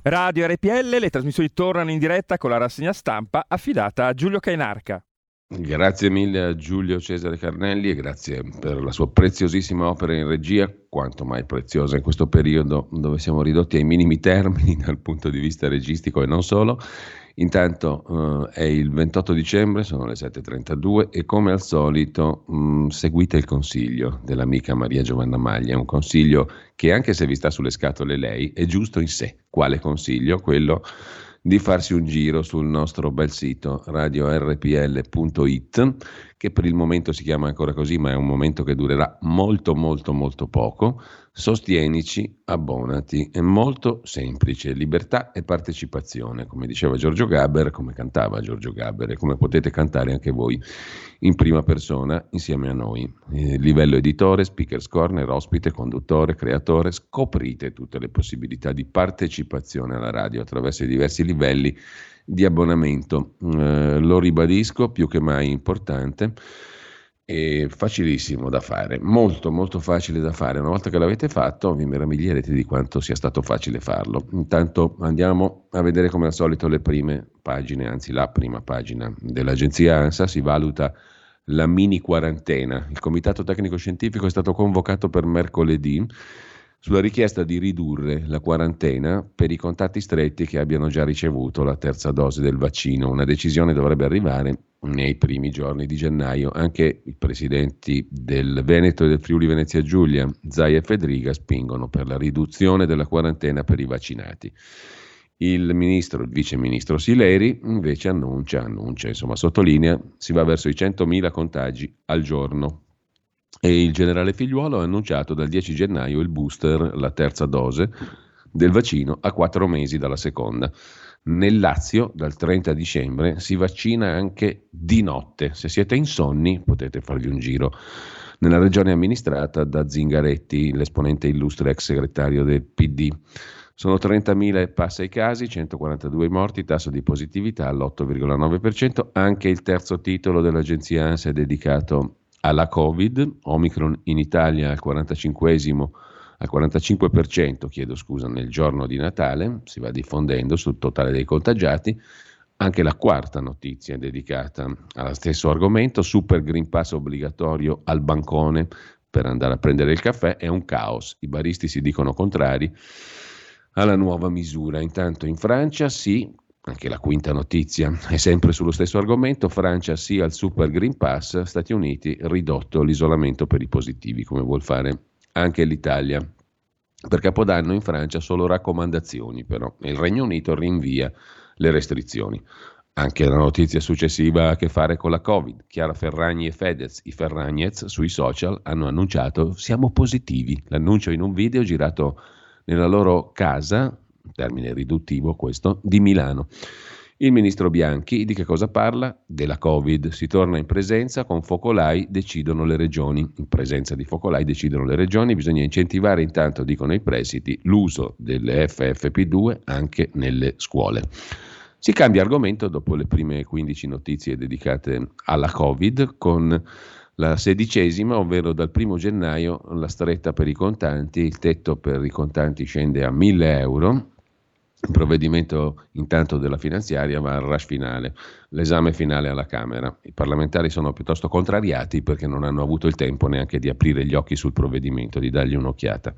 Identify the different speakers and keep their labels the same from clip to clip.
Speaker 1: Radio RPL, le trasmissioni tornano in diretta con la rassegna stampa affidata a Giulio Cainarca.
Speaker 2: Grazie mille a Giulio Cesare Carnelli e grazie per la sua preziosissima opera in regia, quanto mai preziosa in questo periodo dove siamo ridotti ai minimi termini dal punto di vista registico e non solo. Intanto è il 28 dicembre, sono le 7.32 e come al solito seguite il consiglio dell'amica Maria Giovanna Maglia, un consiglio che anche se vi sta sulle scatole lei è giusto in sé. Quale consiglio? Quello di farsi un giro sul nostro bel sito radiorpl.it, che per il momento si chiama ancora così, ma è un momento che durerà molto molto molto poco. Sostienici, abbonati, è molto semplice, libertà e partecipazione, come diceva Giorgio Gaber, come cantava Giorgio Gaber e come potete cantare anche voi in prima persona insieme a noi. Livello editore, speakers corner, ospite, conduttore, creatore, scoprite tutte le possibilità di partecipazione alla radio attraverso i diversi livelli di abbonamento. Lo ribadisco, più che mai importante. È facilissimo da fare, molto molto facile da fare. Una volta che l'avete fatto vi meraviglierete di quanto sia stato facile farlo. Intanto andiamo a vedere come al solito le prime pagine, anzi la prima pagina dell'agenzia ANSA. Si valuta la mini quarantena. Il comitato tecnico scientifico è stato convocato per mercoledì sulla richiesta di ridurre la quarantena per i contatti stretti che abbiano già ricevuto la terza dose del vaccino. Una decisione dovrebbe arrivare nei primi giorni di gennaio. Anche i presidenti del Veneto e del Friuli Venezia Giulia, Zaia e Fedriga, spingono per la riduzione della quarantena per i vaccinati. Il vice ministro Sileri invece sottolinea, si va verso i 100.000 contagi al giorno. E il generale Figliuolo ha annunciato dal 10 gennaio il booster, la terza dose del vaccino a 4 mesi dalla seconda. Nel Lazio dal 30 dicembre si vaccina anche di notte. Se siete insonni potete farvi un giro nella regione amministrata da Zingaretti, l'esponente illustre ex segretario del PD. Sono 30.000 e passa i casi, 142 morti, tasso di positività all'8,9%. Anche il terzo titolo dell'agenzia ANSA è dedicato alla Covid, Omicron in Italia al 45% nel giorno di Natale, si va diffondendo sul totale dei contagiati. Anche la quarta notizia è dedicata allo stesso argomento, Super Green Pass obbligatorio al bancone per andare a prendere il caffè, è un caos, i baristi si dicono contrari alla nuova misura. Intanto in Francia sì, anche la quinta notizia è sempre sullo stesso argomento, Francia sì al Super Green Pass, Stati Uniti ridotto l'isolamento per i positivi, come vuol fare anche l'Italia. Per Capodanno in Francia solo raccomandazioni però, e il Regno Unito rinvia le restrizioni. Anche la notizia successiva ha a che fare con la Covid. Chiara Ferragni e Fedez, i Ferragnez, sui social hanno annunciato siamo positivi. L'annuncio in un video girato nella loro casa, termine riduttivo questo, di Milano. Il ministro Bianchi di che cosa parla? Della Covid. Si torna in presenza, con focolai decidono le regioni. In presenza di focolai decidono le regioni, bisogna incentivare intanto, dicono i presidi, l'uso delle FFP2 anche nelle scuole. Si cambia argomento dopo le prime 15 notizie dedicate alla Covid, con la 16ª, ovvero dal 1 gennaio la stretta per i contanti, il tetto per i contanti scende a 1.000 euro. Il provvedimento intanto della finanziaria va al rush finale, l'esame finale alla Camera. I parlamentari sono piuttosto contrariati perché non hanno avuto il tempo neanche di aprire gli occhi sul provvedimento, di dargli un'occhiata.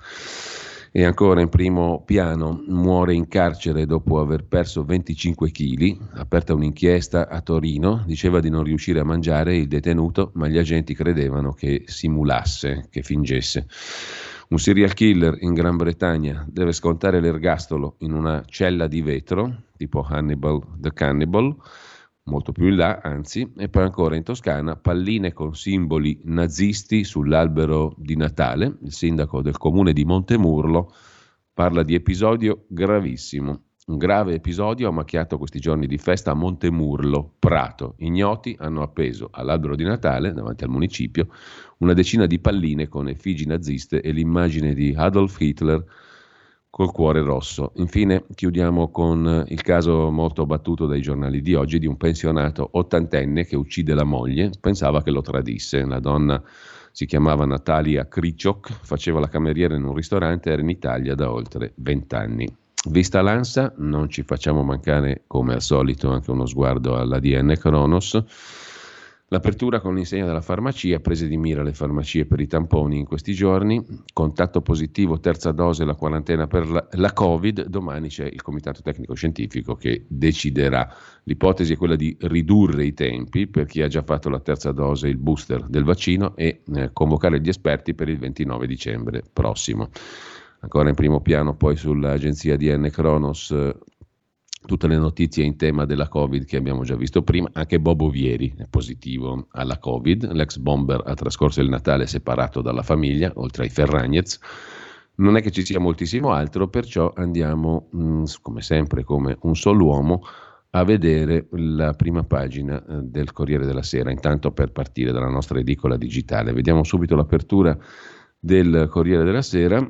Speaker 2: E ancora in primo piano, muore in carcere dopo aver perso 25 kg, aperta un'inchiesta a Torino, diceva di non riuscire a mangiare il detenuto, ma gli agenti credevano che simulasse, che fingesse. Un serial killer in Gran Bretagna deve scontare l'ergastolo in una cella di vetro, tipo Hannibal the Cannibal, molto più in là, anzi, e poi ancora in Toscana, palline con simboli nazisti sull'albero di Natale. Il sindaco del comune di Montemurlo parla di episodio gravissimo. Un grave episodio ha macchiato questi giorni di festa a Montemurlo, Prato. Ignoti hanno appeso all'albero di Natale, davanti al municipio, una decina di palline con effigi naziste e l'immagine di Adolf Hitler col cuore rosso. Infine chiudiamo con il caso molto battuto dai giornali di oggi di un pensionato ottantenne che uccide la moglie, pensava che lo tradisse. La donna si chiamava Natalia Kryciok, faceva la cameriera in un ristorante, era in Italia da oltre 20 anni. Vista l'ANSA, non ci facciamo mancare come al solito anche uno sguardo all'ADN Cronos. L'apertura con l'insegna della farmacia, prese di mira le farmacie per i tamponi in questi giorni, contatto positivo, terza dose, la quarantena per la Covid, domani c'è il comitato tecnico scientifico che deciderà. L'ipotesi è quella di ridurre i tempi per chi ha già fatto la terza dose, il booster del vaccino, e convocare gli esperti per il 29 dicembre prossimo. Ancora in primo piano poi sull'agenzia ADN Cronos tutte le notizie in tema della Covid che abbiamo già visto prima. Anche Bobo Vieri è positivo alla Covid, l'ex bomber ha trascorso il Natale separato dalla famiglia, oltre ai Ferragnez. Non è che ci sia moltissimo altro, perciò andiamo, come sempre, come un solo uomo, a vedere la prima pagina del Corriere della Sera, intanto per partire dalla nostra edicola digitale. Vediamo subito l'apertura del Corriere della Sera,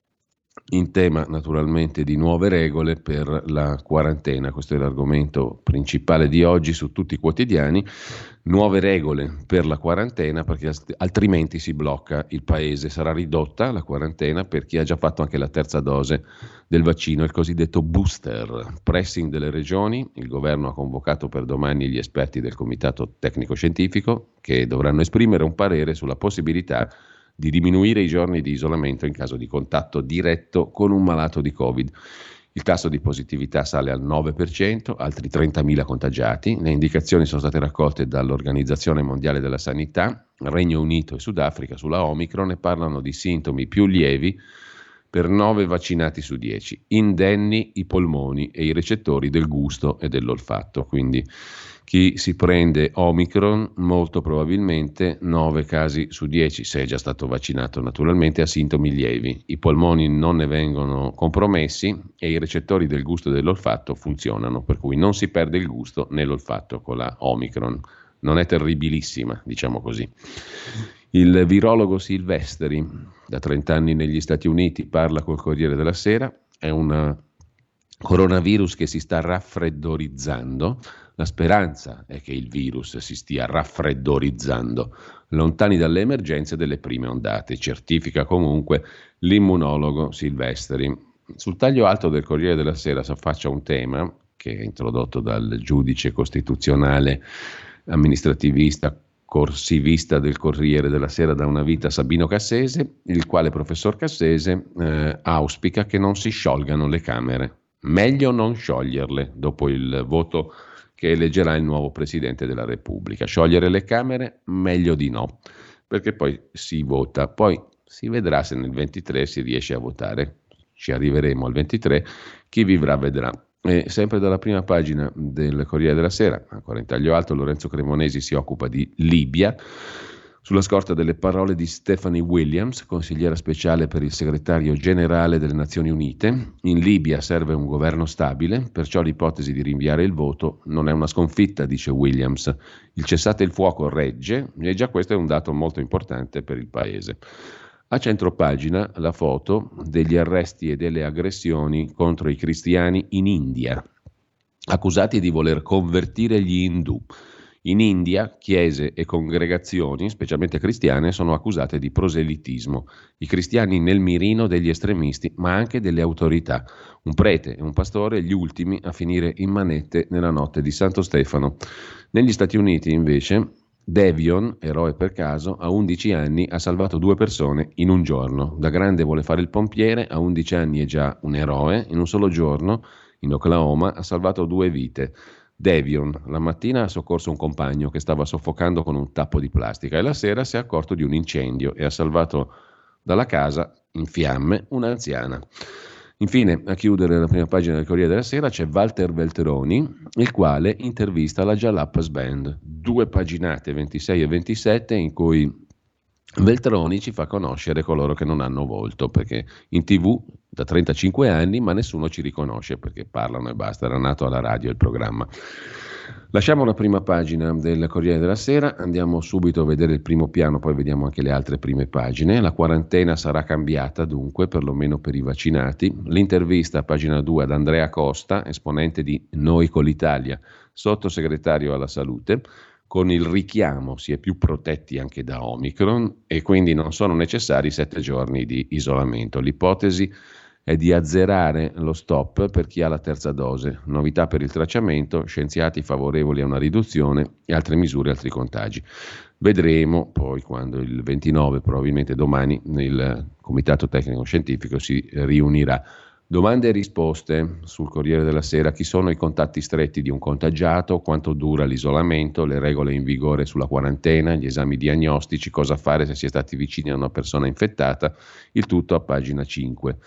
Speaker 2: in tema naturalmente di nuove regole per la quarantena. Questo è l'argomento principale di oggi su tutti i quotidiani. Nuove regole per la quarantena, perché altrimenti si blocca il paese. Sarà ridotta la quarantena per chi ha già fatto anche la terza dose del vaccino, il cosiddetto booster. Pressing delle regioni, il governo ha convocato per domani gli esperti del comitato tecnico scientifico che dovranno esprimere un parere sulla possibilità di diminuire i giorni di isolamento in caso di contatto diretto con un malato di Covid. Il tasso di positività sale al 9%, altri 30.000 contagiati. Le indicazioni sono state raccolte dall'Organizzazione Mondiale della Sanità. Regno Unito e Sudafrica sulla Omicron e parlano di sintomi più lievi per 9 vaccinati su 10. Indenni i polmoni e i recettori del gusto e dell'olfatto. Quindi chi si prende Omicron molto probabilmente 9 casi su 10, se è già stato vaccinato naturalmente, ha sintomi lievi. I polmoni non ne vengono compromessi e i recettori del gusto e dell'olfatto funzionano, per cui non si perde il gusto né l'olfatto con la Omicron. Non è terribilissima, diciamo così. Il virologo Silvestri, da 30 anni negli Stati Uniti, parla col Corriere della Sera. È un coronavirus che si sta raffreddorizzando. La speranza è che il virus si stia raffreddorizzando, lontani dalle emergenze delle prime ondate, certifica comunque l'immunologo Silvestri. Sul taglio alto del Corriere della Sera si affaccia un tema che è introdotto dal giudice costituzionale amministrativista corsivista del Corriere della Sera da una vita, Sabino Cassese, il quale professor Cassese auspica che non si sciolgano le Camere. Meglio non scioglierle dopo il voto che eleggerà il nuovo Presidente della Repubblica. Sciogliere le Camere? Meglio di no, perché poi si vota. Poi si vedrà se nel 23 si riesce a votare. Ci arriveremo al 23, chi vivrà vedrà. E sempre dalla prima pagina del Corriere della Sera, ancora in taglio alto, Lorenzo Cremonesi si occupa di Libia, sulla scorta delle parole di Stephanie Williams, consigliera speciale per il segretario generale delle Nazioni Unite. In Libia serve un governo stabile, perciò l'ipotesi di rinviare il voto non è una sconfitta, dice Williams. Il cessate il fuoco regge e già questo è un dato molto importante per il paese. A centropagina la foto degli arresti e delle aggressioni contro i cristiani in India, accusati di voler convertire gli indù. In India, chiese e congregazioni, specialmente cristiane, sono accusate di proselitismo. I cristiani nel mirino degli estremisti, ma anche delle autorità. Un prete e un pastore, gli ultimi a finire in manette nella notte di Santo Stefano. Negli Stati Uniti, invece, Devion, eroe per caso, a 11 anni ha salvato 2 persone in un giorno. Da grande vuole fare il pompiere, a 11 anni è già un eroe. In un solo giorno, in Oklahoma, ha salvato 2 vite. Devion la mattina ha soccorso un compagno che stava soffocando con un tappo di plastica e la sera si è accorto di un incendio e ha salvato dalla casa in fiamme un'anziana. Infine, a chiudere la prima pagina del Corriere della Sera c'è Walter Veltroni, il quale intervista la Jalapas Band. 2 paginate, 26 e 27, in cui Veltroni ci fa conoscere coloro che non hanno volto, perché in TV da 35 anni ma nessuno ci riconosce perché parlano e basta, era nato alla radio il programma. Lasciamo la prima pagina del Corriere della Sera, andiamo subito a vedere il primo piano, poi vediamo anche le altre prime pagine. La quarantena sarà cambiata dunque, perlomeno per i vaccinati. L'intervista a pagina 2 ad Andrea Costa, esponente di Noi con l'Italia, sottosegretario alla salute. Con il richiamo si è più protetti anche da Omicron e quindi non sono necessari 7 giorni di isolamento. L'ipotesi è di azzerare lo stop per chi ha la terza dose. Novità per il tracciamento, scienziati favorevoli a una riduzione e altre misure, altri contagi. Vedremo poi quando il 29, probabilmente domani, il Comitato Tecnico Scientifico si riunirà. Domande e risposte sul Corriere della Sera: chi sono i contatti stretti di un contagiato, quanto dura l'isolamento, le regole in vigore sulla quarantena, gli esami diagnostici, cosa fare se si è stati vicini a una persona infettata, il tutto a pagina 5.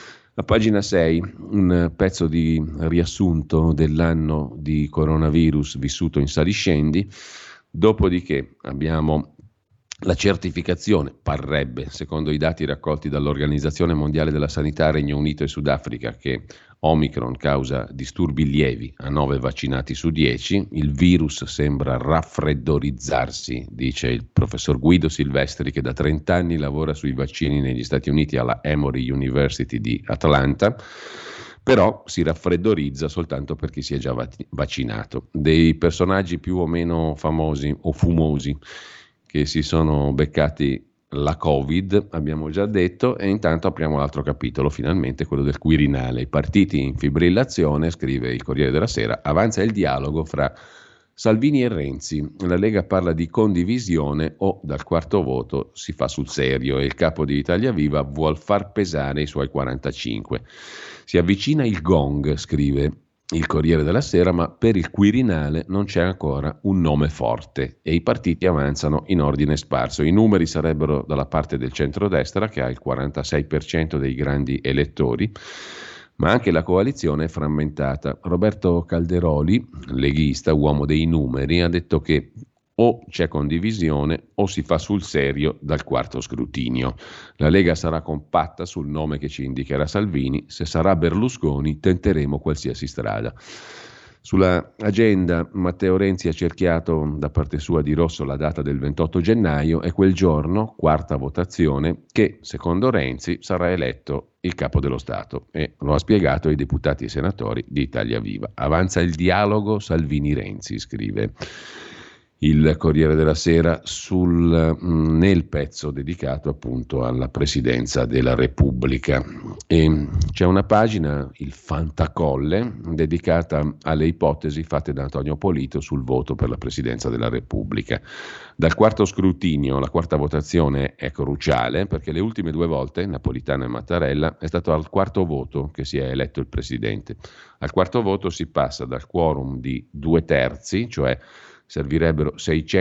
Speaker 2: A pagina 6 un pezzo di riassunto dell'anno di coronavirus vissuto in saliscendi, dopodiché abbiamo la certificazione, parrebbe, secondo i dati raccolti dall'Organizzazione Mondiale della Sanità, Regno Unito e Sudafrica, che Omicron causa disturbi lievi a 9 vaccinati su 10. Il virus sembra raffreddorizzarsi, dice il professor Guido Silvestri, che da 30 anni lavora sui vaccini negli Stati Uniti alla Emory University di Atlanta. Però si raffreddorizza soltanto per chi si è già vaccinato. Dei personaggi più o meno famosi o fumosi che si sono beccati la Covid, abbiamo già detto, e intanto apriamo l'altro capitolo, finalmente quello del Quirinale. I partiti in fibrillazione, scrive il Corriere della Sera, avanza il dialogo fra Salvini e Renzi. La Lega parla di condivisione o dal quarto voto si fa sul serio e il capo di Italia Viva vuol far pesare i suoi 45. Si avvicina il gong, scrive il Corriere della Sera, ma per il Quirinale non c'è ancora un nome forte e i partiti avanzano in ordine sparso. I numeri sarebbero dalla parte del centrodestra, che ha il 46% dei grandi elettori, ma anche la coalizione è frammentata. Roberto Calderoli, leghista, uomo dei numeri, ha detto che o c'è condivisione o si fa sul serio dal quarto scrutinio. La Lega sarà compatta sul nome che ci indicherà Salvini. Se sarà Berlusconi tenteremo qualsiasi strada. Sulla agenda Matteo Renzi ha cerchiato da parte sua di rosso la data del 28 gennaio e quel giorno, quarta votazione, che secondo Renzi sarà eletto il capo dello Stato, e lo ha spiegato ai deputati e senatori di Italia Viva. Avanza il dialogo Salvini-Renzi, scrive il Corriere della Sera nel pezzo dedicato appunto alla presidenza della Repubblica. E c'è una pagina, il Fantacolle, dedicata alle ipotesi fatte da Antonio Polito sul voto per la presidenza della Repubblica. Dal quarto scrutinio, la quarta votazione è cruciale perché le ultime due volte, Napolitano e Mattarella, è stato al quarto voto che si è eletto il presidente. Al quarto voto si passa dal quorum di 2/3, cioè servirebbero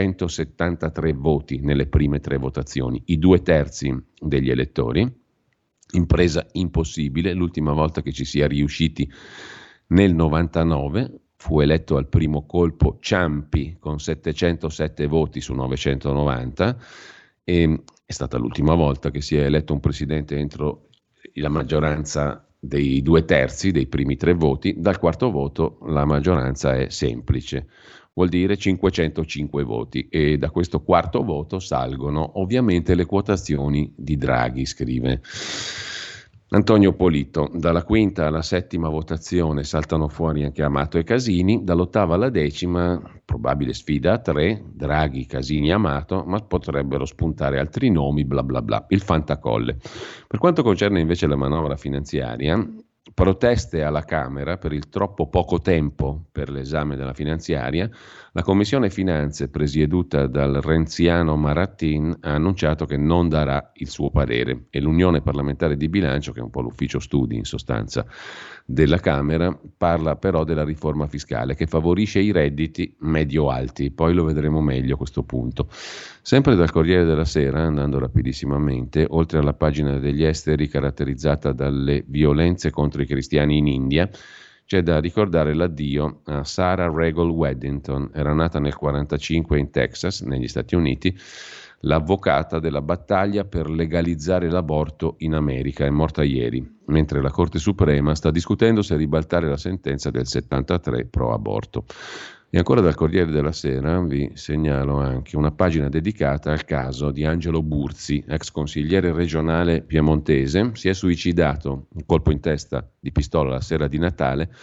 Speaker 2: 673 voti nelle prime tre votazioni, i 2/3 degli elettori, impresa impossibile. L'ultima volta che ci sia riusciti nel 99 fu eletto al primo colpo Ciampi con 707 voti su 990 e è stata l'ultima volta che si è eletto un presidente entro la maggioranza dei 2/3 dei primi tre voti. Dal quarto voto la maggioranza è semplice, vuol dire 505 voti, e da questo quarto voto salgono ovviamente le quotazioni di Draghi, scrive Antonio Polito. Dalla quinta alla settima votazione saltano fuori anche Amato e Casini, dall'ottava alla decima probabile sfida a tre, Draghi, Casini, Amato, ma potrebbero spuntare altri nomi, bla bla bla, il Fantacolle. Per quanto concerne invece la manovra finanziaria, proteste alla Camera per il troppo poco tempo per l'esame della finanziaria. La Commissione Finanze, presieduta dal renziano Marattin, ha annunciato che non darà il suo parere e l'Unione Parlamentare di Bilancio, che è un po' l'ufficio studi in sostanza della Camera, parla però della riforma fiscale che favorisce i redditi medio-alti. Poi lo vedremo meglio a questo punto. Sempre dal Corriere della Sera, andando rapidissimamente, oltre alla pagina degli esteri caratterizzata dalle violenze contro i cristiani in India, c'è da ricordare l'addio a Sarah Regal Weddington. Era nata nel 1945 in Texas, negli Stati Uniti, l'avvocata della battaglia per legalizzare l'aborto in America. È morta ieri, mentre la Corte Suprema sta discutendo se ribaltare la sentenza del 73 pro aborto. E ancora dal Corriere della Sera vi segnalo anche una pagina dedicata al caso di Angelo Burzi, ex consigliere regionale piemontese. Si è suicidato, un colpo in testa di pistola la sera di Natale,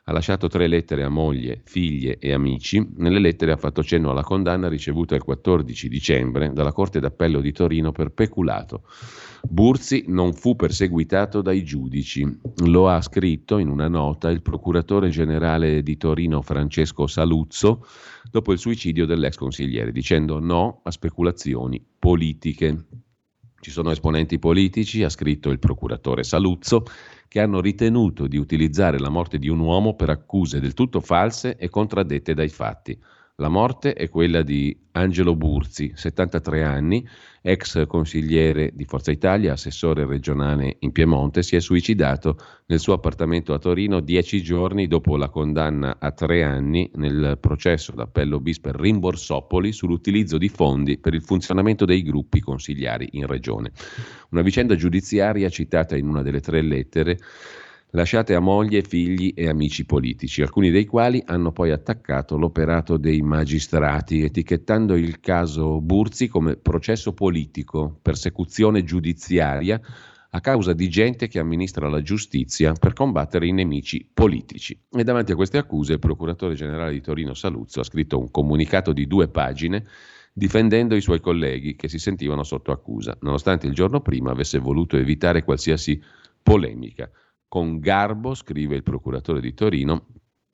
Speaker 2: Ha lasciato 3 lettere a moglie, figlie e amici. Nelle lettere ha fatto cenno alla condanna ricevuta il 14 dicembre dalla Corte d'Appello di Torino per peculato. Burzi non fu perseguitato dai giudici. Lo ha scritto in una nota il procuratore generale di Torino Francesco Saluzzo dopo il suicidio dell'ex consigliere, dicendo no a speculazioni politiche. Ci sono esponenti politici, ha scritto il procuratore Saluzzo, che hanno ritenuto di utilizzare la morte di un uomo per accuse del tutto false e contraddette dai fatti. La morte è quella di Angelo Burzi, 73 anni, ex consigliere di Forza Italia, assessore regionale in Piemonte. Si è suicidato nel suo appartamento a Torino 10 giorni dopo la condanna a 3 anni nel processo d'appello bis per Rimborsopoli sull'utilizzo di fondi per il funzionamento dei gruppi consigliari in regione. Una vicenda giudiziaria citata in una delle 3 lettere lasciate a moglie, figli e amici politici, alcuni dei quali hanno poi attaccato l'operato dei magistrati, etichettando il caso Burzi come processo politico, persecuzione giudiziaria a causa di gente che amministra la giustizia per combattere i nemici politici. E davanti a queste accuse il procuratore generale di Torino Saluzzo ha scritto un comunicato di 2 pagine difendendo i suoi colleghi che si sentivano sotto accusa, nonostante il giorno prima avesse voluto evitare qualsiasi polemica. Con garbo, scrive il procuratore di Torino,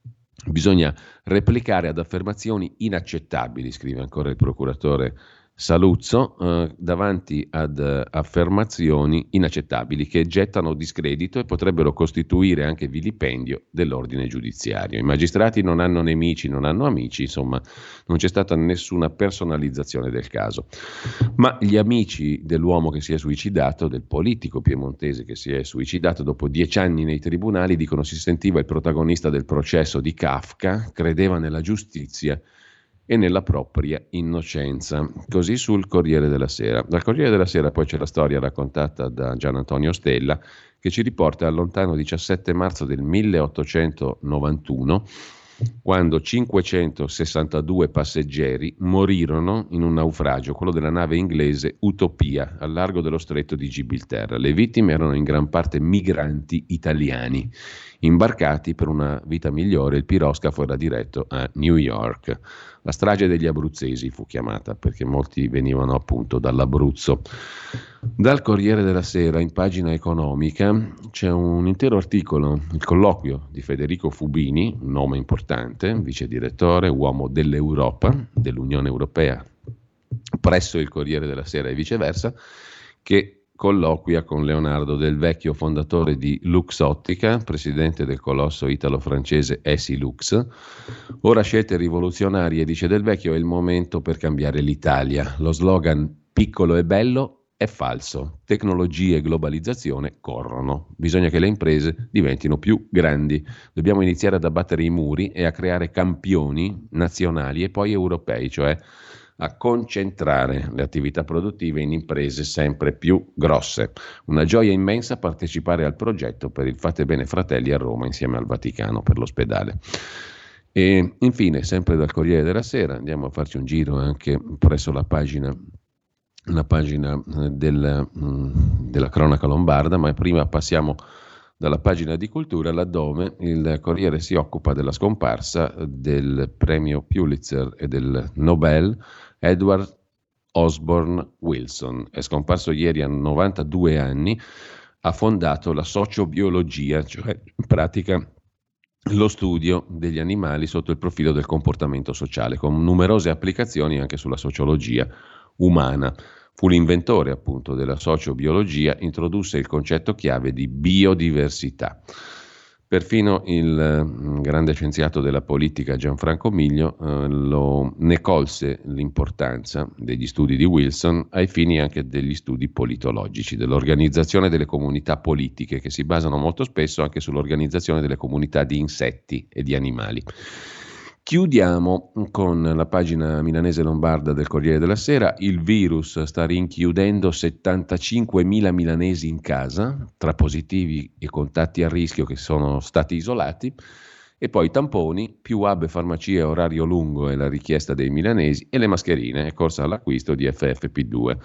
Speaker 2: bisogna replicare ad affermazioni inaccettabili, scrive ancora il procuratore Saluzzo, davanti ad affermazioni inaccettabili che gettano discredito e potrebbero costituire anche vilipendio dell'ordine giudiziario. I magistrati non hanno nemici, non hanno amici, insomma non c'è stata nessuna personalizzazione del caso. Ma gli amici dell'uomo che si è suicidato, del politico piemontese che si è suicidato dopo 10 anni nei tribunali, dicono si sentiva il protagonista del processo di Kafka, credeva nella giustizia e nella propria innocenza. Così sul Corriere della Sera. Dal Corriere della Sera poi c'è la storia raccontata da Gian Antonio Stella che ci riporta al lontano 17 marzo del 1891, quando 562 passeggeri morirono in un naufragio, quello della nave inglese Utopia, al largo dello stretto di Gibilterra. Le vittime erano in gran parte migranti italiani, imbarcati per una vita migliore. Il piroscafo era diretto a New York. La strage degli abruzzesi fu chiamata perché molti venivano appunto dall'Abruzzo. Dal Corriere della Sera, in pagina economica, c'è un intero articolo, il colloquio di Federico Fubini, un nome importante, vice direttore, uomo dell'Europa, dell'Unione Europea, presso il Corriere della Sera e viceversa, che colloquia con Leonardo Del Vecchio, fondatore di Luxottica, presidente del colosso italo-francese Essilux. Ora scelte rivoluzionarie, dice Del Vecchio, è il momento per cambiare l'Italia. Lo slogan piccolo e bello è falso. Tecnologia e globalizzazione corrono. Bisogna che le imprese diventino più grandi. Dobbiamo iniziare ad abbattere i muri e a creare campioni nazionali e poi europei, cioè a concentrare le attività produttive in imprese sempre più grosse. Una gioia immensa partecipare al progetto per il Fate Bene Fratelli a Roma insieme al Vaticano per l'ospedale. E infine, sempre dal Corriere della Sera, andiamo a farci un giro anche presso la pagina della cronaca lombarda, ma prima passiamo dalla pagina di cultura, laddove il Corriere si occupa della scomparsa del premio Pulitzer e del Nobel Edward Osborne Wilson. È scomparso ieri a 92 anni, ha fondato la sociobiologia, cioè in pratica lo studio degli animali sotto il profilo del comportamento sociale, con numerose applicazioni anche sulla sociologia umana. Fu l'inventore appunto della sociobiologia, introdusse il concetto chiave di biodiversità. Perfino il grande scienziato della politica Gianfranco Miglio ne colse l'importanza degli studi di Wilson ai fini anche degli studi politologici, dell'organizzazione delle comunità politiche, che si basano molto spesso anche sull'organizzazione delle comunità di insetti e di animali. Chiudiamo con la pagina milanese lombarda del Corriere della Sera. Il virus sta rinchiudendo 75.000 milanesi in casa, tra positivi e contatti a rischio che sono stati isolati, e poi tamponi, più hub e farmacie a orario lungo è la richiesta dei milanesi, e le mascherine, è corsa all'acquisto di FFP2.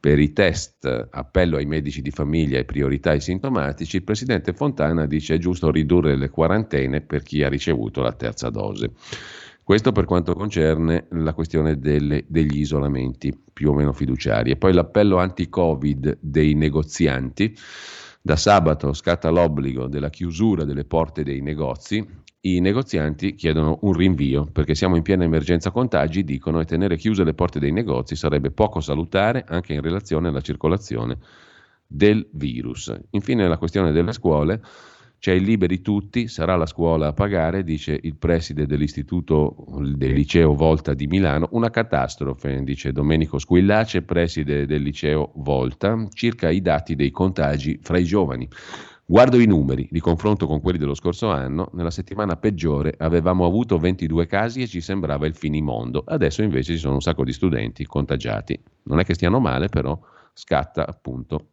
Speaker 2: per i test, appello ai medici di famiglia e priorità ai sintomatici, il presidente Fontana dice è giusto ridurre le quarantene per chi ha ricevuto la terza dose. Questo per quanto concerne la questione degli isolamenti più o meno fiduciari. E poi l'appello anti-Covid dei negozianti. Da sabato scatta l'obbligo della chiusura delle porte dei negozi. I negozianti chiedono un rinvio perché siamo in piena emergenza contagi, dicono, e tenere chiuse le porte dei negozi sarebbe poco salutare anche in relazione alla circolazione del virus. Infine la questione delle scuole. C'è il liberi tutti, sarà la scuola a pagare, dice il preside dell'istituto del liceo Volta di Milano. Una catastrofe, dice Domenico Squillace, preside del liceo Volta, circa i dati dei contagi fra i giovani. Guardo i numeri, li confronto con quelli dello scorso anno, nella settimana peggiore avevamo avuto 22 casi e ci sembrava il finimondo, adesso invece ci sono un sacco di studenti contagiati. Non è che stiano male, però scatta appunto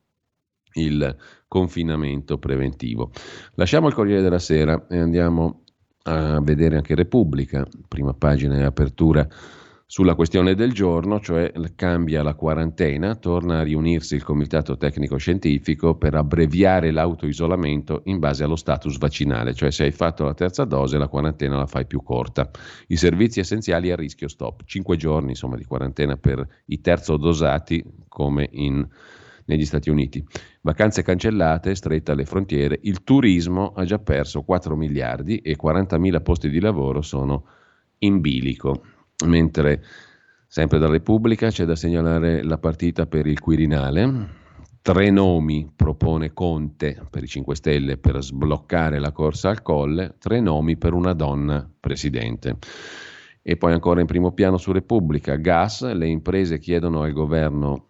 Speaker 2: il confinamento preventivo. Lasciamo il Corriere della Sera e andiamo a vedere anche Repubblica, prima pagina e apertura sulla questione del giorno, cioè cambia la quarantena, torna a riunirsi il Comitato Tecnico Scientifico per abbreviare l'autoisolamento in base allo status vaccinale, cioè se hai fatto la terza dose la quarantena la fai più corta. I servizi essenziali a rischio stop, 5 giorni insomma di quarantena per i terzo dosati come negli Stati Uniti. Vacanze cancellate, stretta alle frontiere, il turismo ha già perso 4 miliardi e 40.000 posti di lavoro sono in bilico. Mentre sempre da Repubblica c'è da segnalare la partita per il Quirinale. 3 nomi propone Conte per i 5 Stelle per sbloccare la corsa al Colle, 3 nomi per una donna presidente. E poi ancora in primo piano su Repubblica, gas, le imprese chiedono al governo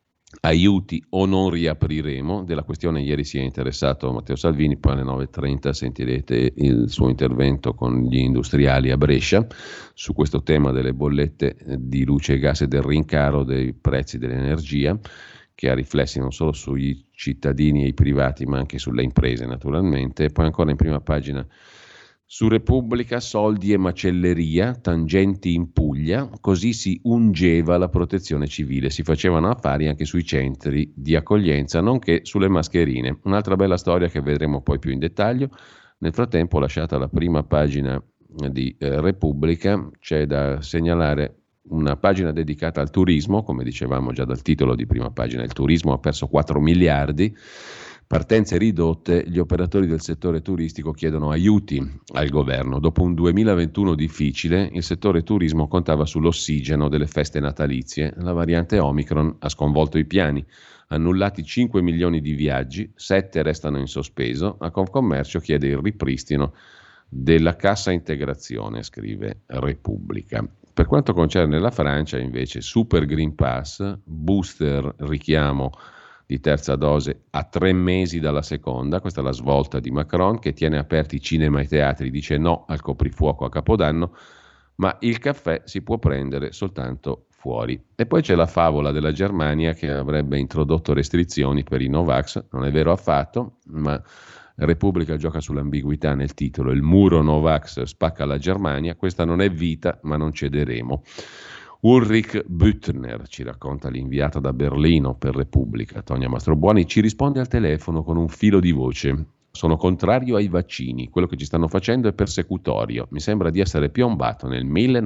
Speaker 2: aiuti o non riapriremo. Della questione ieri si è interessato Matteo Salvini, poi alle 9.30 sentirete il suo intervento con gli industriali a Brescia su questo tema delle bollette di luce e gas e del rincaro dei prezzi dell'energia, che ha riflessi non solo sui cittadini e i privati ma anche sulle imprese naturalmente. E poi ancora in prima pagina su Repubblica, soldi e macelleria, tangenti in Puglia, così si ungeva la protezione civile, si facevano affari anche sui centri di accoglienza, nonché sulle mascherine. Un'altra bella storia che vedremo poi più in dettaglio. Nel frattempo, lasciata la prima pagina di Repubblica, c'è da segnalare una pagina dedicata al turismo, come dicevamo già dal titolo di prima pagina, il turismo ha perso 4 miliardi. Partenze ridotte, gli operatori del settore turistico chiedono aiuti al governo. Dopo un 2021 difficile, il settore turismo contava sull'ossigeno delle feste natalizie. La variante Omicron ha sconvolto i piani. Annullati 5 milioni di viaggi, 7 restano in sospeso. A Confcommercio chiede il ripristino della cassa integrazione, scrive Repubblica. Per quanto concerne la Francia, invece, Super Green Pass, booster richiamo di terza dose a 3 mesi dalla seconda. Questa è la svolta di Macron, che tiene aperti cinema e teatri, dice no al coprifuoco a Capodanno, ma il caffè si può prendere soltanto fuori. E poi c'è la favola della Germania che avrebbe introdotto restrizioni per i Novax. Non è vero affatto, ma Repubblica gioca sull'ambiguità nel titolo. Il muro Novax spacca la Germania, questa non è vita, ma non cederemo. Ulrich Büttner, ci racconta l'inviata da Berlino per Repubblica, Tonia Mastrobuoni, ci risponde al telefono con un filo di voce. Sono contrario ai vaccini, quello che ci stanno facendo è persecutorio. Mi sembra di essere piombato nel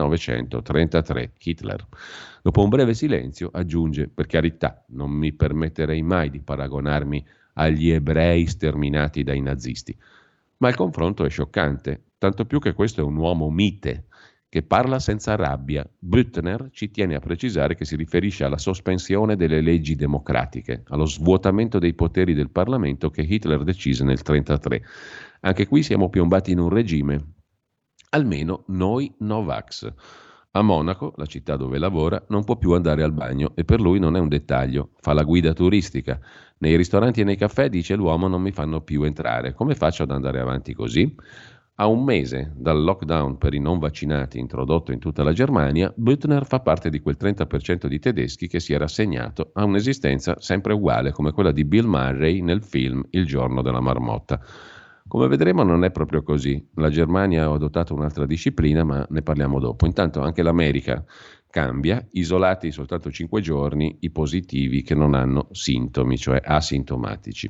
Speaker 2: 1933, Hitler. Dopo un breve silenzio aggiunge, per carità, non mi permetterei mai di paragonarmi agli ebrei sterminati dai nazisti. Ma il confronto è scioccante, tanto più che questo è un uomo mite, che parla senza rabbia. Büttner ci tiene a precisare che si riferisce alla sospensione delle leggi democratiche, allo svuotamento dei poteri del Parlamento che Hitler decise nel 1933. Anche qui siamo piombati in un regime, almeno noi Novax. A Monaco, la città dove lavora, non può più andare al bagno e per lui non è un dettaglio, fa la guida turistica. Nei ristoranti e nei caffè, dice l'uomo, non mi fanno più entrare. Come faccio ad andare avanti così? A un mese dal lockdown per i non vaccinati introdotto in tutta la Germania, Büttner fa parte di quel 30% di tedeschi che si è rassegnato a un'esistenza sempre uguale come quella di Bill Murray nel film Il giorno della marmotta. Come vedremo non è proprio così. La Germania ha adottato un'altra disciplina, ma ne parliamo dopo. Intanto anche l'America cambia, isolati soltanto 5 giorni i positivi che non hanno sintomi, cioè asintomatici.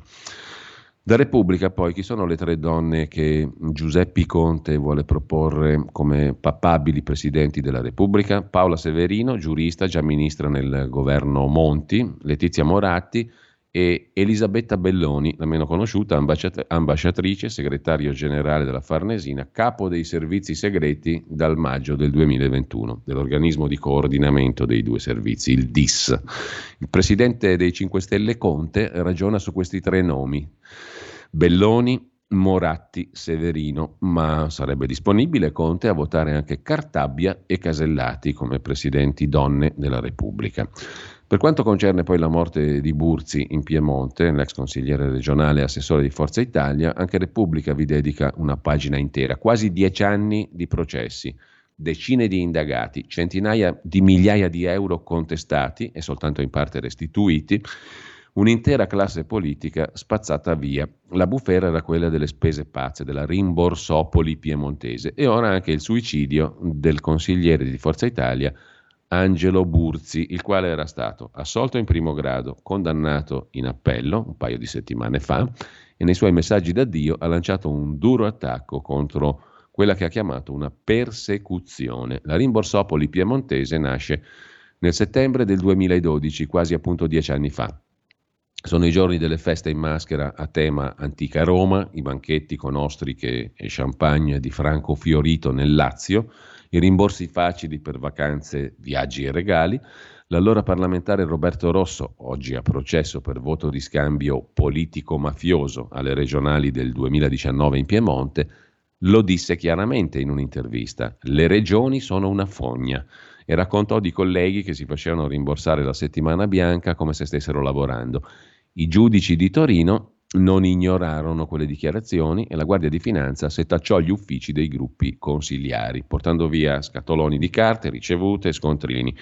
Speaker 2: Da Repubblica poi chi sono le 3 donne che Giuseppe Conte vuole proporre come papabili presidenti della Repubblica? Paola Severino, giurista, già ministra nel governo Monti, Letizia Moratti e Elisabetta Belloni, la meno conosciuta, ambasciatrice, segretario generale della Farnesina, capo dei servizi segreti dal maggio del 2021, dell'organismo di coordinamento dei 2 servizi, il DIS. Il presidente dei 5 Stelle Conte ragiona su questi 3 nomi: Belloni, Moratti, Severino, ma sarebbe disponibile Conte a votare anche Cartabia e Casellati come presidenti donne della Repubblica. Per quanto concerne poi la morte di Burzi in Piemonte, l'ex consigliere regionale e assessore di Forza Italia, anche Repubblica vi dedica una pagina intera, quasi 10 anni di processi, decine di indagati, centinaia di migliaia di euro contestati e soltanto in parte restituiti, un'intera classe politica spazzata via. La bufera era quella delle spese pazze, della rimborsopoli piemontese, e ora anche il suicidio del consigliere di Forza Italia Angelo Burzi, il quale era stato assolto in primo grado, condannato in appello un paio di settimane fa, e nei suoi messaggi d'addio ha lanciato un duro attacco contro quella che ha chiamato una persecuzione. La rimborsopoli piemontese nasce nel settembre del 2012, quasi appunto 10 anni fa. Sono i giorni delle feste in maschera a tema antica Roma, i banchetti con ostriche e champagne di Franco Fiorito nel Lazio, i rimborsi facili per vacanze, viaggi e regali. L'allora parlamentare Roberto Rosso, oggi a processo per voto di scambio politico-mafioso alle regionali del 2019 in Piemonte, lo disse chiaramente in un'intervista: le regioni sono una fogna, e raccontò di colleghi che si facevano rimborsare la settimana bianca come se stessero lavorando. I giudici di Torino non ignorarono quelle dichiarazioni e la Guardia di Finanza setacciò gli uffici dei gruppi consiliari, portando via scatoloni di carte, ricevute, scontrini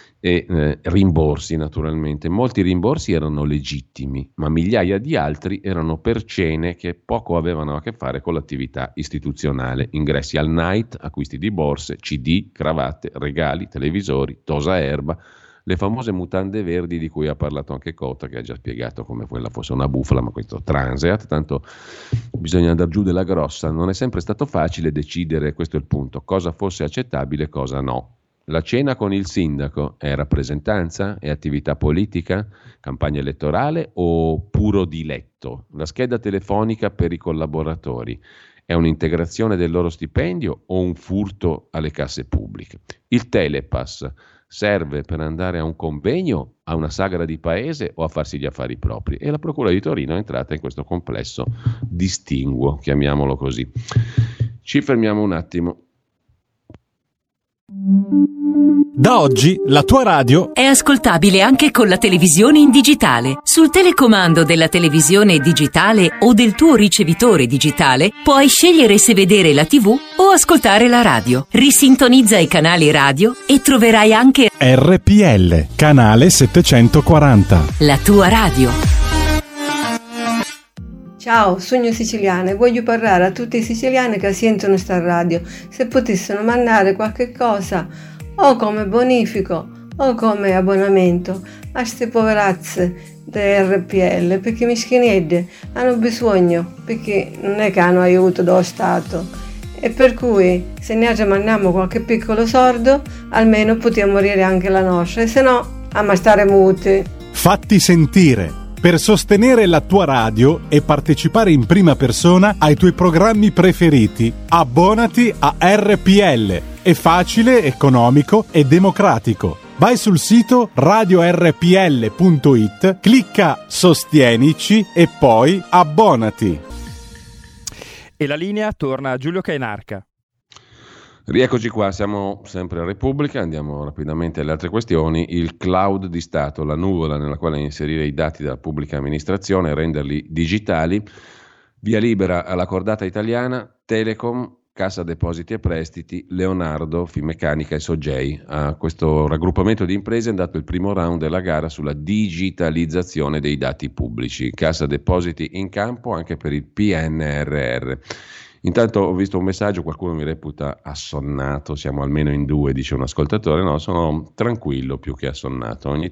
Speaker 2: e rimborsi naturalmente. Molti rimborsi erano legittimi, ma migliaia di altri erano per cene che poco avevano a che fare con l'attività istituzionale. Ingressi al night, acquisti di borse, CD, cravatte, regali, televisori, tosa erba, le famose mutande verdi di cui ha parlato anche Cota, che ha già spiegato come quella fosse una bufala, ma questo transeat, tanto bisogna andare giù della grossa. Non è sempre stato facile decidere, questo è il punto, cosa fosse accettabile e cosa no. La cena con il sindaco è rappresentanza? È attività politica? Campagna elettorale o puro diletto? La scheda telefonica per i collaboratori è un'integrazione del loro stipendio o un furto alle casse pubbliche? Il telepass serve per andare a un convegno, a una sagra di paese o a farsi gli affari propri? E la Procura di Torino è entrata in questo complesso distinguo, chiamiamolo così. Ci fermiamo un attimo.
Speaker 3: Da oggi la tua radio
Speaker 4: è ascoltabile anche con la televisione in digitale. Sul telecomando della televisione digitale o del tuo ricevitore digitale puoi scegliere se vedere la TV o ascoltare la radio. Risintonizza i canali radio e troverai anche
Speaker 3: RPL, canale 740.
Speaker 4: La tua radio.
Speaker 5: Ciao, sogno siciliana e voglio parlare a tutti i siciliani che sentono sta radio, se potessero mandare qualche cosa o come bonifico o come abbonamento a ste poverazze dell'RPL, perché i mischineddi hanno bisogno, perché non è che hanno aiuto dallo Stato, e per cui se ne mandiamo qualche piccolo sordo almeno potremo morire anche la nostra, e se no a stare muti.
Speaker 3: Fatti sentire. Per sostenere la tua radio e partecipare in prima persona ai tuoi programmi preferiti, abbonati a RPL. È facile, economico e democratico. Vai sul sito radiorpl.it, clicca Sostienici e poi abbonati.
Speaker 1: E la linea torna a Giulio Cainarca.
Speaker 2: Rieccoci qua, siamo sempre a Repubblica, andiamo rapidamente alle altre questioni. Il cloud di Stato, la nuvola nella quale inserire i dati della pubblica amministrazione e renderli digitali, via libera alla cordata italiana. Telecom Cassa Depositi e Prestiti, Leonardo, Finmeccanica e Sogei. A questo raggruppamento di imprese è andato il primo round della gara sulla digitalizzazione dei dati pubblici. Cassa Depositi in campo anche per il PNRR. Intanto ho visto un messaggio, qualcuno mi reputa assonnato, siamo almeno in 2, dice un ascoltatore. No, sono tranquillo più che assonnato. Ogni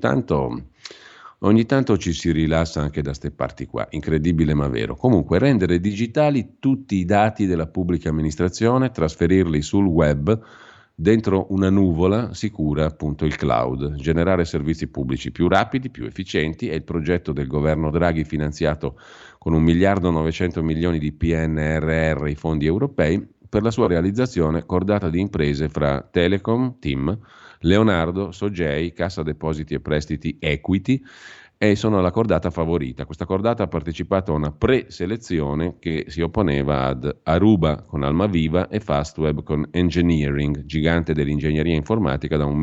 Speaker 2: tanto ci si rilassa anche da ste parti qua, incredibile ma vero. Comunque, rendere digitali tutti i dati della pubblica amministrazione, trasferirli sul web dentro una nuvola sicura, appunto il cloud, generare servizi pubblici più rapidi, più efficienti, è il progetto del governo Draghi finanziato con 1.900 milioni di PNRR, i fondi europei, per la sua realizzazione cordata di imprese fra Telecom, TIM, Leonardo, Sogei, Cassa Depositi e Prestiti Equity, e sono la cordata favorita. Questa cordata ha partecipato a una preselezione che si opponeva ad Aruba con Almaviva e Fastweb con Engineering, gigante dell'ingegneria informatica da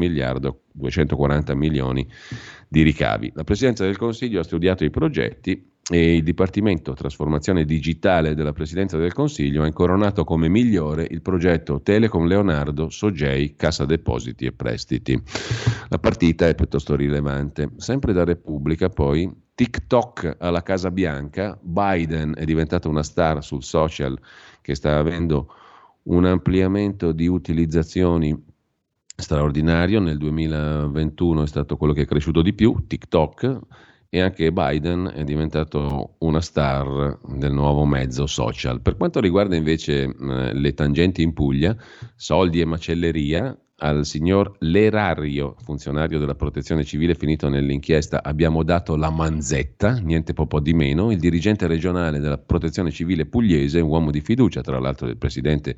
Speaker 2: 1.240 milioni di ricavi. La Presidenza del Consiglio ha studiato i progetti e il Dipartimento Trasformazione Digitale della Presidenza del Consiglio ha incoronato come migliore il progetto Telecom Leonardo Sogei Cassa Depositi e Prestiti. La partita è piuttosto rilevante. Sempre da Repubblica poi, TikTok alla Casa Bianca, Biden è diventato una star sul social che sta avendo un ampliamento di utilizzazioni straordinario. Nel 2021 è stato quello che è cresciuto di più, TikTok, e anche Biden è diventato una star del nuovo mezzo social. Per quanto riguarda invece le tangenti in Puglia, soldi e macelleria, al signor Lerario, funzionario della Protezione Civile finito nell'inchiesta, abbiamo dato la manzetta, niente po' di meno. Il dirigente regionale della Protezione Civile pugliese, un uomo di fiducia tra l'altro del presidente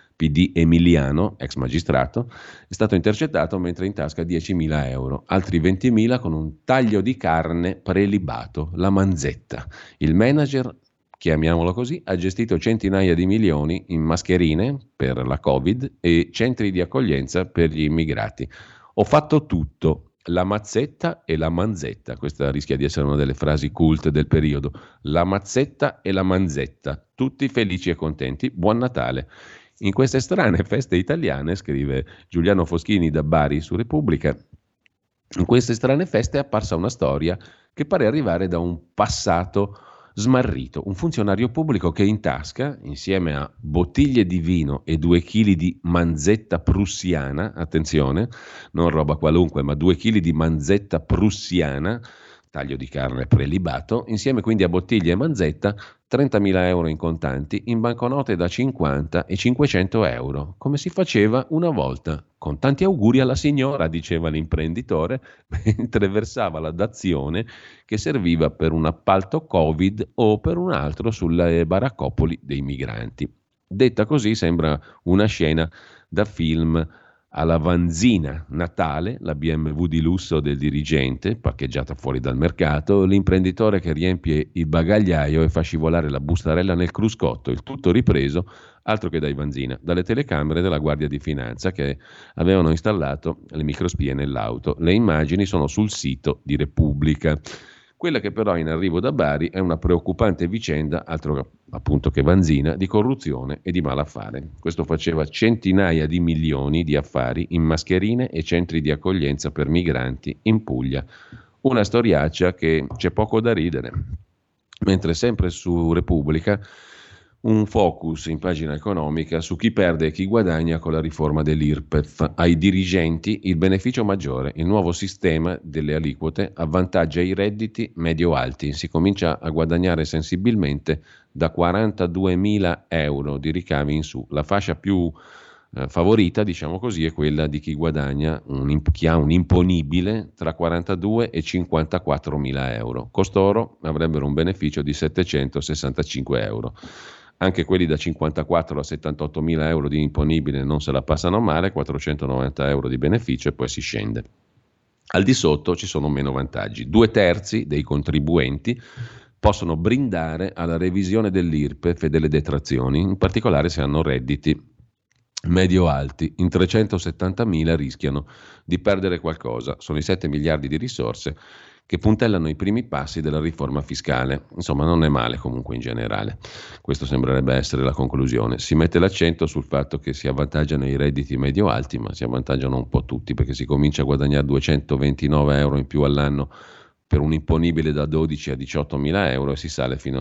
Speaker 2: PD Emiliano, ex magistrato, è stato intercettato mentre in tasca 10.000 euro, altri 20.000 con un taglio di carne prelibato, la manzetta. Il manager, chiamiamolo così, ha gestito centinaia di milioni in mascherine per la Covid e centri di accoglienza per gli immigrati. Ho fatto tutto, la mazzetta e la manzetta. Questa rischia di essere una delle frasi cult del periodo. La mazzetta e la manzetta, tutti felici e contenti. Buon Natale. In queste strane feste italiane, scrive Giuliano Foschini da Bari su Repubblica, in queste strane feste è apparsa una storia che pare arrivare da un passato smarrito. Un funzionario pubblico che in tasca, insieme a bottiglie di vino e 2 chili di manzetta prussiana, attenzione, non roba qualunque, ma 2 chili di manzetta prussiana, taglio di carne prelibato, insieme quindi a bottiglie e manzetta, 30.000 euro in contanti, in banconote da 50 e 500 euro, come si faceva una volta. Con tanti auguri alla signora, diceva l'imprenditore, mentre versava la dazione che serviva per un appalto Covid o per un altro sulle baraccopoli dei migranti. Detta così sembra una scena da film alla Vanzina. Natale, la BMW di lusso del dirigente, parcheggiata fuori dal mercato, l'imprenditore che riempie il bagagliaio e fa scivolare la bustarella nel cruscotto, il tutto ripreso, altro che dai Vanzina, dalle telecamere della Guardia di Finanza che avevano installato le microspie nell'auto. Le immagini sono sul sito di Repubblica. Quella che però in arrivo da Bari è una preoccupante vicenda, altro appunto che Vanzina, di corruzione e di malaffare. Questo faceva centinaia di milioni di affari in mascherine e centri di accoglienza per migranti in Puglia. Una storiaccia che c'è poco da ridere. Mentre sempre su Repubblica un focus in pagina economica su chi perde e chi guadagna con la riforma dell'IRPEF. Ai dirigenti il beneficio maggiore, il nuovo sistema delle aliquote avvantaggia i redditi medio-alti, si comincia a guadagnare sensibilmente da 42.000 euro di ricavi in su. La fascia più favorita, diciamo così, è quella di chi guadagna, chi ha un imponibile tra 42 e 54.000 euro. Costoro avrebbero un beneficio di 765 euro. Anche quelli da 54 a 78.000 euro di imponibile non se la passano male, 490 euro di beneficio e poi si scende. Al di sotto ci sono meno vantaggi. 2/3 dei contribuenti possono brindare alla revisione dell'IRPEF e delle detrazioni, in particolare se hanno redditi medio-alti. In 370.000 rischiano di perdere qualcosa. Sono i 7 miliardi di risorse che puntellano i primi passi della riforma fiscale. Insomma, non è male comunque in generale. Questo sembrerebbe essere la conclusione. Si mette l'accento sul fatto che si avvantaggiano i redditi medio-alti, ma si avvantaggiano un po' tutti, perché si comincia a guadagnare 229 euro in più all'anno per un imponibile da 12 a 18 mila euro e si sale fino a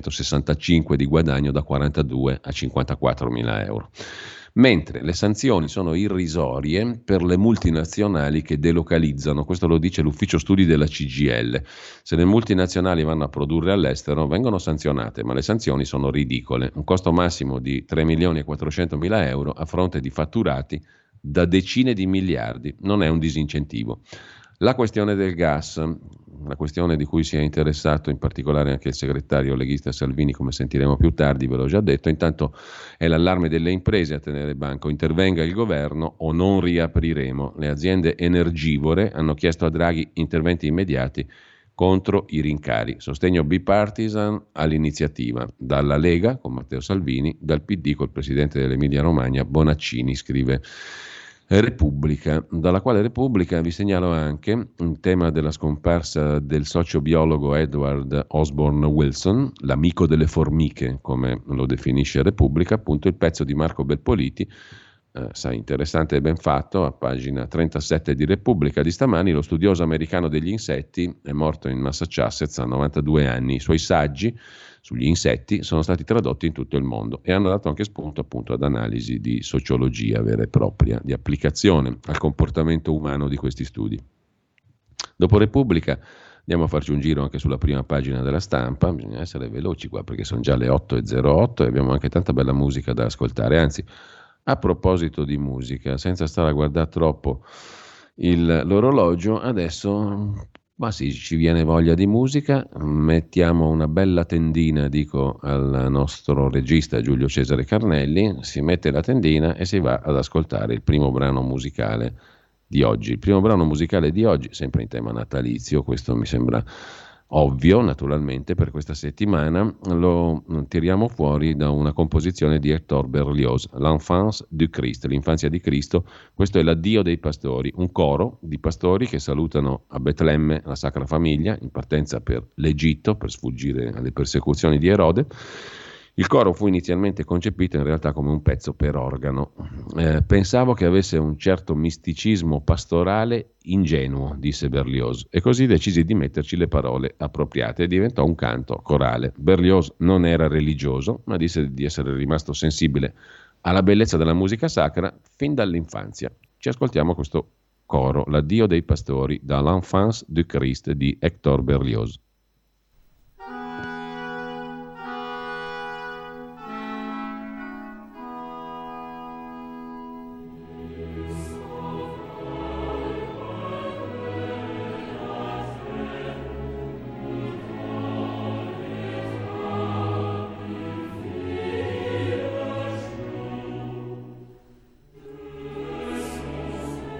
Speaker 2: 765 di guadagno da 42 a 54 mila euro. Mentre le sanzioni sono irrisorie per le multinazionali che delocalizzano, questo lo dice l'ufficio studi della CGIL. Se le multinazionali vanno a produrre all'estero vengono sanzionate, ma le sanzioni sono ridicole, un costo massimo di 3 milioni e 400 mila euro a fronte di fatturati da decine di miliardi, non è un disincentivo. La questione del gas, la questione di cui si è interessato in particolare anche il segretario leghista Salvini, come sentiremo più tardi, ve l'ho già detto, intanto è l'allarme delle imprese a tenere banco, intervenga il governo o non riapriremo. Le aziende energivore hanno chiesto a Draghi interventi immediati contro i rincari, sostegno bipartisan all'iniziativa, dalla Lega con Matteo Salvini, dal PD col presidente dell'Emilia Romagna Bonaccini, scrive Repubblica, dalla quale Repubblica vi segnalo anche il tema della scomparsa del sociobiologo Edward Osborne Wilson, l'amico delle formiche, come lo definisce Repubblica, appunto il pezzo di Marco Belpoliti, interessante e ben fatto, a pagina 37 di Repubblica di stamani. Lo studioso americano degli insetti è morto in Massachusetts a 92 anni, i suoi saggi sugli insetti sono stati tradotti in tutto il mondo e hanno dato anche spunto appunto ad analisi di sociologia vera e propria, di applicazione al comportamento umano di questi studi. Dopo Repubblica andiamo a farci un giro anche sulla prima pagina della Stampa, bisogna essere veloci qua perché sono già le 8:08 e abbiamo anche tanta bella musica da ascoltare, anzi a proposito di musica, senza stare a guardare troppo l'orologio, adesso ma sì, ci viene voglia di musica, mettiamo una bella tendina, dico al nostro regista Giulio Cesare Carnelli, si mette la tendina e si va ad ascoltare il primo brano musicale di oggi. Il primo brano musicale di oggi, sempre in tema natalizio, questo mi sembra ovvio naturalmente per questa settimana, lo tiriamo fuori da una composizione di Hector Berlioz, L'Enfance du Christ, l'infanzia di Cristo. Questo è l'addio dei pastori, un coro di pastori che salutano a Betlemme la Sacra Famiglia in partenza per l'Egitto per sfuggire alle persecuzioni di Erode. Il coro fu inizialmente concepito in realtà come un pezzo per organo. Pensavo che avesse un certo misticismo pastorale ingenuo, disse Berlioz, e così decisi di metterci le parole appropriate e diventò un canto corale. Berlioz non era religioso, ma disse di essere rimasto sensibile alla bellezza della musica sacra fin dall'infanzia. Ci ascoltiamo questo coro, l'addio dei pastori, da L'Enfance du Christ di Hector Berlioz.
Speaker 6: Thank you.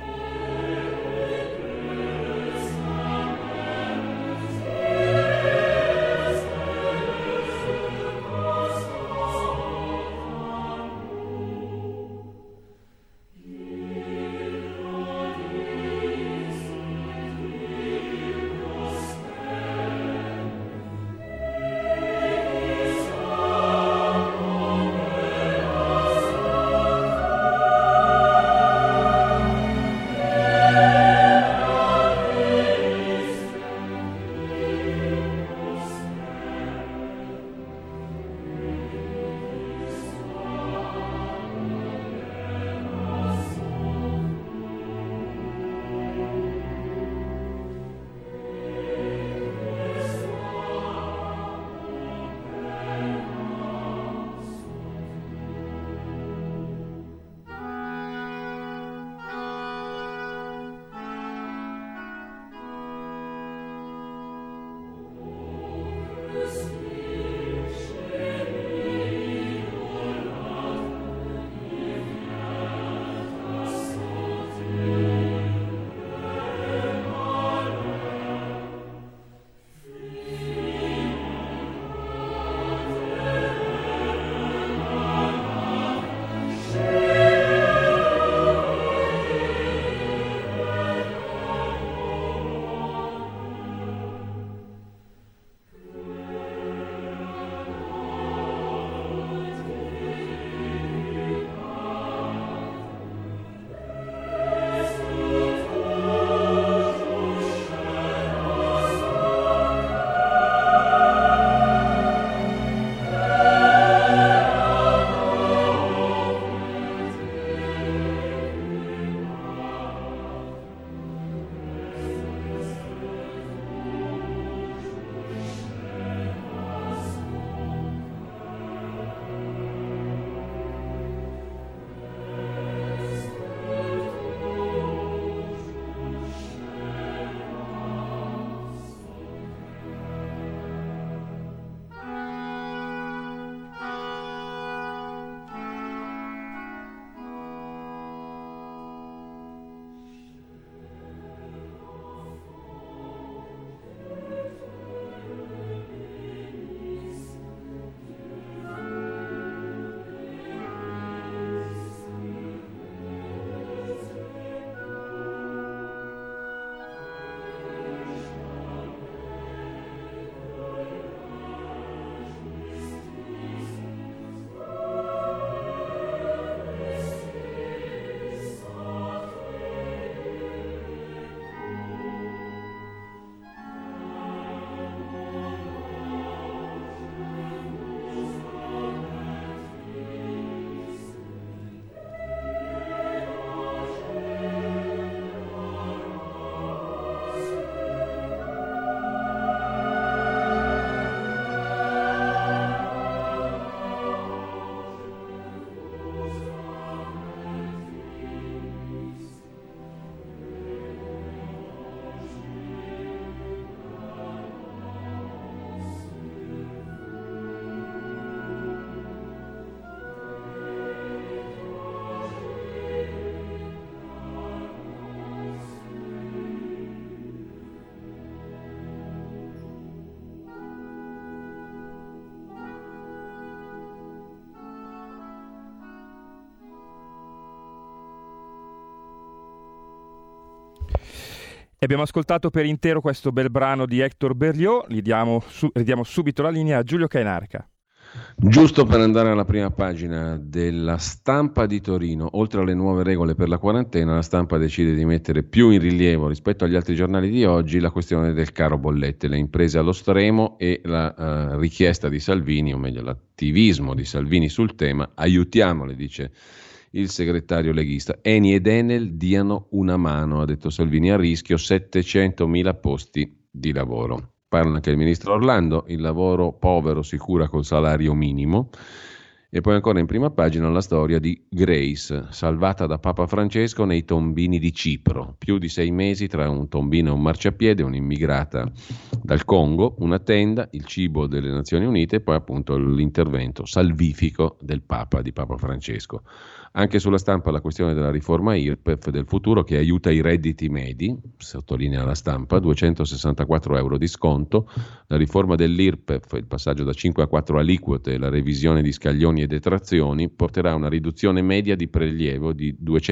Speaker 1: E abbiamo ascoltato per intero questo bel brano di Hector Berlioz, ridiamo subito la linea a Giulio Cainarca.
Speaker 2: Giusto per andare alla prima pagina della Stampa di Torino, oltre alle nuove regole per la quarantena, la Stampa decide di mettere più in rilievo rispetto agli altri giornali di oggi la questione del caro bollette, le imprese allo stremo e la richiesta di Salvini, o meglio l'attivismo di Salvini sul tema. Aiutiamole, dice il segretario leghista. Eni ed Enel diano una mano, ha detto Salvini, a rischio 700.000 posti di lavoro. Parla anche il ministro Orlando, il lavoro povero si cura col salario minimo. E poi ancora in prima pagina la storia di Grace, salvata da Papa Francesco nei tombini di Cipro. Più di 6 mesi tra un tombino e un marciapiede, un'immigrata dal Congo, una tenda, il cibo delle Nazioni Unite e poi appunto l'intervento salvifico del Papa, di Papa Francesco. Anche sulla Stampa la questione della riforma IRPEF del futuro che aiuta i redditi medi, sottolinea la Stampa, 264 euro di sconto, la riforma dell'IRPEF, il passaggio da 5 a 4 aliquote e la revisione di scaglioni e detrazioni porterà a una riduzione media di prelievo di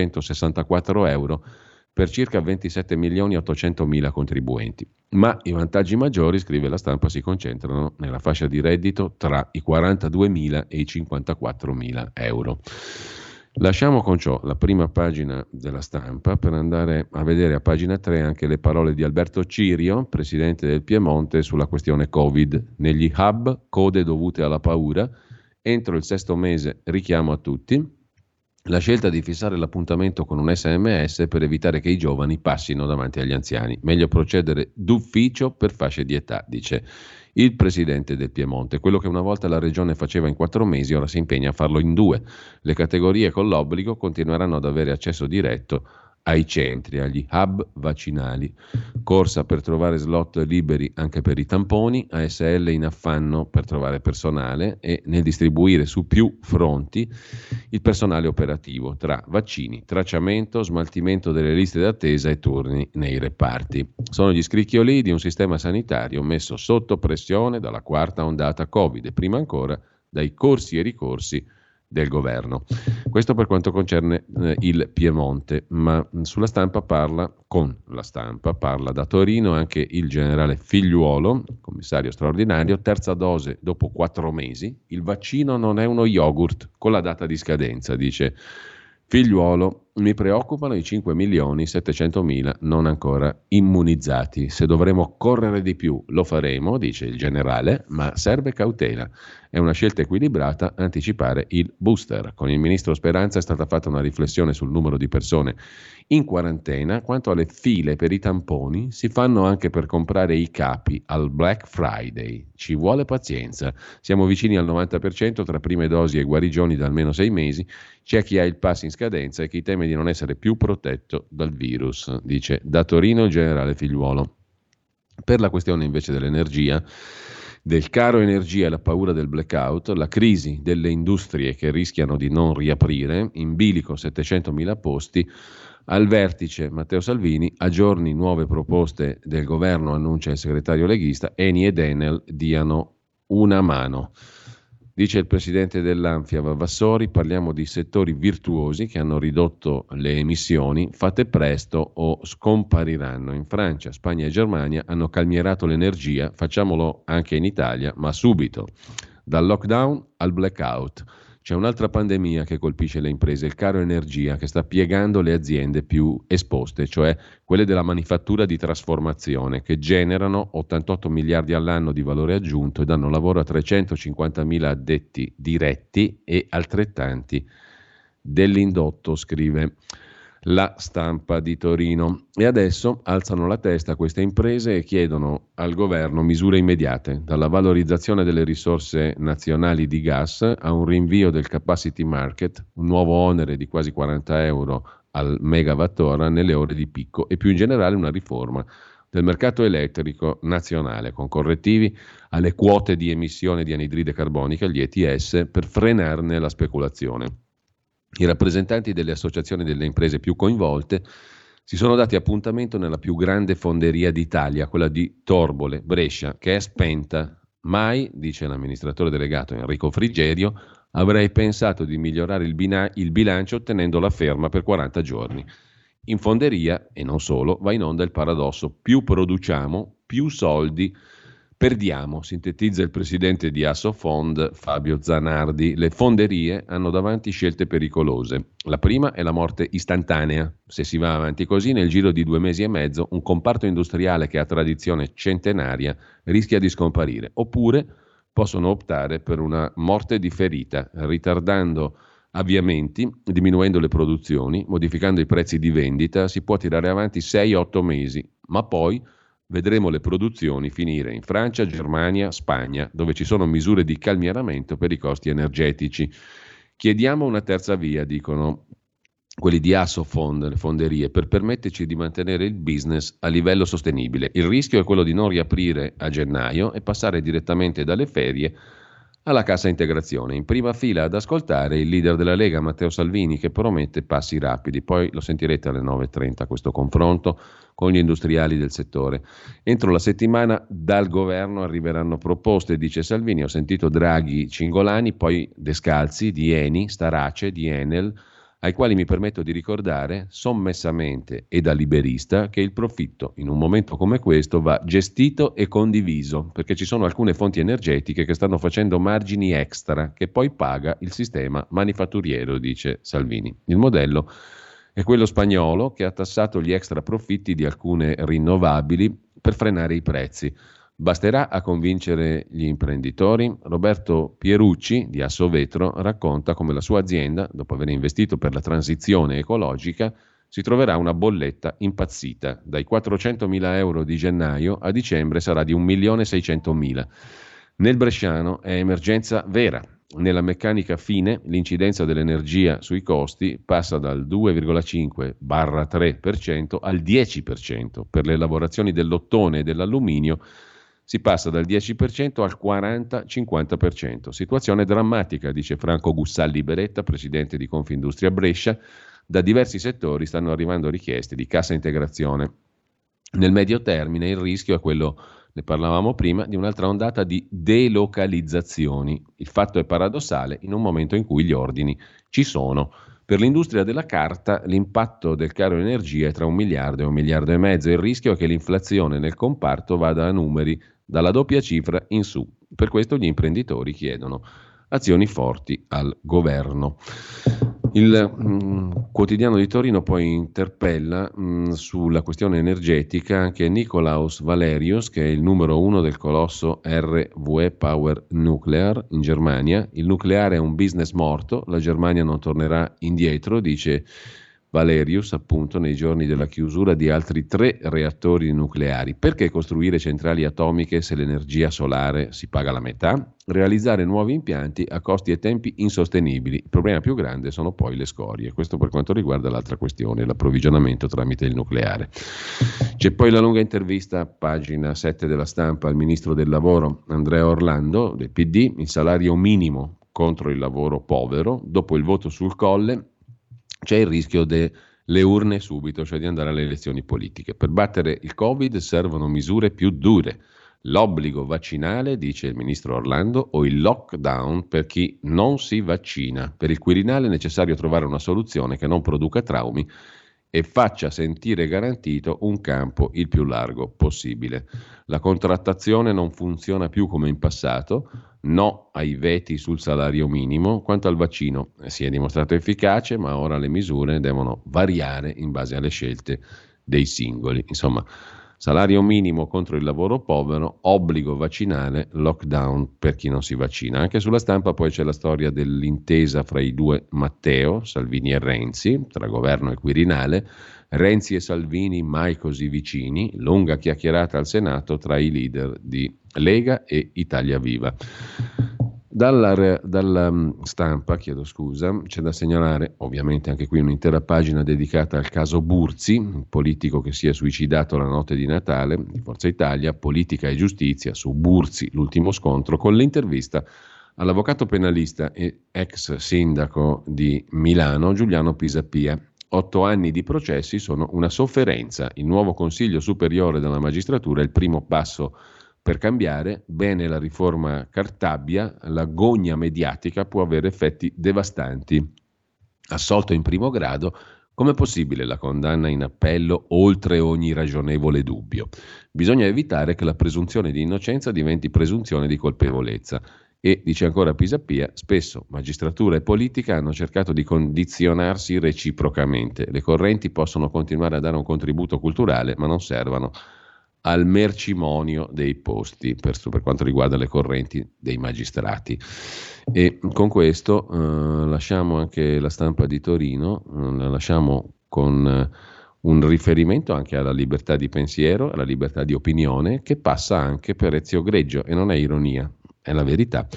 Speaker 2: 264 euro per circa 27.800.000 contribuenti. Ma i vantaggi maggiori, scrive la Stampa, si concentrano nella fascia di reddito tra i 42.000 e i 54.000 euro. Lasciamo con ciò la prima pagina della Stampa per andare a vedere a pagina 3 anche le parole di Alberto Cirio, presidente del Piemonte, sulla questione Covid. Negli hub, code dovute alla paura, entro il 6° mese richiamo a tutti, la scelta di fissare l'appuntamento con un SMS per evitare che i giovani passino davanti agli anziani. Meglio procedere d'ufficio per fasce di età, dice il presidente del Piemonte. Quello che una volta la regione faceva in 4 mesi ora si impegna a farlo in 2. Le categorie con l'obbligo continueranno ad avere accesso diretto ai centri, agli hub vaccinali. Corsa per trovare slot liberi anche per i tamponi, ASL in affanno per trovare personale e nel distribuire su più fronti il personale operativo tra vaccini, tracciamento, smaltimento delle liste d'attesa e turni nei reparti. Sono gli scricchioli di un sistema sanitario messo sotto pressione dalla 4ª ondata Covid e prima ancora dai corsi e ricorsi del governo. Questo per quanto concerne il Piemonte, ma sulla Stampa parla da Torino anche il generale Figliuolo, commissario straordinario, terza dose dopo 4 mesi, il vaccino non è uno yogurt con la data di scadenza, dice Figliuolo. Mi preoccupano i 5.700.000 non ancora immunizzati. Se dovremo correre di più lo faremo, dice il generale, ma serve cautela. È una scelta equilibrata anticipare il booster. Con il ministro Speranza è stata fatta una riflessione sul numero di persone in quarantena. Quanto alle file per i tamponi, si fanno anche per comprare i capi al Black Friday. Ci vuole pazienza. Siamo vicini al 90% tra prime dosi e guarigioni da almeno 6 mesi. C'è chi ha il pass in scadenza e chi teme di non essere più protetto dal virus, dice da Torino il generale Figliuolo. Per la questione invece dell'energia, del caro energia e la paura del blackout, la crisi delle industrie che rischiano di non riaprire, in bilico 700.000 posti, al vertice Matteo Salvini, a giorni nuove proposte del governo, annuncia il segretario leghista, Eni ed Enel diano una mano. Dice il presidente dell'Anfia Vavassori, parliamo di settori virtuosi che hanno ridotto le emissioni, fate presto o scompariranno. In Francia, Spagna e Germania hanno calmierato l'energia, facciamolo anche in Italia, ma subito. Dal lockdown al blackout. C'è un'altra pandemia che colpisce le imprese, il caro energia, che sta piegando le aziende più esposte, cioè quelle della manifattura di trasformazione, che generano 88 miliardi all'anno di valore aggiunto e danno lavoro a 350.000 addetti diretti e altrettanti dell'indotto, scrive la Stampa di Torino. E adesso alzano la testa queste imprese e chiedono al governo misure immediate, dalla valorizzazione delle risorse nazionali di gas a un rinvio del capacity market, un nuovo onere di quasi 40 euro al megawattora nelle ore di picco e più in generale una riforma del mercato elettrico nazionale con correttivi alle quote di emissione di anidride carbonica, gli ETS, per frenarne la speculazione. I rappresentanti delle associazioni delle imprese più coinvolte si sono dati appuntamento nella più grande fonderia d'Italia, quella di Torbole, Brescia, che è spenta. Mai, dice l'amministratore delegato Enrico Frigerio, avrei pensato di migliorare il bilancio tenendo la ferma per 40 giorni. In fonderia, e non solo, va in onda il paradosso: più produciamo, più soldi perdiamo, sintetizza il presidente di Assofond, Fabio Zanardi. Le fonderie hanno davanti scelte pericolose. La prima è la morte istantanea. Se si va avanti così, nel giro di 2 mesi e mezzo, un comparto industriale che ha tradizione centenaria rischia di scomparire. Oppure possono optare per una morte differita, ritardando avviamenti, diminuendo le produzioni, modificando i prezzi di vendita. Si può tirare avanti 6-8 mesi, ma poi vedremo le produzioni finire in Francia, Germania, Spagna, dove ci sono misure di calmieramento per i costi energetici. Chiediamo una terza via, dicono quelli di Assofond, le fonderie, per permetterci di mantenere il business a livello sostenibile. Il rischio è quello di non riaprire a gennaio e passare direttamente dalle ferie alla cassa integrazione. In prima fila ad ascoltare il leader della Lega, Matteo Salvini, che promette passi rapidi. Poi lo sentirete alle 9.30 questo confronto con gli industriali del settore. Entro la settimana dal governo arriveranno proposte, dice Salvini. Ho sentito Draghi, Cingolani, poi Descalzi di Eni, Starace, di Enel, ai quali mi permetto di ricordare sommessamente e da liberista che il profitto in un momento come questo va gestito e condiviso, perché ci sono alcune fonti energetiche che stanno facendo margini extra che poi paga il sistema manifatturiero, dice Salvini. Il modello è quello spagnolo, che ha tassato gli extra profitti di alcune rinnovabili per frenare i prezzi. Basterà a convincere gli imprenditori? Roberto Pierucci di Assovetro racconta come la sua azienda, dopo aver investito per la transizione ecologica, si troverà una bolletta impazzita. Dai 400.000 euro di gennaio a dicembre sarà di 1.600.000. Nel bresciano è emergenza vera. Nella meccanica fine l'incidenza dell'energia sui costi passa dal 2,5-3% al 10%. Per le lavorazioni dell'ottone e dell'alluminio si passa dal 10% al 40-50%. Situazione drammatica, dice Franco Gussalli Beretta, presidente di Confindustria Brescia. Da diversi settori stanno arrivando richieste di cassa integrazione. Nel medio termine il rischio è quello, ne parlavamo prima, di un'altra ondata di delocalizzazioni. Il fatto è paradossale in un momento in cui gli ordini ci sono. Per l'industria della carta l'impatto del caro energia è tra 1 miliardo e 1,5 miliardi. Il rischio è che l'inflazione nel comparto vada a numeri dalla doppia cifra in su. Per questo gli imprenditori chiedono azioni forti al governo. Il quotidiano di Torino poi interpella sulla questione energetica anche Nikolaus Valerius, che è il numero 1 del colosso RWE Power Nuclear in Germania. Il nucleare è un business morto, la Germania non tornerà indietro, dice Valerius, appunto, nei giorni della chiusura di altri 3 reattori nucleari. Perché costruire centrali atomiche se l'energia solare si paga la metà? Realizzare nuovi impianti a costi e tempi insostenibili. Il problema più grande sono poi le scorie. Questo per quanto riguarda l'altra questione, l'approvvigionamento tramite il nucleare. C'è poi la lunga intervista, pagina 7 della Stampa, al ministro del lavoro Andrea Orlando del PD, il salario minimo contro il lavoro povero. Dopo il voto sul Colle c'è il rischio delle urne subito, cioè di andare alle elezioni politiche. Per battere il Covid servono misure più dure. L'obbligo vaccinale, dice il ministro Orlando, o il lockdown per chi non si vaccina. Per il Quirinale è necessario trovare una soluzione che non produca traumi e faccia sentire garantito un campo il più largo possibile. La contrattazione non funziona più come in passato, no ai veti sul salario minimo. Quanto al vaccino si è dimostrato efficace, ma ora le misure devono variare in base alle scelte dei singoli. Insomma, salario minimo contro il lavoro povero, obbligo vaccinale, lockdown per chi non si vaccina. Anche sulla Stampa poi c'è la storia dell'intesa fra i due Matteo, Salvini e Renzi, tra governo e Quirinale. Renzi e Salvini mai così vicini, lunga chiacchierata al Senato tra i leader di Lega e Italia Viva. Dalla Stampa, c'è da segnalare ovviamente anche qui un'intera pagina dedicata al caso Burzi, un politico che si è suicidato la notte di Natale, di Forza Italia, politica e giustizia su Burzi, l'ultimo scontro, con l'intervista all'avvocato penalista e ex sindaco di Milano Giuliano Pisapia. 8 anni di processi sono una sofferenza. Il nuovo Consiglio Superiore della Magistratura è il primo passo per cambiare. Bene la riforma Cartabia, la gogna mediatica può avere effetti devastanti. Assolto in primo grado, Com'è possibile la condanna in appello oltre ogni ragionevole dubbio? Bisogna evitare che la presunzione di innocenza diventi presunzione di colpevolezza. E, dice ancora Pisapia, spesso magistratura e politica hanno cercato di condizionarsi reciprocamente. Le correnti possono continuare a dare un contributo culturale, ma non servono al mercimonio dei posti per quanto riguarda le correnti dei magistrati. E con questo lasciamo anche la Stampa di Torino, la lasciamo con un riferimento anche alla libertà di pensiero, alla libertà di opinione, che passa anche per Ezio Greggio, e non è ironia, è la verità.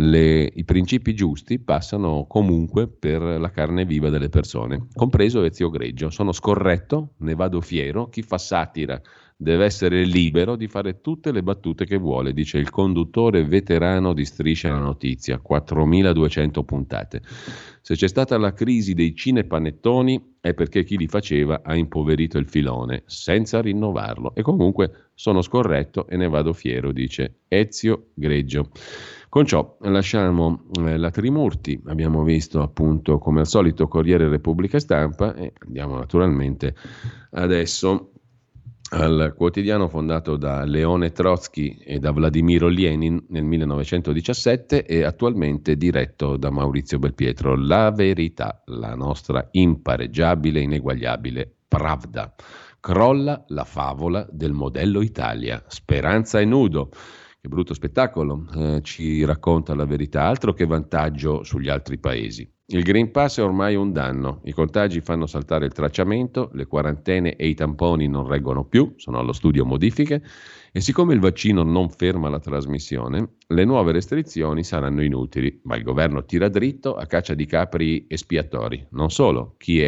Speaker 2: I principi giusti passano comunque per la carne viva delle persone, compreso Ezio Greggio. Sono scorretto, ne vado fiero, chi fa satira deve essere libero di fare tutte le battute che vuole, dice il conduttore veterano di Striscia la Notizia, 4.200 puntate. Se c'è stata la crisi dei cinepanettoni è perché chi li faceva ha impoverito il filone, senza rinnovarlo. E comunque sono scorretto e ne vado fiero, dice Ezio Greggio. Con ciò lasciamo la Trimurti, abbiamo visto appunto come al solito Corriere Repubblica Stampa e andiamo naturalmente adesso al quotidiano fondato da Leone Trotsky e da Vladimiro Lenin nel 1917 e attualmente diretto da Maurizio Belpietro. La Verità, la nostra impareggiabile, ineguagliabile Pravda. Crolla la favola del modello Italia. Speranza e nudo. Che brutto spettacolo, ci racconta La Verità, altro che vantaggio sugli altri paesi. Il Green Pass è ormai un danno, i contagi fanno saltare il tracciamento, le quarantene e i tamponi non reggono più, sono allo studio modifiche, e siccome il vaccino non ferma la trasmissione, le nuove restrizioni saranno inutili, ma il governo tira dritto a caccia di capri espiatori, non solo chi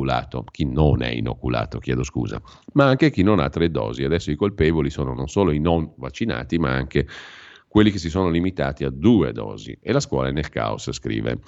Speaker 2: non è inoculato, ma anche chi non ha 3 dosi. Adesso i colpevoli sono non solo i non vaccinati, ma anche quelli che si sono limitati a 2 dosi, e la scuola è nel caos, scrive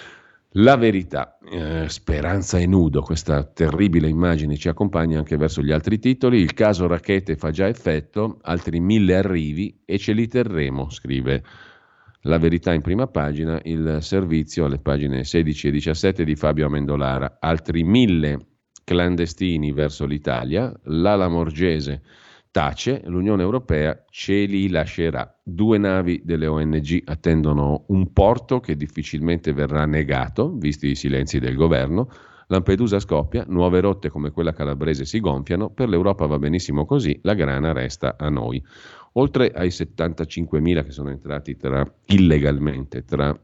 Speaker 2: La Verità. Speranza e nudo, questa terribile immagine ci accompagna anche verso gli altri titoli. Il caso Rackete fa già effetto, altri 1000 arrivi e ce li terremo, scrive La Verità in prima pagina, il servizio alle pagine 16 e 17 di Fabio Amendolara. Altri 1000 clandestini verso l'Italia, la Lamorgese tace, l'Unione Europea ce li lascerà. 2 navi delle ONG attendono un porto che difficilmente verrà negato, visti i silenzi del governo. Lampedusa scoppia, nuove rotte come quella calabrese si gonfiano, per l'Europa va benissimo così, la grana resta a noi. Oltre ai 75.000 che sono entrati illegalmente tra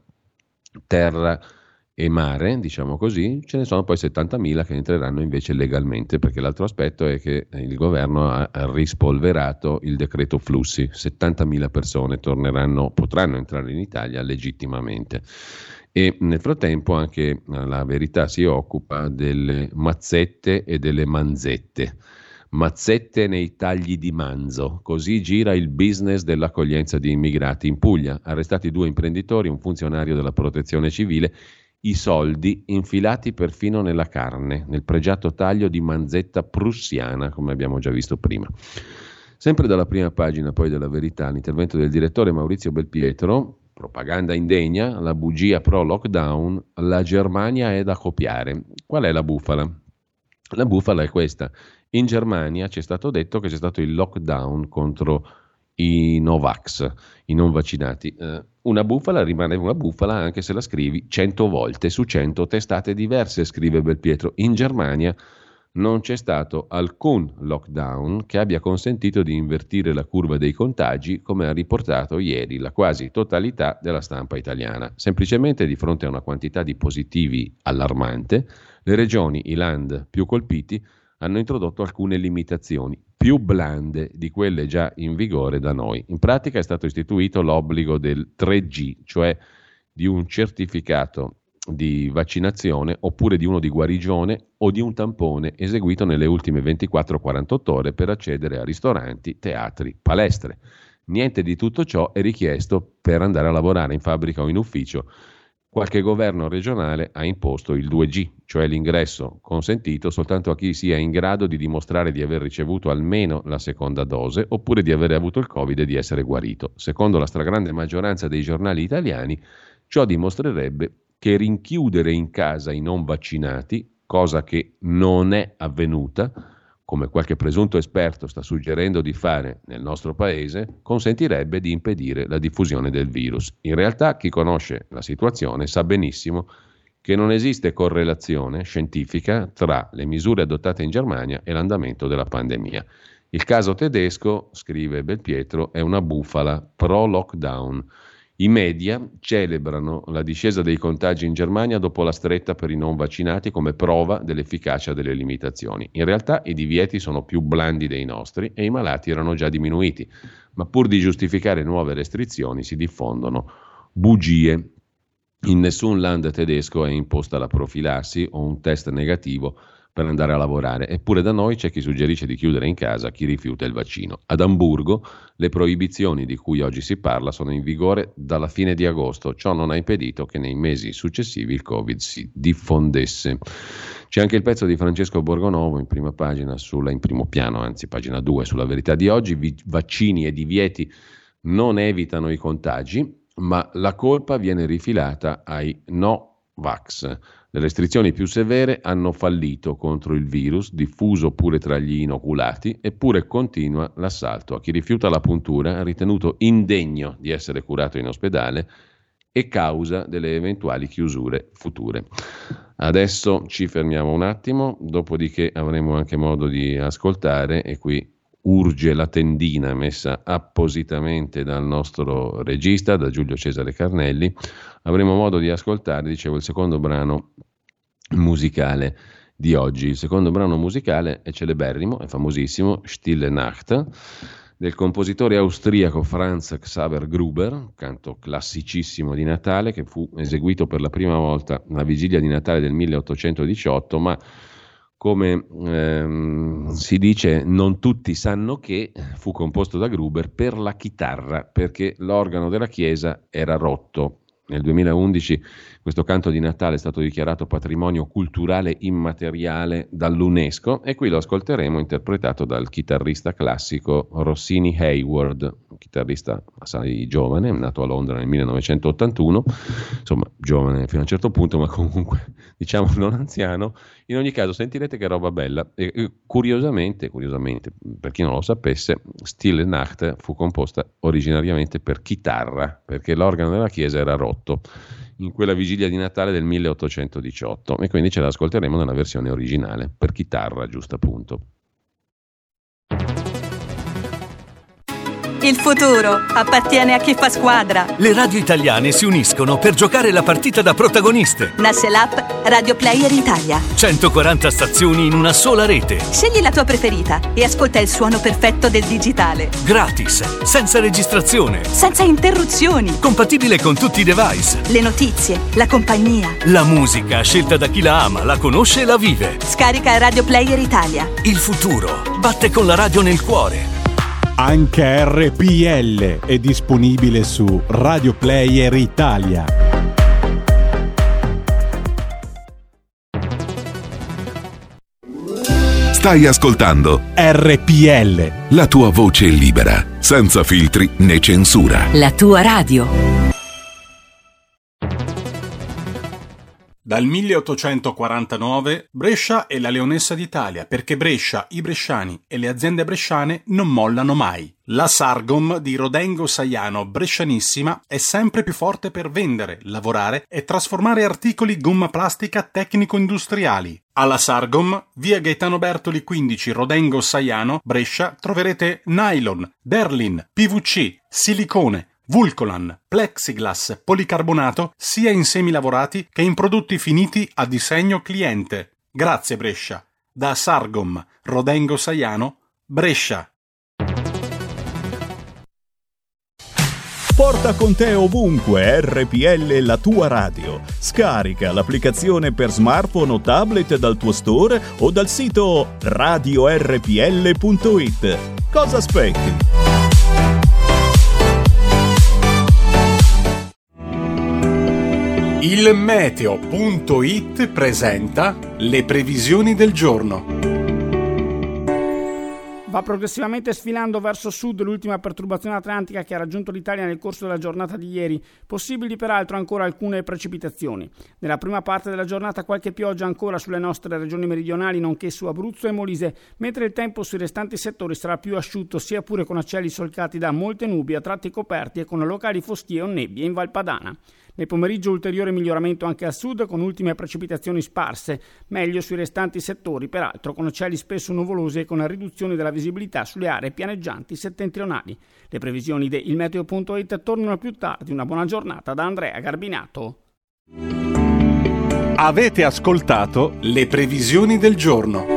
Speaker 2: terra e mare, diciamo così, ce ne sono poi 70.000 che entreranno invece legalmente, perché l'altro aspetto è che il governo ha rispolverato il decreto flussi. 70.000 persone potranno entrare in Italia legittimamente. E nel frattempo anche La Verità si occupa delle mazzette e delle manzette. Mazzette nei tagli di manzo, così gira il business dell'accoglienza di immigrati in Puglia. Arrestati 2 imprenditori, un funzionario della protezione civile, i soldi infilati perfino nella carne, nel pregiato taglio di manzetta prussiana, come abbiamo già visto prima. Sempre dalla prima pagina poi della Verità, l'intervento del direttore Maurizio Belpietro, propaganda indegna, la bugia pro lockdown, la Germania è da copiare. Qual è la bufala? La bufala è questa: in Germania ci è stato detto che c'è stato il lockdown contro i Novax, i non vaccinati. Una bufala rimane una bufala anche se la scrivi 100 volte su 100 testate diverse, scrive Belpietro. In Germania non c'è stato alcun lockdown che abbia consentito di invertire la curva dei contagi, come ha riportato ieri la quasi totalità della stampa italiana. Semplicemente, di fronte a una quantità di positivi allarmante, le regioni, i land più colpiti, hanno introdotto alcune limitazioni più blande di quelle già in vigore da noi. In pratica è stato istituito l'obbligo del 3G, cioè di un certificato di vaccinazione oppure di uno di guarigione o di un tampone eseguito nelle ultime 24-48 ore per accedere a ristoranti, teatri, palestre. Niente di tutto ciò è richiesto per andare a lavorare in fabbrica o in ufficio. Qualche governo regionale ha imposto il 2G, cioè l'ingresso consentito soltanto a chi sia in grado di dimostrare di aver ricevuto almeno la seconda dose oppure di avere avuto il Covid e di essere guarito. Secondo la stragrande maggioranza dei giornali italiani, ciò dimostrerebbe che rinchiudere in casa i non vaccinati cosa che non è avvenuta, come qualche presunto esperto sta suggerendo di fare nel nostro paese, consentirebbe di impedire la diffusione del virus. In realtà chi conosce la situazione sa benissimo che non esiste correlazione scientifica tra le misure adottate in Germania e l'andamento della pandemia. Il caso tedesco, scrive Belpietro, è una bufala pro-lockdown. I media celebrano la discesa dei contagi in Germania dopo la stretta per i non vaccinati come prova dell'efficacia delle limitazioni. In realtà i divieti sono più blandi dei nostri e i malati erano già diminuiti, ma pur di giustificare nuove restrizioni si diffondono bugie. In nessun land tedesco è imposta la profilassi o un test negativo per andare a lavorare, eppure da noi c'è chi suggerisce di chiudere in casa chi rifiuta il vaccino. Ad Amburgo le proibizioni di cui oggi si parla sono in vigore dalla fine di agosto, ciò non ha impedito che nei mesi successivi il Covid si diffondesse. C'è anche il pezzo di Francesco Borgonovo in prima pagina, in primo piano, anzi pagina 2, sulla Verità di oggi. Vaccini e divieti non evitano i contagi, ma la colpa viene rifilata ai no-vax. Le restrizioni più severe hanno fallito contro il virus, diffuso pure tra gli inoculati, eppure continua l'assalto a chi rifiuta la puntura, ritenuto indegno di essere curato in ospedale e causa delle eventuali chiusure future. Adesso ci fermiamo un attimo, dopodiché avremo anche modo di ascoltare, e qui urge la tendina messa appositamente dal nostro regista, da Giulio Cesare Carnelli. Avremo modo di ascoltare, dicevo, il secondo brano musicale di oggi. Il secondo brano musicale è celeberrimo, è famosissimo, Stille Nacht, del compositore austriaco Franz Xaver Gruber, canto classicissimo di Natale che fu eseguito per la prima volta alla vigilia di Natale del 1818, ma come si dice, non tutti sanno che fu composto da Gruber per la chitarra, perché l'organo della chiesa era rotto. Nel 2011 questo canto di Natale è stato dichiarato patrimonio culturale immateriale dall'UNESCO e qui lo ascolteremo interpretato dal chitarrista classico Rossini Hayward, un chitarrista assai giovane, nato a Londra nel 1981, insomma giovane fino a un certo punto, ma comunque diciamo non anziano. In ogni caso sentirete che roba bella. E curiosamente, per chi non lo sapesse, Stille Nacht fu composta originariamente per chitarra, perché l'organo della chiesa era rotto in quella vigilia di Natale del 1818 e quindi ce la ascolteremo nella versione originale, per chitarra, giusto appunto.
Speaker 6: Il futuro appartiene a chi fa squadra.
Speaker 7: Le radio italiane si uniscono per giocare la partita da protagoniste.
Speaker 6: Nasce l'app Radio Player Italia.
Speaker 7: 140 stazioni in una sola rete.
Speaker 6: Scegli la tua preferita e ascolta il suono perfetto del digitale.
Speaker 7: Gratis, senza registrazione.
Speaker 6: Senza interruzioni.
Speaker 7: Compatibile con tutti i device.
Speaker 6: Le notizie, la compagnia.
Speaker 7: La musica scelta da chi la ama, la conosce e la vive.
Speaker 6: Scarica Radio Player Italia.
Speaker 7: Il futuro batte con la radio nel cuore.
Speaker 3: Anche RPL è disponibile su Radio Player Italia.
Speaker 8: Stai ascoltando
Speaker 3: RPL,
Speaker 8: la tua voce libera, senza filtri né censura.
Speaker 4: La tua radio.
Speaker 3: Dal 1849 Brescia è la leonessa d'Italia, perché Brescia, i bresciani e le aziende bresciane non mollano mai. La Sargom di Rodengo Saiano Brescianissima è sempre più forte per vendere, lavorare e trasformare articoli gomma plastica tecnico-industriali. Alla Sargom, via Gaetano Bertoli 15 Rodengo Saiano, Brescia, troverete nylon, Derlin, PVC, silicone, Vulcolan, plexiglass, policarbonato, sia in semi lavorati che in prodotti finiti a disegno cliente. Grazie Brescia. Da Sargom, Rodengo Saiano, Brescia.
Speaker 9: Porta con te ovunque RPL, la tua radio. Scarica l'applicazione per smartphone o tablet dal tuo store o dal sito radiorpl.it. Cosa aspetti?
Speaker 3: Il meteo.it presenta le previsioni del giorno.
Speaker 10: Va progressivamente sfilando verso sud l'ultima perturbazione atlantica che ha raggiunto l'Italia nel corso della giornata di ieri, possibili peraltro ancora alcune precipitazioni. Nella prima parte della giornata qualche pioggia ancora sulle nostre regioni meridionali, nonché su Abruzzo e Molise, mentre il tempo sui restanti settori sarà più asciutto, sia pure con cieli solcati da molte nubi a tratti coperti e con locali foschie o nebbie in Val Padana. Nel pomeriggio ulteriore miglioramento anche al sud con ultime precipitazioni sparse, meglio sui restanti settori peraltro con cieli spesso nuvolosi e con riduzioni della visibilità sulle aree pianeggianti settentrionali. Le previsioni di ilmeteo.it tornano più tardi. Una buona giornata da Andrea Garbinato.
Speaker 3: Avete ascoltato le previsioni del giorno.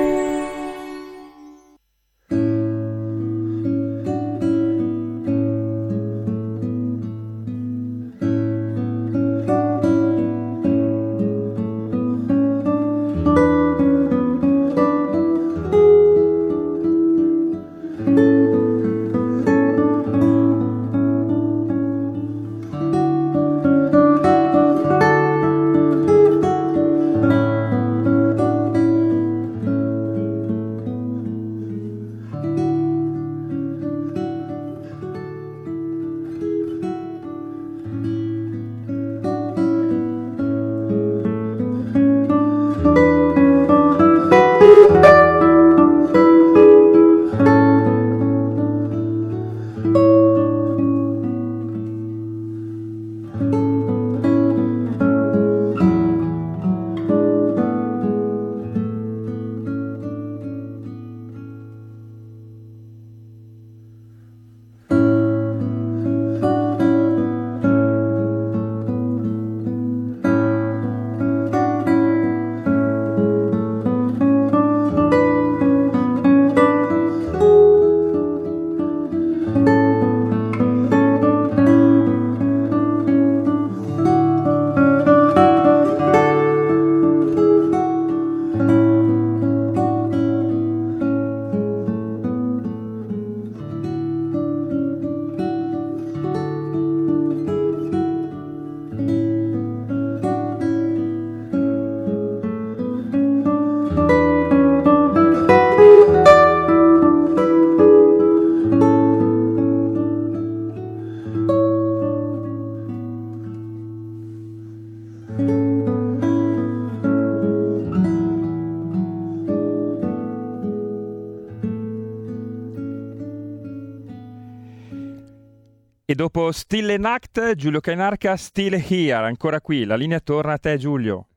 Speaker 1: E dopo Stille Nacht, Giulio Cainarca, Still Here, ancora qui. La linea torna a te, Giulio.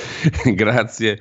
Speaker 2: Grazie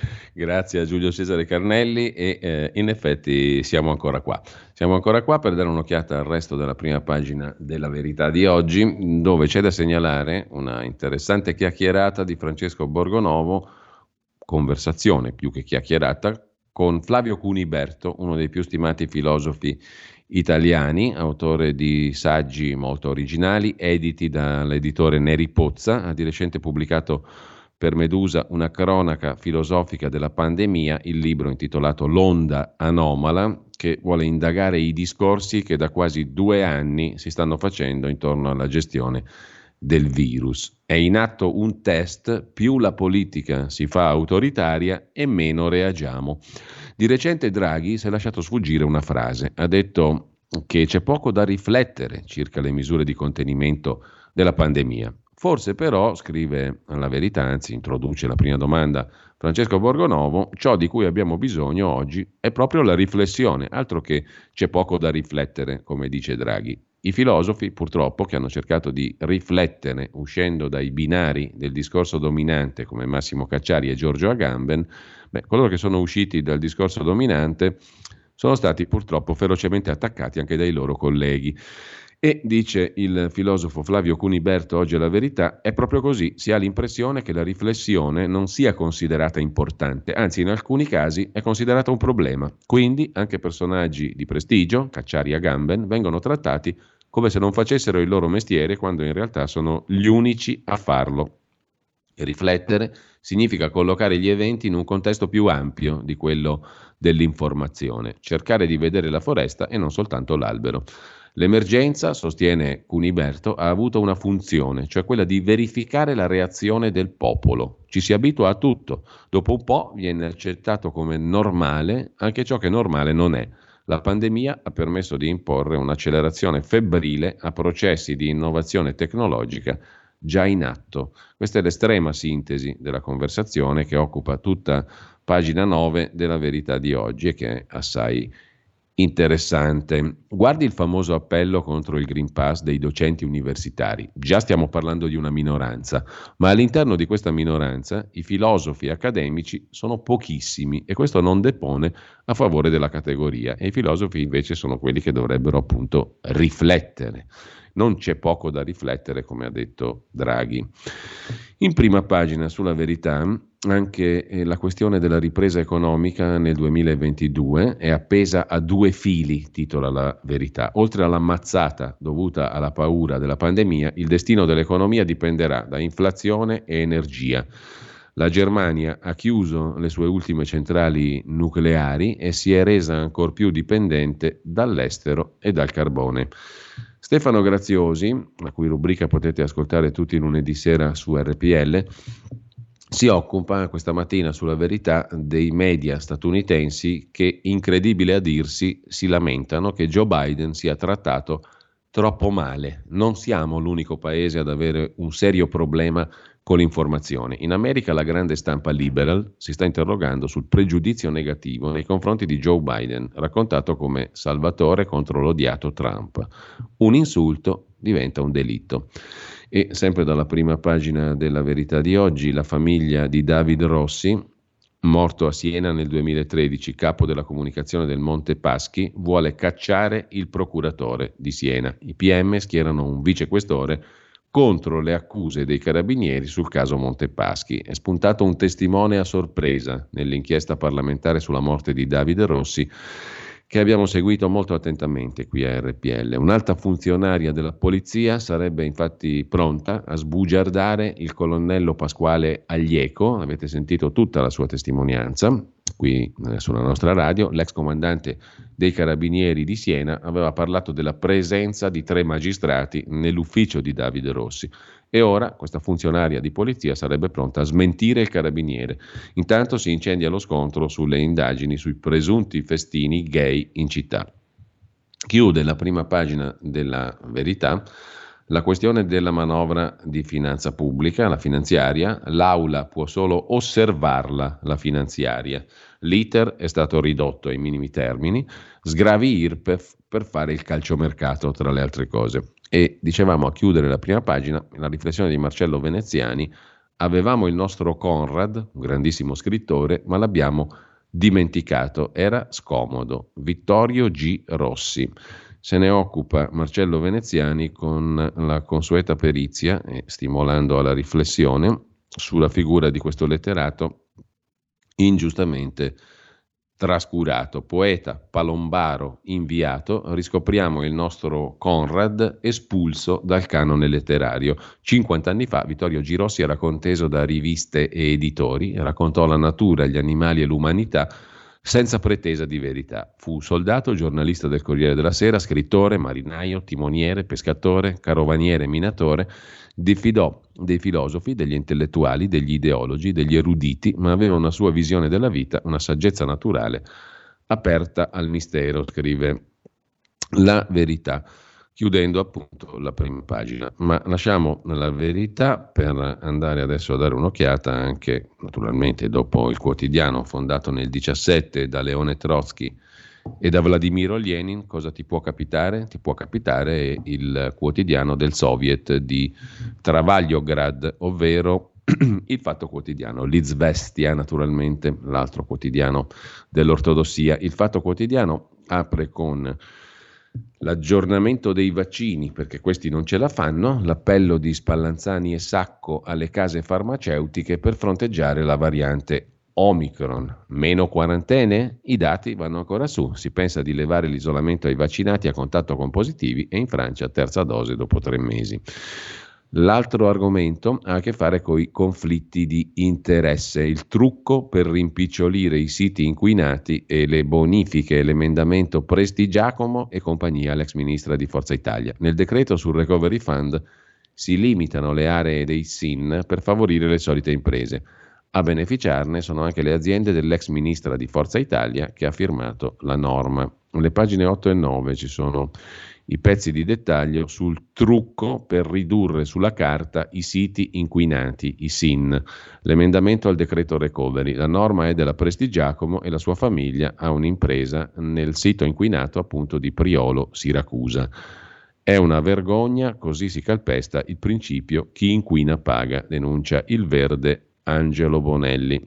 Speaker 2: a Giulio Cesare Carnelli e in effetti siamo ancora qua. Siamo ancora qua per dare un'occhiata al resto della prima pagina della Verità di oggi, dove c'è da segnalare una interessante chiacchierata di Francesco Borgonovo, conversazione più che chiacchierata, con Flavio Cuniberto, uno dei più stimati filosofi italiani, autore di saggi molto originali, editi dall'editore Neri Pozza. Ha di recente pubblicato per Medusa una cronaca filosofica della pandemia, il libro intitolato L'onda anomala, che vuole indagare i discorsi che da quasi 2 anni si stanno facendo intorno alla gestione del virus. È in atto un test: più la politica si fa autoritaria e meno reagiamo. Di recente Draghi si è lasciato sfuggire una frase. Ha detto che c'è poco da riflettere circa le misure di contenimento della pandemia. Forse però, scrive alla Verità, anzi introduce la prima domanda Francesco Borgonovo, ciò di cui abbiamo bisogno oggi è proprio la riflessione, altro che c'è poco da riflettere, come dice Draghi. I filosofi, purtroppo, che hanno cercato di riflettere uscendo dai binari del discorso dominante, come Massimo Cacciari e Giorgio Agamben, coloro che sono usciti dal discorso dominante sono stati purtroppo ferocemente attaccati anche dai loro colleghi. E, dice il filosofo Flavio Cuniberto oggi alla Verità, è proprio così, si ha l'impressione che la riflessione non sia considerata importante, anzi in alcuni casi è considerata un problema. Quindi anche personaggi di prestigio, Cacciari e Agamben, vengono trattati come se non facessero il loro mestiere, quando in realtà sono gli unici a farlo. E riflettere significa collocare gli eventi in un contesto più ampio di quello dell'informazione, cercare di vedere la foresta e non soltanto l'albero. L'emergenza, sostiene Cuniberto, ha avuto una funzione, cioè quella di verificare la reazione del popolo. Ci si abitua a tutto, dopo un po' viene accettato come normale anche ciò che normale non è. La pandemia ha permesso di imporre un'accelerazione febbrile a processi di innovazione tecnologica già in atto. Questa è l'estrema sintesi della conversazione che occupa tutta pagina 9 della Verità di oggi e che è assai interessante. Guardi il famoso appello contro il Green Pass dei docenti universitari. Già stiamo parlando di una minoranza, ma all'interno di questa minoranza i filosofi accademici sono pochissimi e questo non depone a favore della categoria, e i filosofi invece sono quelli che dovrebbero appunto riflettere. Non c'è poco da riflettere, come ha detto Draghi. In prima pagina sulla Verità anche la questione della ripresa economica nel 2022 è appesa a due fili, titola la Verità. Oltre alla mazzata dovuta alla paura della pandemia, il destino dell'economia dipenderà da inflazione e energia. La Germania ha chiuso le sue ultime centrali nucleari e si è resa ancor più dipendente dall'estero e dal carbone. Stefano Graziosi, la cui rubrica potete ascoltare tutti lunedì sera su RPL, si occupa questa mattina sulla Verità dei media statunitensi che, incredibile a dirsi, si lamentano che Joe Biden sia trattato troppo male. Non siamo l'unico paese ad avere un serio problema con l'informazione. In America la grande stampa liberal si sta interrogando sul pregiudizio negativo nei confronti di Joe Biden, raccontato come salvatore contro l'odiato Trump. Un insulto diventa un delitto. E sempre dalla prima pagina della Verità di oggi, la famiglia di David Rossi, morto a Siena nel 2013, capo della comunicazione del Monte Paschi, vuole cacciare il procuratore di Siena. I PM schierano un vicequestore contro le accuse dei carabinieri sul caso Montepaschi. È spuntato un testimone a sorpresa nell'inchiesta parlamentare sulla morte di Davide Rossi, che abbiamo seguito molto attentamente qui a RPL. Un'alta funzionaria della polizia sarebbe infatti pronta a sbugiardare il colonnello Pasquale Aglieco. Avete sentito tutta la sua testimonianza qui sulla nostra radio. L'ex comandante dei Carabinieri di Siena aveva parlato della presenza di 3 magistrati nell'ufficio di Davide Rossi e ora questa funzionaria di polizia sarebbe pronta a smentire il carabiniere. Intanto si incendia lo scontro sulle indagini sui presunti festini gay in città. Chiude la prima pagina della Verità la questione della manovra di finanza pubblica, la finanziaria. L'Aula può solo osservarla, la finanziaria. L'iter è stato ridotto ai minimi termini, sgravi IRPEF per fare il calciomercato, tra le altre cose. E dicevamo a chiudere la prima pagina, la riflessione di Marcello Veneziani: avevamo il nostro Conrad, un grandissimo scrittore, ma l'abbiamo dimenticato, era scomodo. Vittorio G. Rossi. Se ne occupa Marcello Veneziani con la consueta perizia e stimolando alla riflessione sulla figura di questo letterato ingiustamente trascurato. Poeta, palombaro, inviato, riscopriamo il nostro Conrad espulso dal canone letterario. 50 anni fa Vittorio G. Rossi era conteso da riviste e editori, raccontò la natura, gli animali e l'umanità senza pretesa di verità. Fu soldato, giornalista del Corriere della Sera, scrittore, marinaio, timoniere, pescatore, carovaniere, minatore. Diffidò dei filosofi, degli intellettuali, degli ideologi, degli eruditi, ma aveva una sua visione della vita, una saggezza naturale aperta al mistero, scrive la Verità, chiudendo appunto la prima pagina. Ma lasciamo la Verità per andare adesso a dare un'occhiata anche, naturalmente, dopo il quotidiano fondato nel 17 da Leone Trotsky e da Vladimiro Lenin. Cosa ti può capitare? Ti può capitare il quotidiano del Soviet di Travagliograd, ovvero il Fatto Quotidiano. L'Izvestia, naturalmente, l'altro quotidiano dell'ortodossia. Il Fatto Quotidiano apre con l'aggiornamento dei vaccini, perché questi non ce la fanno, l'appello di Spallanzani e Sacco alle case farmaceutiche per fronteggiare la variante Omicron. Meno quarantene? I dati vanno ancora su. Si pensa di levare l'isolamento ai vaccinati a contatto con positivi e in Francia terza dose dopo 3 mesi. L'altro argomento ha a che fare con i conflitti di interesse, il trucco per rimpicciolire i siti inquinati e le bonifiche, l'emendamento Prestigiacomo e compagnia, l'ex ministra di Forza Italia. Nel decreto sul Recovery Fund si limitano le aree dei SIN per favorire le solite imprese. A beneficiarne sono anche le aziende dell'ex ministra di Forza Italia che ha firmato la norma. Nelle pagine 8 e 9 ci sono i pezzi di dettaglio sul trucco per ridurre sulla carta i siti inquinati, i SIN, l'emendamento al decreto recovery. La norma è della Prestigiacomo e la sua famiglia ha un'impresa nel sito inquinato appunto di Priolo, Siracusa. È una vergogna, così si calpesta il principio chi inquina paga, denuncia il Verde Angelo Bonelli.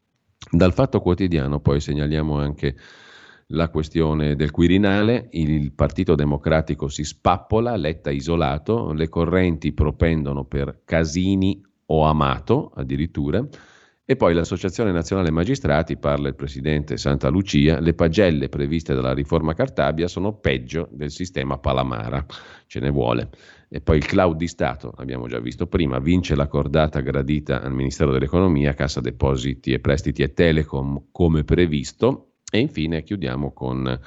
Speaker 2: Dal Fatto Quotidiano poi segnaliamo anche la questione del Quirinale, il Partito Democratico si spappola, Letta isolato, le correnti propendono per Casini o Amato addirittura, e poi l'Associazione Nazionale Magistrati, parla il presidente Santa Lucia, le pagelle previste dalla riforma Cartabia sono peggio del sistema Palamara, ce ne vuole. E poi il cloud di Stato, abbiamo già visto prima, vince la cordata gradita al Ministero dell'Economia, Cassa Depositi e Prestiti e Telecom come previsto. E infine chiudiamo con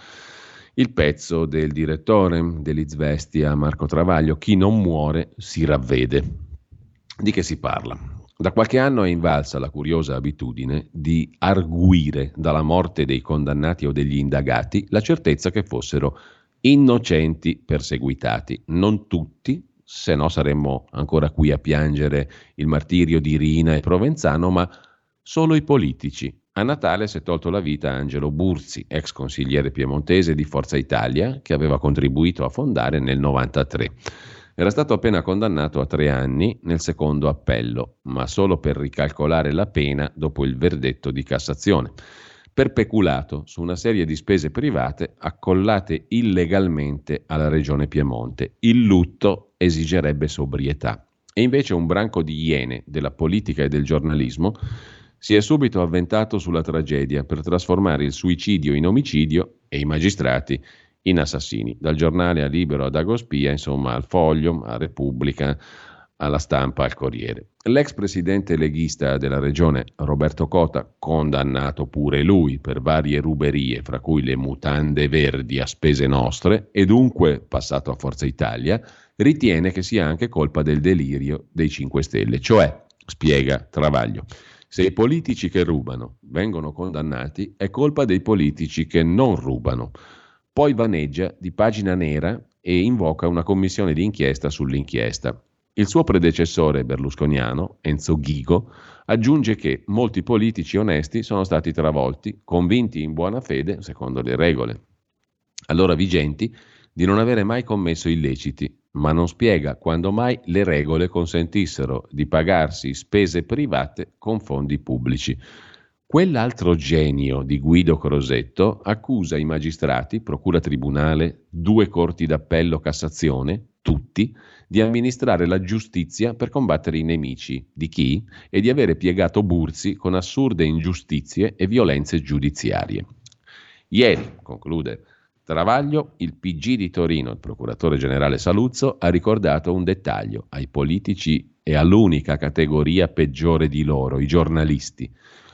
Speaker 2: il pezzo del direttore dell'Izvestia Marco Travaglio, chi non muore si ravvede. Di che si parla? Da qualche anno è invalsa la curiosa abitudine di arguire dalla morte dei condannati o degli indagati la certezza che fossero innocenti perseguitati. Non tutti, se no saremmo ancora qui a piangere il martirio di Rina e Provenzano, ma solo i politici. A Natale si è tolto la vita Angelo Burzi, ex consigliere piemontese di Forza Italia, che aveva contribuito a fondare nel 1993. Era stato appena condannato a 3 anni nel secondo appello, ma solo per ricalcolare la pena dopo il verdetto di Cassazione, per peculato su una serie di spese private accollate illegalmente alla Regione Piemonte. Il lutto esigerebbe sobrietà. E invece un branco di iene della politica e del giornalismo si è subito avventato sulla tragedia per trasformare il suicidio in omicidio e i magistrati in assassini. Dal Giornale a Libero ad Agospia, insomma al Foglio, a Repubblica, alla Stampa, al Corriere. L'ex presidente leghista della regione Roberto Cota, condannato pure lui per varie ruberie, fra cui le mutande verdi a spese nostre, e dunque passato a Forza Italia, ritiene che sia anche colpa del delirio dei 5 Stelle, cioè, spiega Travaglio, se i politici che rubano vengono condannati, è colpa dei politici che non rubano. Poi vaneggia di pagina nera e invoca una commissione di inchiesta sull'inchiesta. Il suo predecessore berlusconiano, Enzo Ghigo, aggiunge che molti politici onesti sono stati travolti, convinti in buona fede, secondo le regole allora vigenti, di non avere mai commesso illeciti, ma non spiega quando mai le regole consentissero di pagarsi spese private con fondi pubblici. Quell'altro genio di Guido Crosetto accusa i magistrati, procura tribunale, 2 corti d'appello, Cassazione, tutti, di amministrare la giustizia per combattere i nemici di chi e di avere piegato Burzi con assurde ingiustizie e violenze giudiziarie. Ieri, conclude Travaglio, il PG di Torino, il procuratore generale Saluzzo, ha ricordato un dettaglio ai politici e all'unica categoria peggiore di loro, i giornalisti.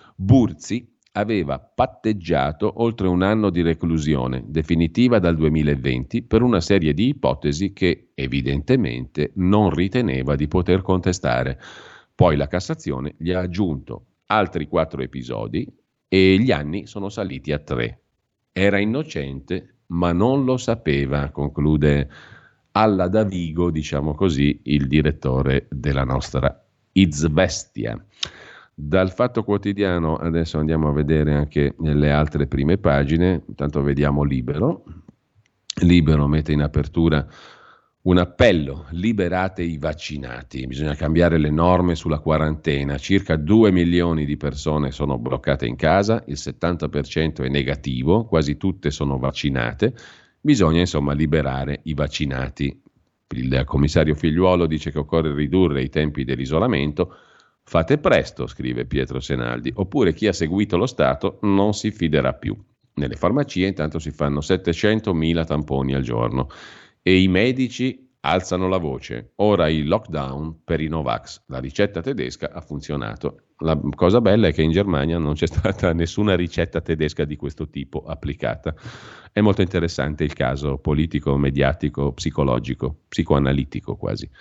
Speaker 2: Burzi aveva patteggiato oltre 1 anno di reclusione definitiva dal 2020 per una serie di ipotesi che evidentemente non riteneva di poter contestare. Poi la Cassazione gli ha aggiunto altri 4 episodi e gli anni sono saliti a 3. Era innocente, ma non lo sapeva, conclude alla Davigo, diciamo così, il direttore della nostra Izvestia. Dal Fatto Quotidiano adesso andiamo a vedere anche nelle altre prime pagine, intanto vediamo Libero. Libero mette in apertura un appello: liberate i vaccinati, bisogna cambiare le norme sulla quarantena, circa 2 milioni di persone sono bloccate in casa, il 70% è negativo, quasi tutte sono vaccinate, bisogna insomma liberare i vaccinati. Il commissario Figliuolo dice che occorre ridurre i tempi dell'isolamento. Fate presto, scrive Pietro Senaldi, oppure chi ha seguito lo Stato non si fiderà più. Nelle farmacie intanto si fanno 700.000 tamponi al giorno e i medici alzano la voce. Ora il lockdown per i Novax. La ricetta tedesca ha funzionato. La cosa bella è che in Germania non c'è stata nessuna ricetta tedesca di questo tipo applicata. È molto interessante il caso politico, mediatico, psicologico, psicoanalitico quasi.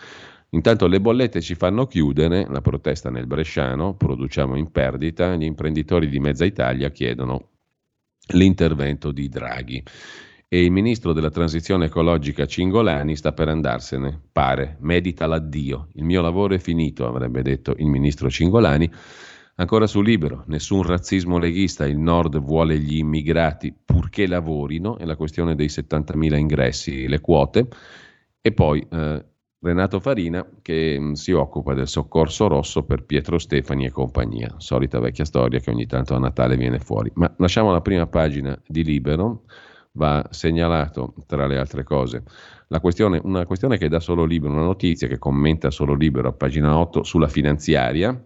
Speaker 2: Intanto le bollette ci fanno chiudere, la protesta nel bresciano, produciamo in perdita, gli imprenditori di mezza Italia chiedono l'intervento di Draghi e il ministro della transizione ecologica Cingolani sta per andarsene, pare, medita l'addio. Il mio lavoro è finito, avrebbe detto il ministro Cingolani. Ancora su Libero, nessun razzismo leghista, il Nord vuole gli immigrati purché lavorino, è la questione dei 70.000 ingressi, le quote. E poi Renato Farina che si occupa del soccorso rosso per Pietro Stefani e compagnia, solita vecchia storia che ogni tanto a Natale viene fuori. Ma lasciamo la prima pagina di Libero. Va segnalato, tra le altre cose, una questione che dà solo Libero, una notizia che commenta solo Libero a pagina 8 sulla finanziaria.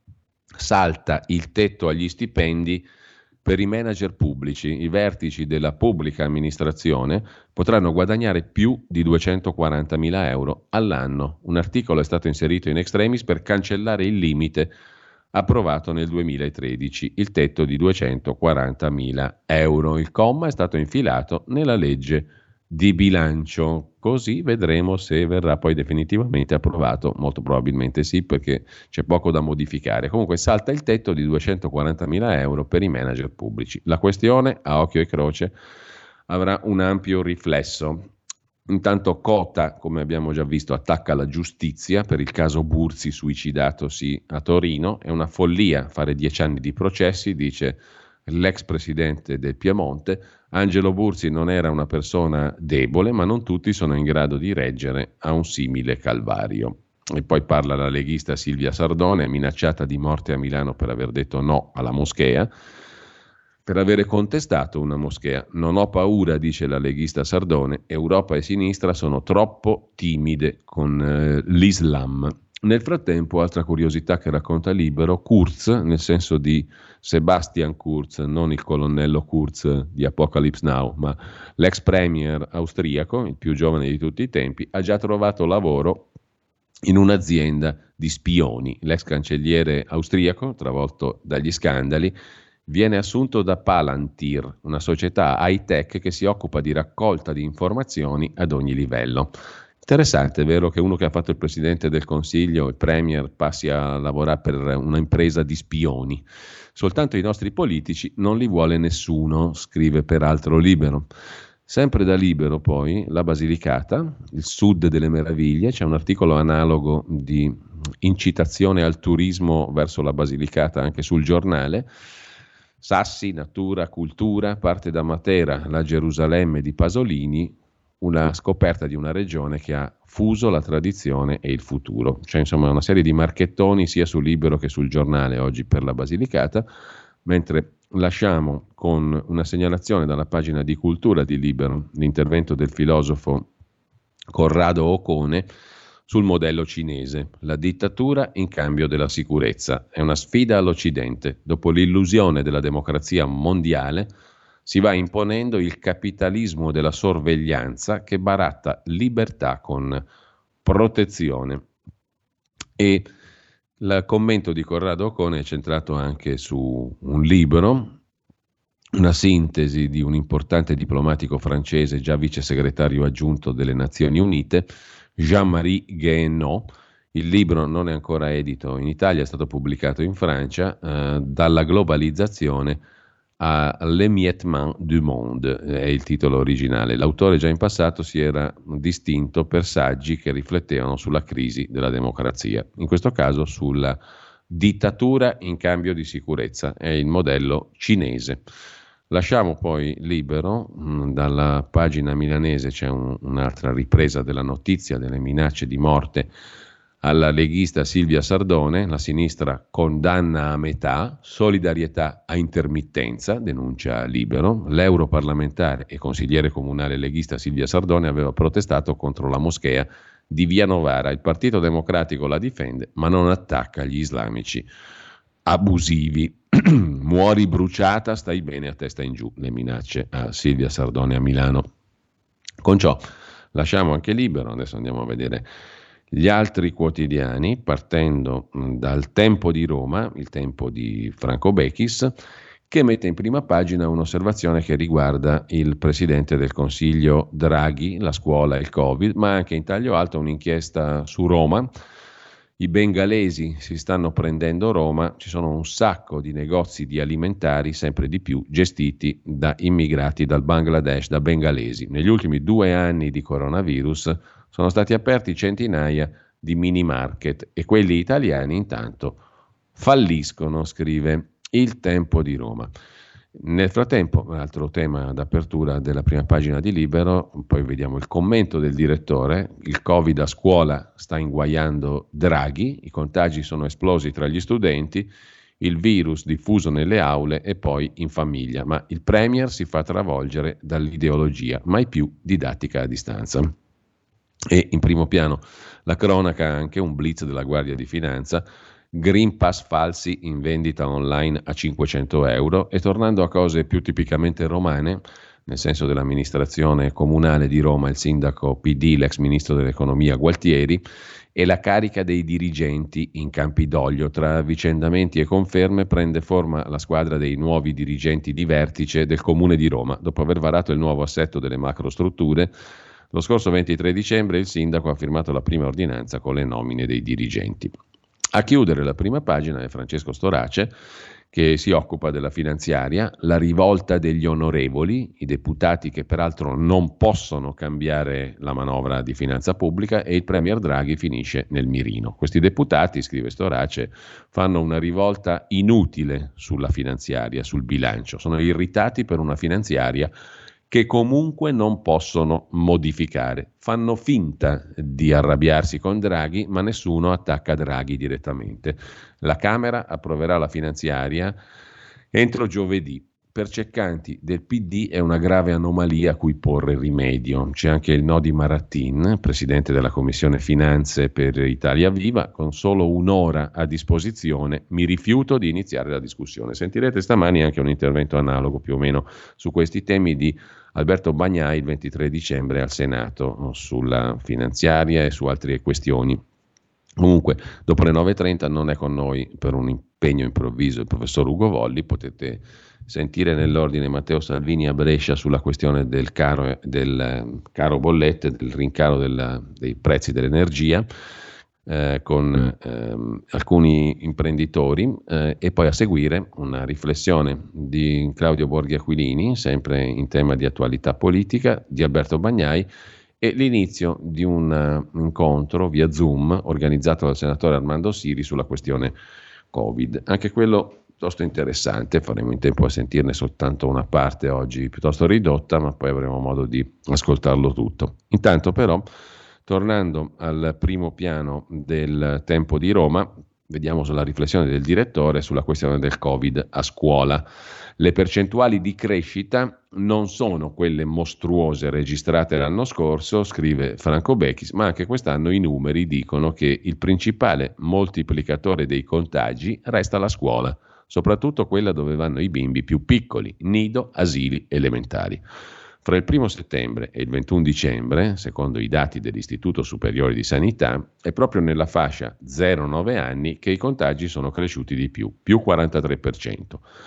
Speaker 2: Salta il tetto agli stipendi per i manager pubblici. I vertici della pubblica amministrazione potranno guadagnare più di 240.000 euro all'anno. Un articolo è stato inserito in extremis per cancellare il limite approvato nel 2013, il tetto di 240.000 euro. Il comma è stato infilato nella legge di bilancio, così vedremo se verrà poi definitivamente approvato, molto probabilmente sì, perché c'è poco da modificare. Comunque salta il tetto di 240.000 euro per i manager pubblici. La questione, a occhio e croce, avrà un ampio riflesso. Intanto Cota, come abbiamo già visto, attacca la giustizia per il caso Burzi suicidatosi a Torino. È una follia fare 10 anni di processi, dice l'ex presidente del Piemonte. Angelo Burzi non era una persona debole, ma non tutti sono in grado di reggere a un simile calvario. E poi parla la leghista Silvia Sardone, minacciata di morte a Milano per aver detto no alla moschea, per avere contestato una moschea. Non ho paura, dice la leghista Sardone, Europa e sinistra sono troppo timide con l'Islam. Nel frattempo, altra curiosità che racconta Libero, Kurz, nel senso di Sebastian Kurz, non il colonnello Kurz di Apocalypse Now, ma l'ex premier austriaco, il più giovane di tutti i tempi, ha già trovato lavoro in un'azienda di spioni. L'ex cancelliere austriaco, travolto dagli scandali, viene assunto da Palantir, una società high-tech che si occupa di raccolta di informazioni ad ogni livello. Interessante, è vero che uno che ha fatto il presidente del Consiglio, il premier, passi a lavorare per una impresa di spioni. Soltanto i nostri politici non li vuole nessuno, scrive peraltro Libero. Sempre da Libero poi, la Basilicata, il sud delle meraviglie, c'è un articolo analogo di incitazione al turismo verso la Basilicata anche sul giornale. Sassi, natura, cultura, parte da Matera, la Gerusalemme di Pasolini, una scoperta di una regione che ha fuso la tradizione e il futuro. C'è insomma una serie di marchettoni sia sul Libero che sul giornale oggi per la Basilicata, mentre lasciamo con una segnalazione dalla pagina di cultura di Libero l'intervento del filosofo Corrado Ocone sul modello cinese, la dittatura in cambio della sicurezza. È una sfida all'Occidente. Dopo l'illusione della democrazia mondiale si va imponendo il capitalismo della sorveglianza che baratta libertà con protezione. E il commento di Corrado Ocone è centrato anche su un libro, una sintesi di un importante diplomatico francese, già vice segretario aggiunto delle Nazioni Unite, Jean-Marie Guéhenno. Il libro non è ancora edito in Italia, è stato pubblicato in Francia, dalla globalizzazione all'émiettement du monde, è il titolo originale. L'autore già in passato si era distinto per saggi che riflettevano sulla crisi della democrazia, in questo caso sulla dittatura in cambio di sicurezza, è il modello cinese. Lasciamo poi Libero, dalla pagina milanese c'è un'altra ripresa della notizia delle minacce di morte alla leghista Silvia Sardone. La sinistra condanna a metà, solidarietà a intermittenza, denuncia Libero. L'europarlamentare e consigliere comunale leghista Silvia Sardone aveva protestato contro la moschea di Via Novara. Il Partito Democratico la difende, ma non attacca gli islamici abusivi. Muori bruciata, stai bene a testa in giù, le minacce a Silvia Sardone a Milano. Con ciò lasciamo anche Libero, adesso andiamo a vedere gli altri quotidiani, partendo dal Tempo di Roma, il Tempo di Franco Bechis, che mette in prima pagina un'osservazione che riguarda il Presidente del Consiglio Draghi, la scuola e il Covid, ma anche in taglio alto un'inchiesta su Roma. I bengalesi si stanno prendendo Roma, ci sono un sacco di negozi di alimentari, sempre di più, gestiti da immigrati dal Bangladesh, da bengalesi. Negli ultimi 2 anni di coronavirus sono stati aperti centinaia di mini market e quelli italiani intanto falliscono, scrive Il Tempo di Roma. Nel frattempo, un altro tema d'apertura della prima pagina di Libero, poi vediamo il commento del direttore: il Covid a scuola sta inguaiando Draghi, i contagi sono esplosi tra gli studenti, il virus diffuso nelle aule e poi in famiglia, ma il Premier si fa travolgere dall'ideologia, mai più didattica a distanza. E in primo piano la cronaca, anche un blitz della Guardia di Finanza: Green Pass falsi in vendita online a 500 euro. E tornando a cose più tipicamente romane, nel senso dell'amministrazione comunale di Roma, il sindaco PD, l'ex ministro dell'economia Gualtieri, e la carica dei dirigenti in Campidoglio. Tra avvicendamenti e conferme prende forma la squadra dei nuovi dirigenti di vertice del Comune di Roma. Dopo aver varato il nuovo assetto delle macrostrutture, lo scorso 23 dicembre il sindaco ha firmato la prima ordinanza con le nomine dei dirigenti. A chiudere la prima pagina è Francesco Storace, che si occupa della finanziaria, la rivolta degli onorevoli, i deputati che peraltro non possono cambiare la manovra di finanza pubblica, e il Premier Draghi finisce nel mirino. Questi deputati, scrive Storace, fanno una rivolta inutile sulla finanziaria, sul bilancio, sono irritati per una finanziaria che comunque non possono modificare. Fanno finta di arrabbiarsi con Draghi, ma nessuno attacca Draghi direttamente. La Camera approverà la finanziaria entro giovedì. Per Ceccanti del PD è una grave anomalia a cui porre rimedio. C'è anche il no di Marattin, presidente della Commissione Finanze per Italia Viva: con solo un'ora a disposizione mi rifiuto di iniziare la discussione. Sentirete stamani anche un intervento analogo più o meno su questi temi di Alberto Bagnai il 23 dicembre al Senato, sulla finanziaria e su altre questioni. Comunque, dopo le 9.30 non è con noi per un impegno improvviso il professor Ugo Volli. Potete sentire nell'ordine Matteo Salvini a Brescia sulla questione del caro bollette, del rincaro dei prezzi dell'energia, con alcuni imprenditori, e poi a seguire una riflessione di Claudio Borghi Aquilini, sempre in tema di attualità politica, di Alberto Bagnai, e l'inizio di un incontro via Zoom organizzato dal senatore Armando Siri sulla questione Covid. Anche quello piuttosto interessante, faremo in tempo a sentirne soltanto una parte oggi piuttosto ridotta, ma poi avremo modo di ascoltarlo tutto. Intanto però, tornando al primo piano del Tempo di Roma, vediamo sulla riflessione del direttore sulla questione del Covid a scuola. Le percentuali di crescita non sono quelle mostruose registrate l'anno scorso, scrive Franco Bechis, ma anche quest'anno i numeri dicono che il principale moltiplicatore dei contagi resta la scuola, soprattutto quella dove vanno i bimbi più piccoli, nido, asili elementari. Fra il 1 settembre e il 21 dicembre, secondo i dati dell'Istituto Superiore di Sanità, è proprio nella fascia 0-9 anni che i contagi sono cresciuti di più 43%.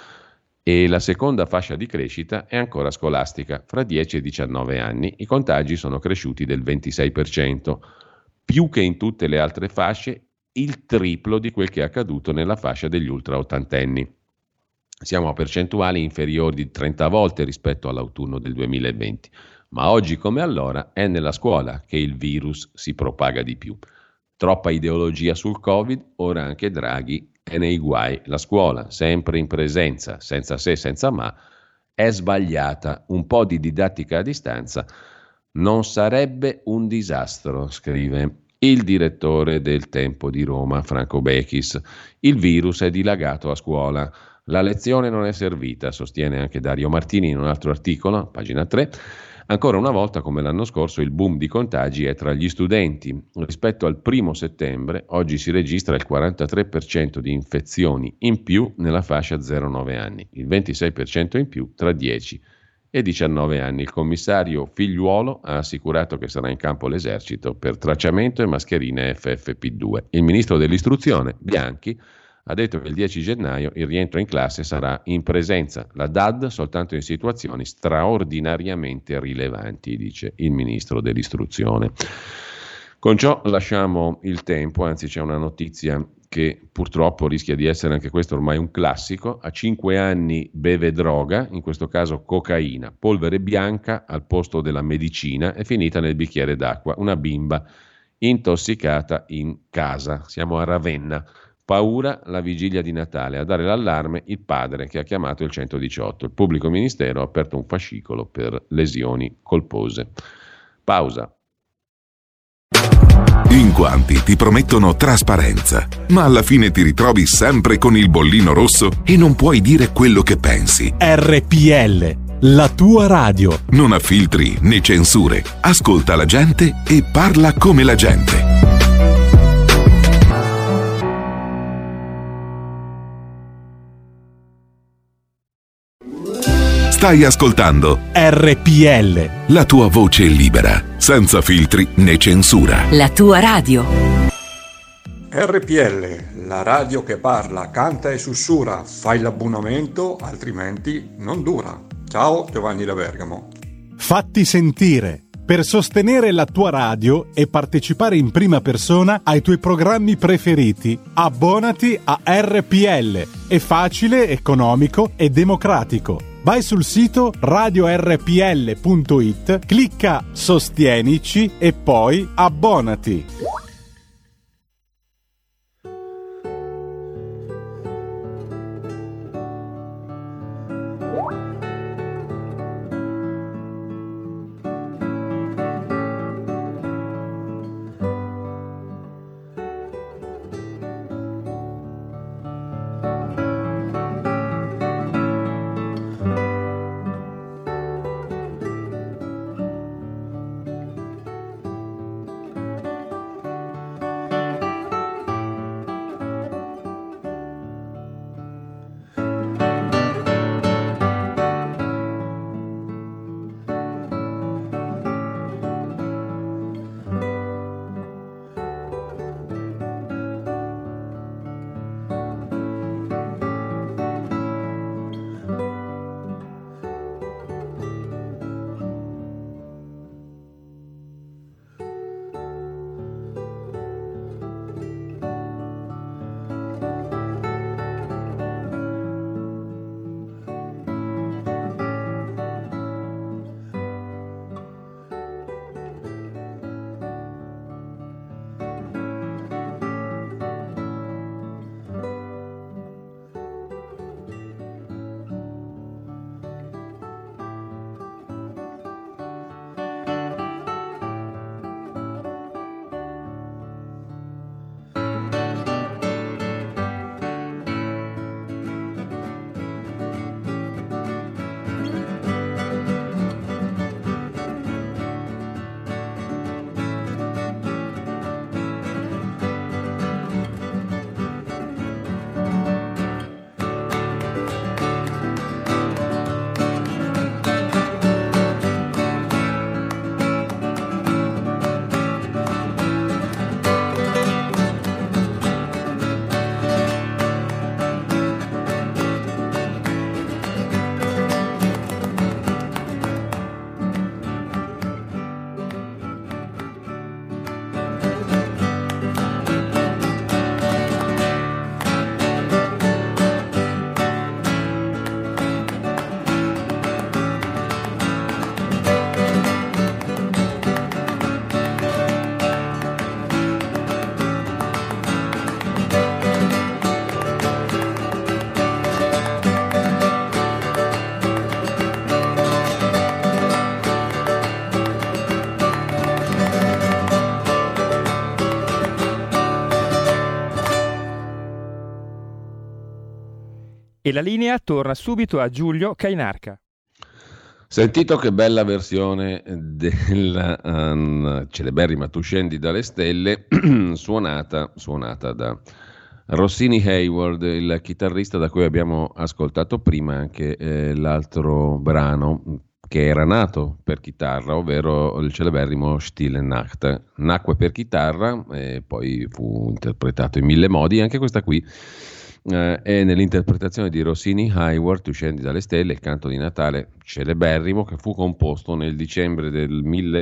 Speaker 2: E la seconda fascia di crescita è ancora scolastica, fra 10 e 19 anni i contagi sono cresciuti del 26%, più che in tutte le altre fasce, il triplo di quel che è accaduto nella fascia degli ultra ottantenni. Siamo a percentuali inferiori di 30 volte rispetto all'autunno del 2020, ma oggi come allora è nella scuola che il virus si propaga di più. Troppa ideologia sul Covid, ora anche Draghi è nei guai. La scuola, sempre in presenza, senza se, senza ma, è sbagliata. Un po' di didattica a distanza non sarebbe un disastro, scrive il direttore del Tempo di Roma, Franco Bechis. Il virus è dilagato a scuola. La lezione non è servita, sostiene anche Dario Martini in un altro articolo, pagina 3. Ancora una volta, come l'anno scorso, il boom di contagi è tra gli studenti. Rispetto al 1 settembre, oggi si registra il 43% di infezioni in più nella fascia 0-9 anni, il 26% in più tra 10 e 19 anni. Il commissario Figliuolo ha assicurato che sarà in campo l'esercito per tracciamento e mascherine FFP2. Il ministro dell'istruzione, Bianchi, ha detto che il 10 gennaio il rientro in classe sarà in presenza, la DAD soltanto in situazioni straordinariamente rilevanti, dice il ministro dell'istruzione. Con ciò lasciamo il tempo, anzi c'è una notizia che purtroppo rischia di essere anche questo ormai un classico. A 5 anni beve droga, in questo caso cocaina, polvere bianca al posto della medicina, è finita nel bicchiere d'acqua. Una bimba intossicata in casa. Siamo a Ravenna. Paura la vigilia di Natale. A dare l'allarme il padre che ha chiamato il 118. Il pubblico ministero ha aperto un fascicolo per lesioni colpose. Pausa.
Speaker 8: In quanti ti promettono trasparenza, ma alla fine ti ritrovi sempre con il bollino rosso e non puoi dire quello che pensi.
Speaker 3: RPL, la tua radio.
Speaker 8: Non ha filtri né censure. Ascolta la gente e parla come la gente. Stai ascoltando
Speaker 3: RPL,
Speaker 8: la tua voce libera, senza filtri né censura.
Speaker 4: La tua radio.
Speaker 11: RPL, la radio che parla, canta e sussurra. Fai l'abbonamento, altrimenti non dura. Ciao, Giovanni da Bergamo.
Speaker 3: Fatti sentire. Per sostenere la tua radio e partecipare in prima persona ai tuoi programmi preferiti, abbonati a RPL. È facile, economico e democratico. Vai sul sito radiorpl.it, clicca Sostienici e poi abbonati.
Speaker 1: E la linea torna subito a Giulio Cainarca.
Speaker 2: Sentito che bella versione della celeberrima Tu scendi dalle stelle, suonata da Rossini Hayward, il chitarrista da cui abbiamo ascoltato prima anche l'altro brano che era nato per chitarra, ovvero il celeberrimo Stille Nacht. Nacque per chitarra e poi fu interpretato in mille modi, anche questa qui è nell'interpretazione di Rossini Hayward, Tu scendi dalle stelle, il canto di Natale celeberrimo che fu composto nel dicembre del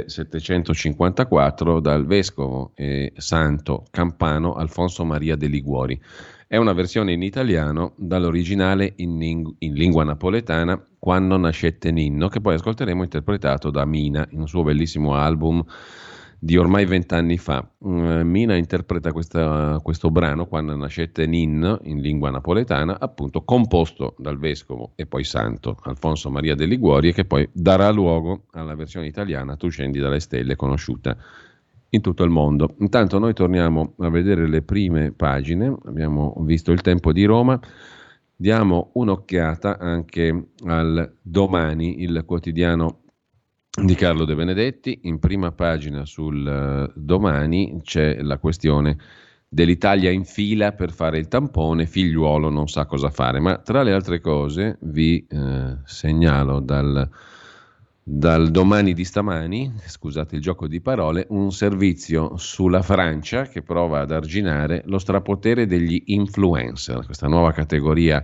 Speaker 2: 1754 dal vescovo e santo campano Alfonso Maria de Liguori. È una versione in italiano dall'originale in lingua napoletana Quando nascette Ninno, che poi ascolteremo interpretato da Mina in un suo bellissimo album di ormai 20 anni fa. Mina interpreta questo brano, Quando nascette Ninno, in lingua napoletana, appunto composto dal vescovo e poi santo Alfonso Maria de Liguori, e che poi darà luogo alla versione italiana Tu scendi dalle stelle, conosciuta in tutto il mondo. Intanto noi torniamo a vedere le prime pagine. Abbiamo visto Il Tempo di Roma, diamo un'occhiata anche al Domani, il quotidiano di Carlo De Benedetti. In prima pagina sul Domani c'è la questione dell'Italia in fila per fare il tampone, figliuolo non sa cosa fare, ma tra le altre cose vi segnalo dal Domani di stamani, scusate il gioco di parole, un servizio sulla Francia che prova ad arginare lo strapotere degli influencer, questa nuova categoria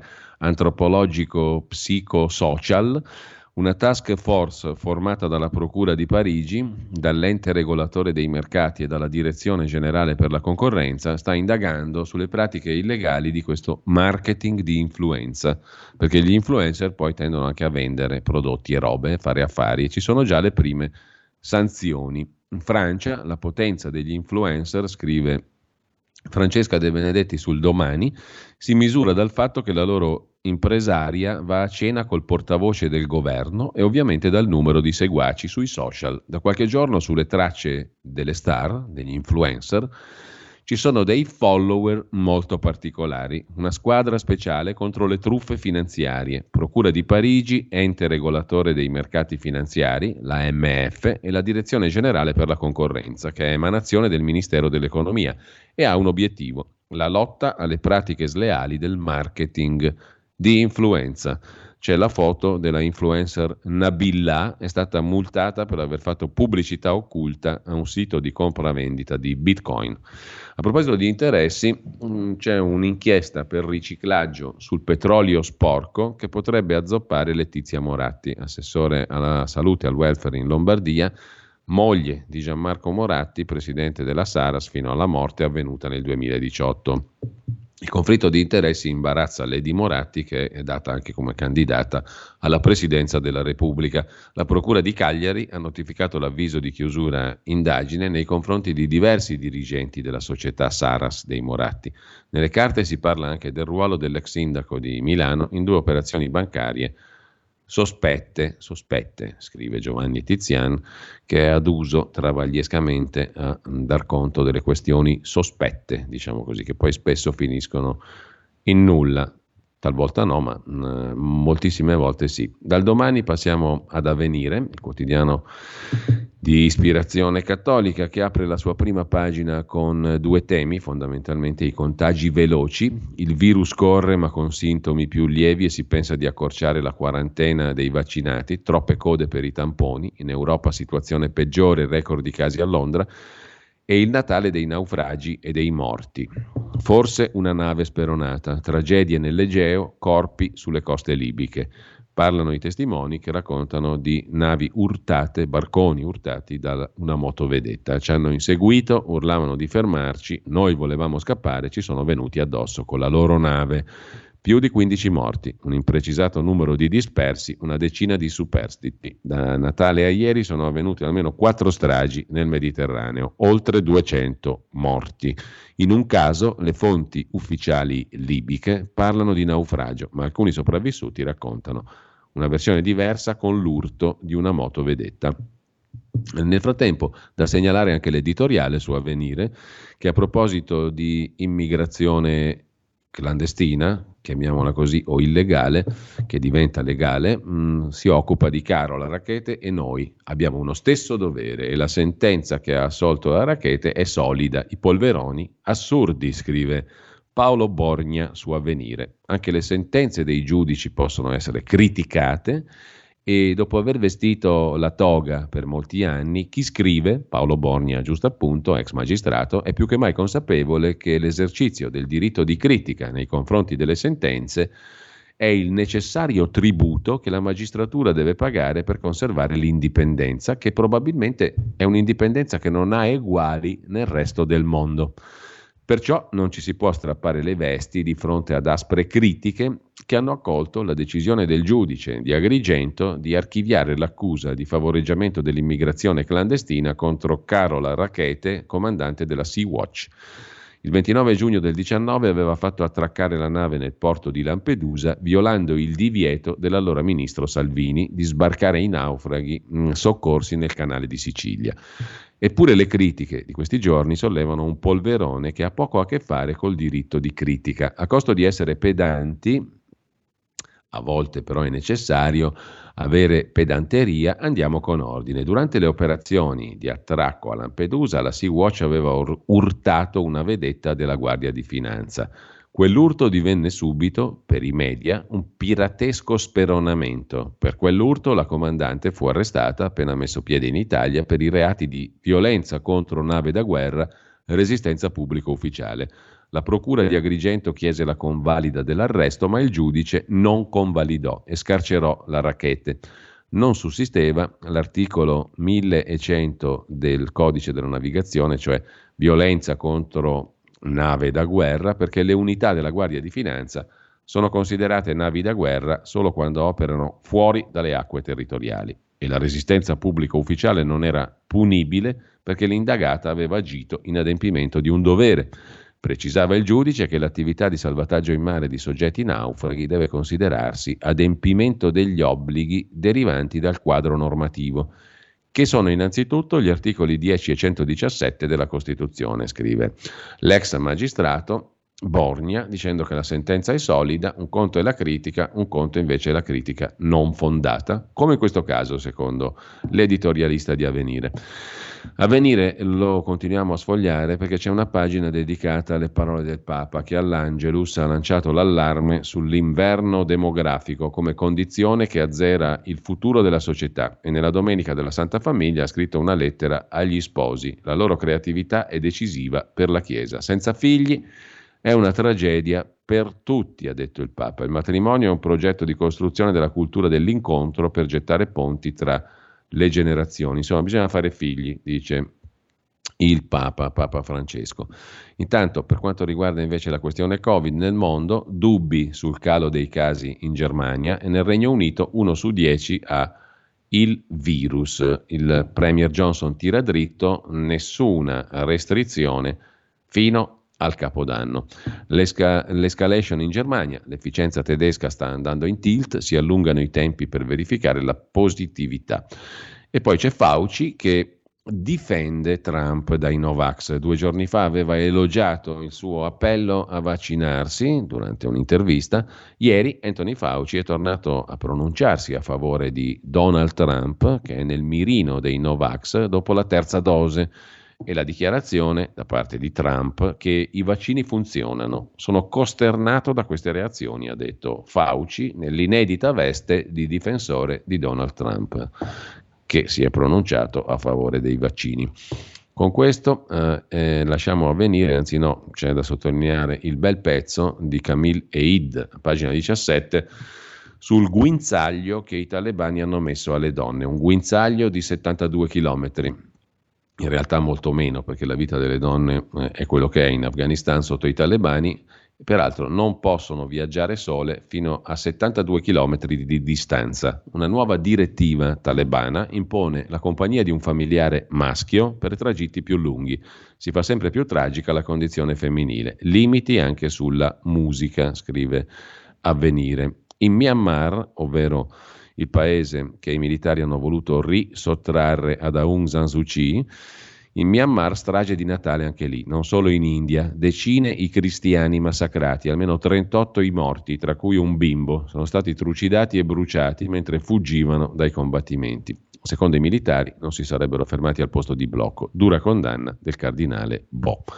Speaker 2: antropologico-psico-social. Una task force formata dalla Procura di Parigi, dall'ente regolatore dei mercati e dalla Direzione Generale per la Concorrenza sta indagando sulle pratiche illegali di questo marketing di influenza, perché gli influencer poi tendono anche a vendere prodotti e robe, fare affari, e ci sono già le prime sanzioni. In Francia la potenza degli influencer, scrive Francesca De Benedetti sul Domani, si misura dal fatto che la loro impresaria va a cena col portavoce del governo e ovviamente dal numero di seguaci sui social. Da qualche giorno sulle tracce delle star, degli influencer, ci sono dei follower molto particolari, una squadra speciale contro le truffe finanziarie, Procura di Parigi, ente regolatore dei mercati finanziari, la AMF, e la Direzione Generale per la Concorrenza, che è emanazione del Ministero dell'Economia e ha un obiettivo: la lotta alle pratiche sleali del marketing di influenza. C'è la foto della influencer Nabila, è stata multata per aver fatto pubblicità occulta a un sito di compravendita di Bitcoin. A proposito di interessi, c'è un'inchiesta per riciclaggio sul petrolio sporco che potrebbe azzoppare Letizia Moratti, assessore alla salute e al welfare in Lombardia, moglie di Gianmarco Moratti, presidente della Saras fino alla morte avvenuta nel 2018. Il conflitto di interessi imbarazza Lady Moratti, che è data anche come candidata alla presidenza della Repubblica. La Procura di Cagliari ha notificato l'avviso di chiusura indagine nei confronti di diversi dirigenti della società Saras dei Moratti. Nelle carte si parla anche del ruolo dell'ex sindaco di Milano in 2 operazioni bancarie sospette, scrive Giovanni Tizian, che è aduso travagliescamente a dar conto delle questioni sospette, diciamo così, che poi spesso finiscono in nulla. Talvolta no, ma moltissime volte sì. Dal Domani passiamo ad Avvenire, il quotidiano di ispirazione cattolica, che apre la sua prima pagina con 2 temi, fondamentalmente i contagi veloci. Il virus corre ma con sintomi più lievi e si pensa di accorciare la quarantena dei vaccinati, troppe code per i tamponi, in Europa situazione peggiore, record di casi a Londra, e il Natale dei naufragi e dei morti. Forse una nave speronata, tragedie nell'Egeo, corpi sulle coste libiche. Parlano i testimoni che raccontano di navi urtate, barconi urtati da una motovedetta. Ci hanno inseguito, urlavano di fermarci, noi volevamo scappare, ci sono venuti addosso con la loro nave. Più di 15 morti, un imprecisato numero di dispersi, una decina di superstiti. Da Natale a ieri sono avvenute almeno 4 stragi nel Mediterraneo, oltre 200 morti. In un caso le fonti ufficiali libiche parlano di naufragio, ma alcuni sopravvissuti raccontano una versione diversa con l'urto di una motovedetta. Nel frattempo, da segnalare anche l'editoriale su Avvenire, che a proposito di immigrazione clandestina, chiamiamola così, o illegale, che diventa legale, si occupa di Carola Rackete e noi abbiamo uno stesso dovere e la sentenza che ha assolto la Rackete è solida, i polveroni assurdi, scrive Paolo Borgna su Avvenire. Anche le sentenze dei giudici possono essere criticate E dopo aver vestito la toga per molti anni, chi scrive, Paolo Borgna, giusto appunto, ex magistrato, è più che mai consapevole che l'esercizio del diritto di critica nei confronti delle sentenze è il necessario tributo che la magistratura deve pagare per conservare l'indipendenza, che probabilmente è un'indipendenza che non ha eguali nel resto del mondo. Perciò non ci si può strappare le vesti di fronte ad aspre critiche che hanno accolto la decisione del giudice di Agrigento di archiviare l'accusa di favoreggiamento dell'immigrazione clandestina contro Carola Rackete, comandante della Sea-Watch. Il 29 giugno del 19 aveva fatto attraccare la nave nel porto di Lampedusa, violando il divieto dell'allora ministro Salvini di sbarcare i naufraghi soccorsi nel canale di Sicilia. Eppure le critiche di questi giorni sollevano un polverone che ha poco a che fare col diritto di critica. A costo di essere pedanti, a volte però è necessario avere pedanteria, andiamo con ordine. Durante le operazioni di attracco a Lampedusa, la Sea-Watch aveva urtato una vedetta della Guardia di Finanza. Quell'urto divenne subito, per i media, un piratesco speronamento. Per quell'urto la comandante fu arrestata appena messo piede in Italia per i reati di violenza contro nave da guerra e resistenza pubblico ufficiale. La procura di Agrigento chiese la convalida dell'arresto, ma il giudice non convalidò e scarcerò la Rackete. Non sussisteva l'articolo 1100 del Codice della Navigazione, cioè violenza contro nave da guerra, perché le unità della Guardia di Finanza sono considerate navi da guerra solo quando operano fuori dalle acque territoriali e la resistenza pubblico ufficiale non era punibile perché l'indagata aveva agito in adempimento di un dovere. Precisava il giudice che l'attività di salvataggio in mare di soggetti naufraghi deve considerarsi adempimento degli obblighi derivanti dal quadro normativo, che sono innanzitutto gli articoli 10 e 117 della Costituzione, scrive l'ex magistrato Borgna, dicendo che la sentenza è solida, un conto è la critica, un conto invece è la critica non fondata, come in questo caso, secondo l'editorialista di Avvenire. Avvenire lo continuiamo a sfogliare perché c'è una pagina dedicata alle parole del Papa che all'Angelus ha lanciato l'allarme sull'inverno demografico come condizione che azzera il futuro della società e nella Domenica della Santa Famiglia ha scritto una lettera agli sposi. La loro creatività è decisiva per la Chiesa. Senza figli è una tragedia per tutti, ha detto il Papa. Il matrimonio è un progetto di costruzione della cultura dell'incontro per gettare ponti tra le generazioni. Insomma, bisogna fare figli, dice il Papa Francesco. Intanto, per quanto riguarda invece la questione Covid nel mondo, dubbi sul calo dei casi in Germania e nel Regno Unito 1 su 10 ha il virus. Il Premier Johnson tira dritto, nessuna restrizione fino al Capodanno. L'escalation in Germania, l'efficienza tedesca sta andando in tilt, si allungano i tempi per verificare la positività. E poi c'è Fauci che difende Trump dai Novax. 2 giorni fa aveva elogiato il suo appello a vaccinarsi durante un'intervista. Ieri Anthony Fauci è tornato a pronunciarsi a favore di Donald Trump, che è nel mirino dei Novax dopo la 3ª dose. E la dichiarazione da parte di Trump che i vaccini funzionano. Sono costernato da queste reazioni, ha detto Fauci nell'inedita veste di difensore di Donald Trump, che si è pronunciato a favore dei vaccini. Con questo lasciamo Avvenire, anzi no, c'è da sottolineare il bel pezzo di Camille Eid, pagina 17, sul guinzaglio che i talebani hanno messo alle donne, un guinzaglio di 72 chilometri. In realtà molto meno, perché la vita delle donne è quello che è in Afghanistan sotto i talebani. Peraltro non possono viaggiare sole fino a 72 km di distanza. Una nuova direttiva talebana impone la compagnia di un familiare maschio per tragitti più lunghi. Si fa sempre più tragica la condizione femminile. Limiti anche sulla musica, scrive Avvenire. In Myanmar, ovvero il paese che i militari hanno voluto risottrarre ad Aung San Suu Kyi, in Myanmar strage di Natale anche lì, non solo in India, decine i cristiani massacrati, almeno 38 i morti, tra cui un bimbo, sono stati trucidati e bruciati mentre fuggivano dai combattimenti. Secondo i militari non si sarebbero fermati al posto di blocco, dura condanna del cardinale Bo.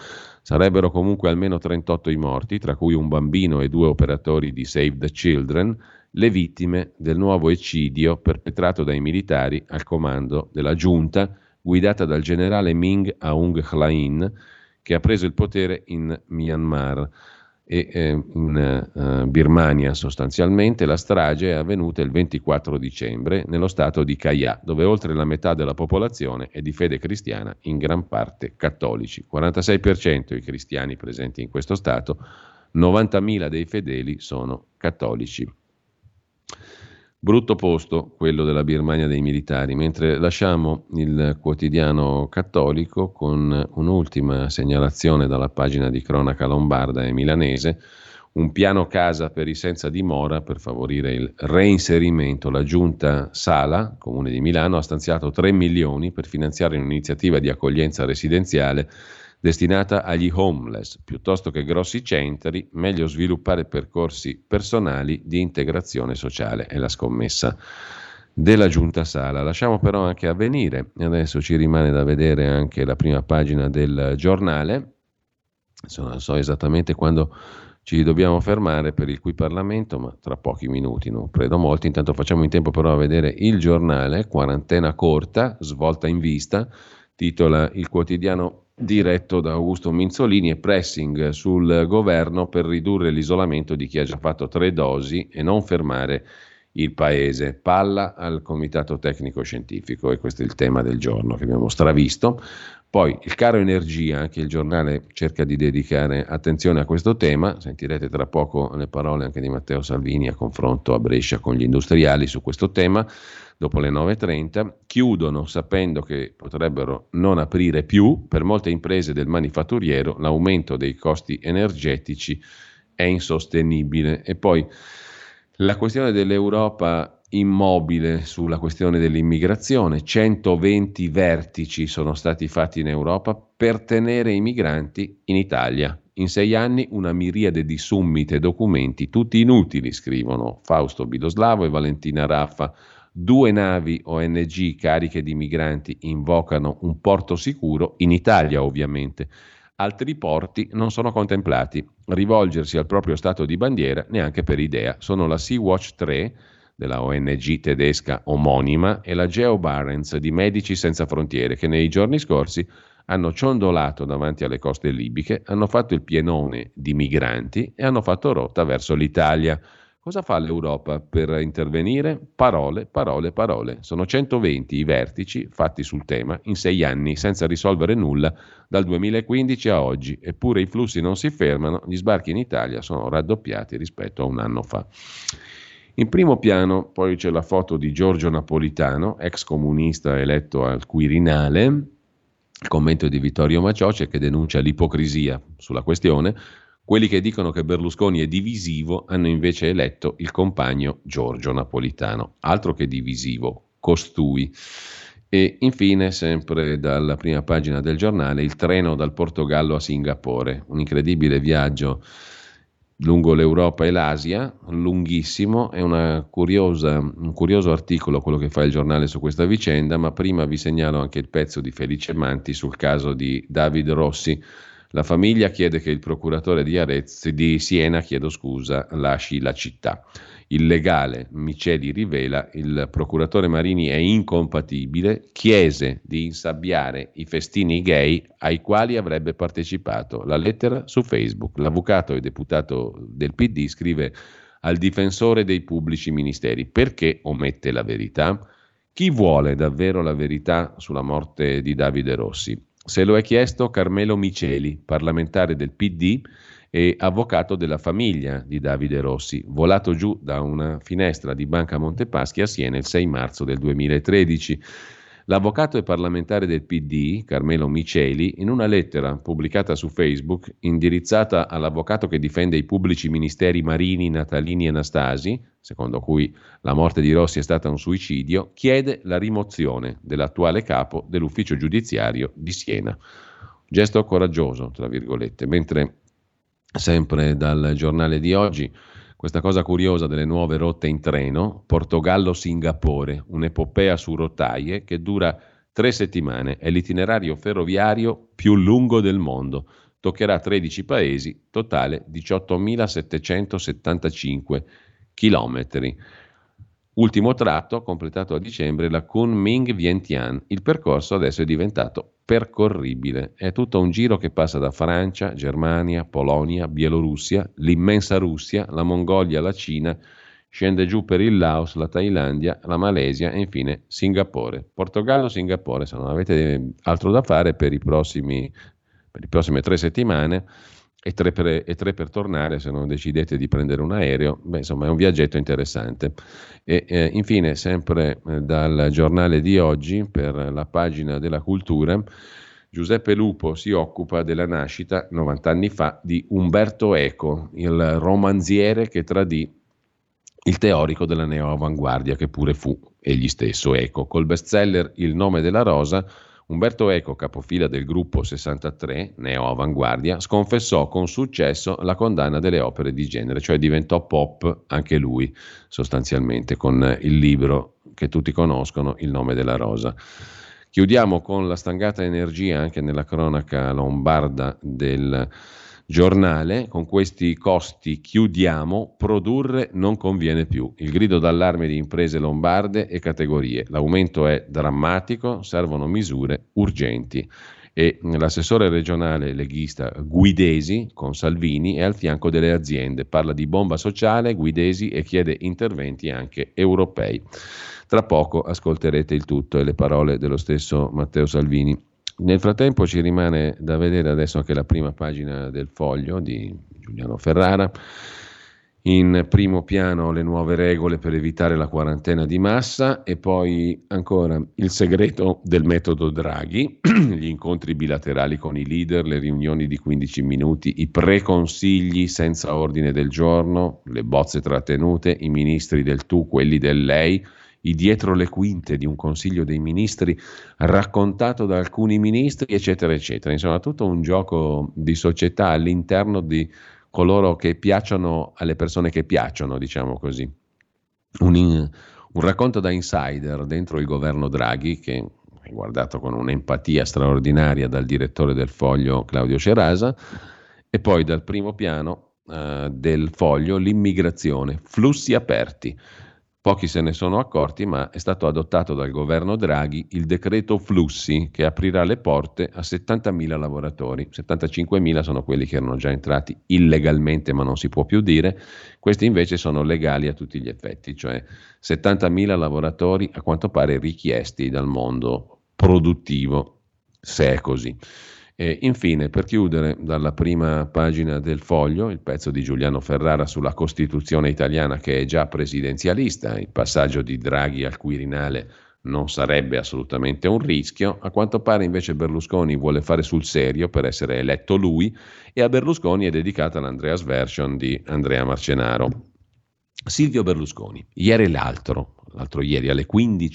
Speaker 2: Sarebbero comunque almeno 38 i morti, tra cui un bambino e 2 operatori di Save the Children, le vittime del nuovo eccidio perpetrato dai militari al comando della giunta guidata dal generale Min Aung Hlaing, che ha preso il potere in Myanmar e in Birmania. Sostanzialmente la strage è avvenuta il 24 dicembre nello stato di Kayah, dove oltre la metà della popolazione è di fede cristiana, in gran parte cattolici. 46% i cristiani presenti in questo stato, 90.000 dei fedeli sono cattolici. Brutto posto quello della Birmania dei militari, mentre lasciamo il quotidiano cattolico con un'ultima segnalazione dalla pagina di Cronaca Lombarda e Milanese, un piano casa per i senza dimora per favorire il reinserimento. La giunta Sala, Comune di Milano, ha stanziato 3 milioni per finanziare un'iniziativa di accoglienza residenziale destinata agli homeless. Piuttosto che grossi centri, meglio sviluppare percorsi personali di integrazione sociale. È la scommessa della Giunta Sala. Lasciamo però anche Avvenire. Adesso ci rimane da vedere anche la prima pagina del giornale. Non so esattamente quando ci dobbiamo fermare per il Qui Parlamento, ma tra pochi minuti, non credo molti. Intanto facciamo in tempo però a vedere il giornale. Quarantena corta, svolta in vista, titola il quotidiano diretto da Augusto Minzolini, e pressing sul governo per ridurre l'isolamento di chi ha già fatto 3 dosi e non fermare il paese. Palla al comitato tecnico scientifico, e questo è il tema del giorno che abbiamo stravisto. Poi il caro energia, anche il giornale cerca di dedicare attenzione a questo tema. Sentirete tra poco le parole anche di Matteo Salvini a confronto a Brescia con gli industriali su questo tema. Dopo le 9.30, chiudono sapendo che potrebbero non aprire più. Per molte imprese del manifatturiero l'aumento dei costi energetici è insostenibile. E poi la questione dell'Europa immobile sulla questione dell'immigrazione. 120 vertici sono stati fatti in Europa per tenere i migranti in Italia. In 6 anni una miriade di summit e documenti, tutti inutili, scrivono Fausto Biloslavo e Valentina Raffa. 2 navi ONG cariche di migranti invocano un porto sicuro, in Italia ovviamente. Altri porti non sono contemplati. Rivolgersi al proprio stato di bandiera neanche per idea. Sono la Sea-Watch 3 della ONG tedesca omonima e la Geo Barents di Medici Senza Frontiere, che nei giorni scorsi hanno ciondolato davanti alle coste libiche, hanno fatto il pienone di migranti e hanno fatto rotta verso l'Italia. Cosa fa l'Europa per intervenire? Parole, parole, parole. Sono 120 i vertici fatti sul tema in 6 anni, senza risolvere nulla dal 2015 a oggi. Eppure i flussi non si fermano, gli sbarchi in Italia sono raddoppiati rispetto a un anno fa. In primo piano poi c'è la foto di Giorgio Napolitano, ex comunista eletto al Quirinale. Il commento di Vittorio Macioce, che denuncia l'ipocrisia sulla questione. Quelli che dicono che Berlusconi è divisivo hanno invece eletto il compagno Giorgio Napolitano. Altro che divisivo, costui. E infine, sempre dalla prima pagina del giornale, il treno dal Portogallo a Singapore. Un incredibile viaggio lungo l'Europa e l'Asia, lunghissimo. È un curioso articolo quello che fa il giornale su questa vicenda, ma prima vi segnalo anche il pezzo di Felice Manti sul caso di David Rossi. La famiglia chiede che il procuratore di Siena, lasci la città. Il legale Miceli rivela il procuratore Marini è incompatibile, chiese di insabbiare i festini gay ai quali avrebbe partecipato. La lettera su Facebook. L'avvocato e deputato del PD scrive al difensore dei pubblici ministeri: perché omette la verità? Chi vuole davvero la verità sulla morte di Davide Rossi? Se lo è chiesto Carmelo Miceli, parlamentare del PD e avvocato della famiglia di Davide Rossi, volato giù da una finestra di Banca Montepaschi a Siena il 6 marzo del 2013. L'avvocato e parlamentare del PD, Carmelo Miceli, in una lettera pubblicata su Facebook, indirizzata all'avvocato che difende i pubblici ministeri Marini, Natalini e Anastasi, secondo cui la morte di Rossi è stata un suicidio, chiede la rimozione dell'attuale capo dell'ufficio giudiziario di Siena. Gesto coraggioso, tra virgolette. Mentre sempre dal giornale di oggi, questa cosa curiosa delle nuove rotte in treno, Portogallo-Singapore, un'epopea su rotaie che dura 3 settimane, è l'itinerario ferroviario più lungo del mondo. toccherà 13 paesi, totale 18.775 chilometri. Ultimo tratto, completato a dicembre, la Kunming-Vientiane. Il percorso adesso è diventato percorribile. È tutto un giro che passa da Francia, Germania, Polonia, Bielorussia, l'immensa Russia, la Mongolia, la Cina, scende giù per il Laos, la Thailandia, la Malesia e infine Singapore. Portogallo, Singapore, se non avete altro da fare per le prossime 3 settimane e 3 per tornare, se non decidete di prendere un aereo, insomma è un viaggetto interessante. E infine, sempre dal giornale di oggi, per la pagina della cultura, Giuseppe Lupo si occupa della nascita 90 anni fa di Umberto Eco, il romanziere che tradì il teorico della neoavanguardia, che pure fu egli stesso Eco. Col bestseller Il nome della rosa, Umberto Eco, capofila del gruppo 63, neoavanguardia, sconfessò con successo la condanna delle opere di genere, cioè diventò pop anche lui, sostanzialmente, con il libro che tutti conoscono, Il nome della rosa. Chiudiamo con la stangata energia anche nella cronaca lombarda del giornale. Con questi costi chiudiamo, produrre non conviene più. Il grido d'allarme di imprese lombarde e categorie. L'aumento è drammatico, servono misure urgenti. E l'assessore regionale leghista Guidesi con Salvini è al fianco delle aziende. Parla di bomba sociale Guidesi e chiede interventi anche europei. Tra poco ascolterete il tutto e le parole dello stesso Matteo Salvini. Nel frattempo ci rimane da vedere adesso anche la prima pagina del Foglio di Giuliano Ferrara. In primo piano le nuove regole per evitare la quarantena di massa e poi ancora il segreto del metodo Draghi, gli incontri bilaterali con i leader, le riunioni di 15 minuti, i preconsigli senza ordine del giorno, le bozze trattenute, i ministri del tu, quelli del lei, i dietro le quinte di un consiglio dei ministri raccontato da alcuni ministri, eccetera, eccetera. Insomma, tutto un gioco di società all'interno di coloro che piacciono alle persone che piacciono, diciamo così. Un racconto da insider dentro il governo Draghi, che è guardato con un'empatia straordinaria dal direttore del Foglio Claudio Cerasa, e poi dal primo piano del Foglio l'immigrazione, flussi aperti. Pochi se ne sono accorti, ma è stato adottato dal governo Draghi il decreto flussi che aprirà le porte a 70.000 lavoratori. 75.000 sono quelli che erano già entrati illegalmente, ma non si può più dire. Questi invece sono legali a tutti gli effetti, cioè 70.000 lavoratori a quanto pare richiesti dal mondo produttivo, se è così. E infine, per chiudere, dalla prima pagina del Foglio, il pezzo di Giuliano Ferrara sulla Costituzione italiana che è già presidenzialista. Il passaggio di Draghi al Quirinale non sarebbe assolutamente un rischio. A quanto pare invece Berlusconi vuole fare sul serio per essere eletto lui, e a Berlusconi è dedicata l'Andreas Version di Andrea Marcenaro. Silvio Berlusconi, l'altro ieri alle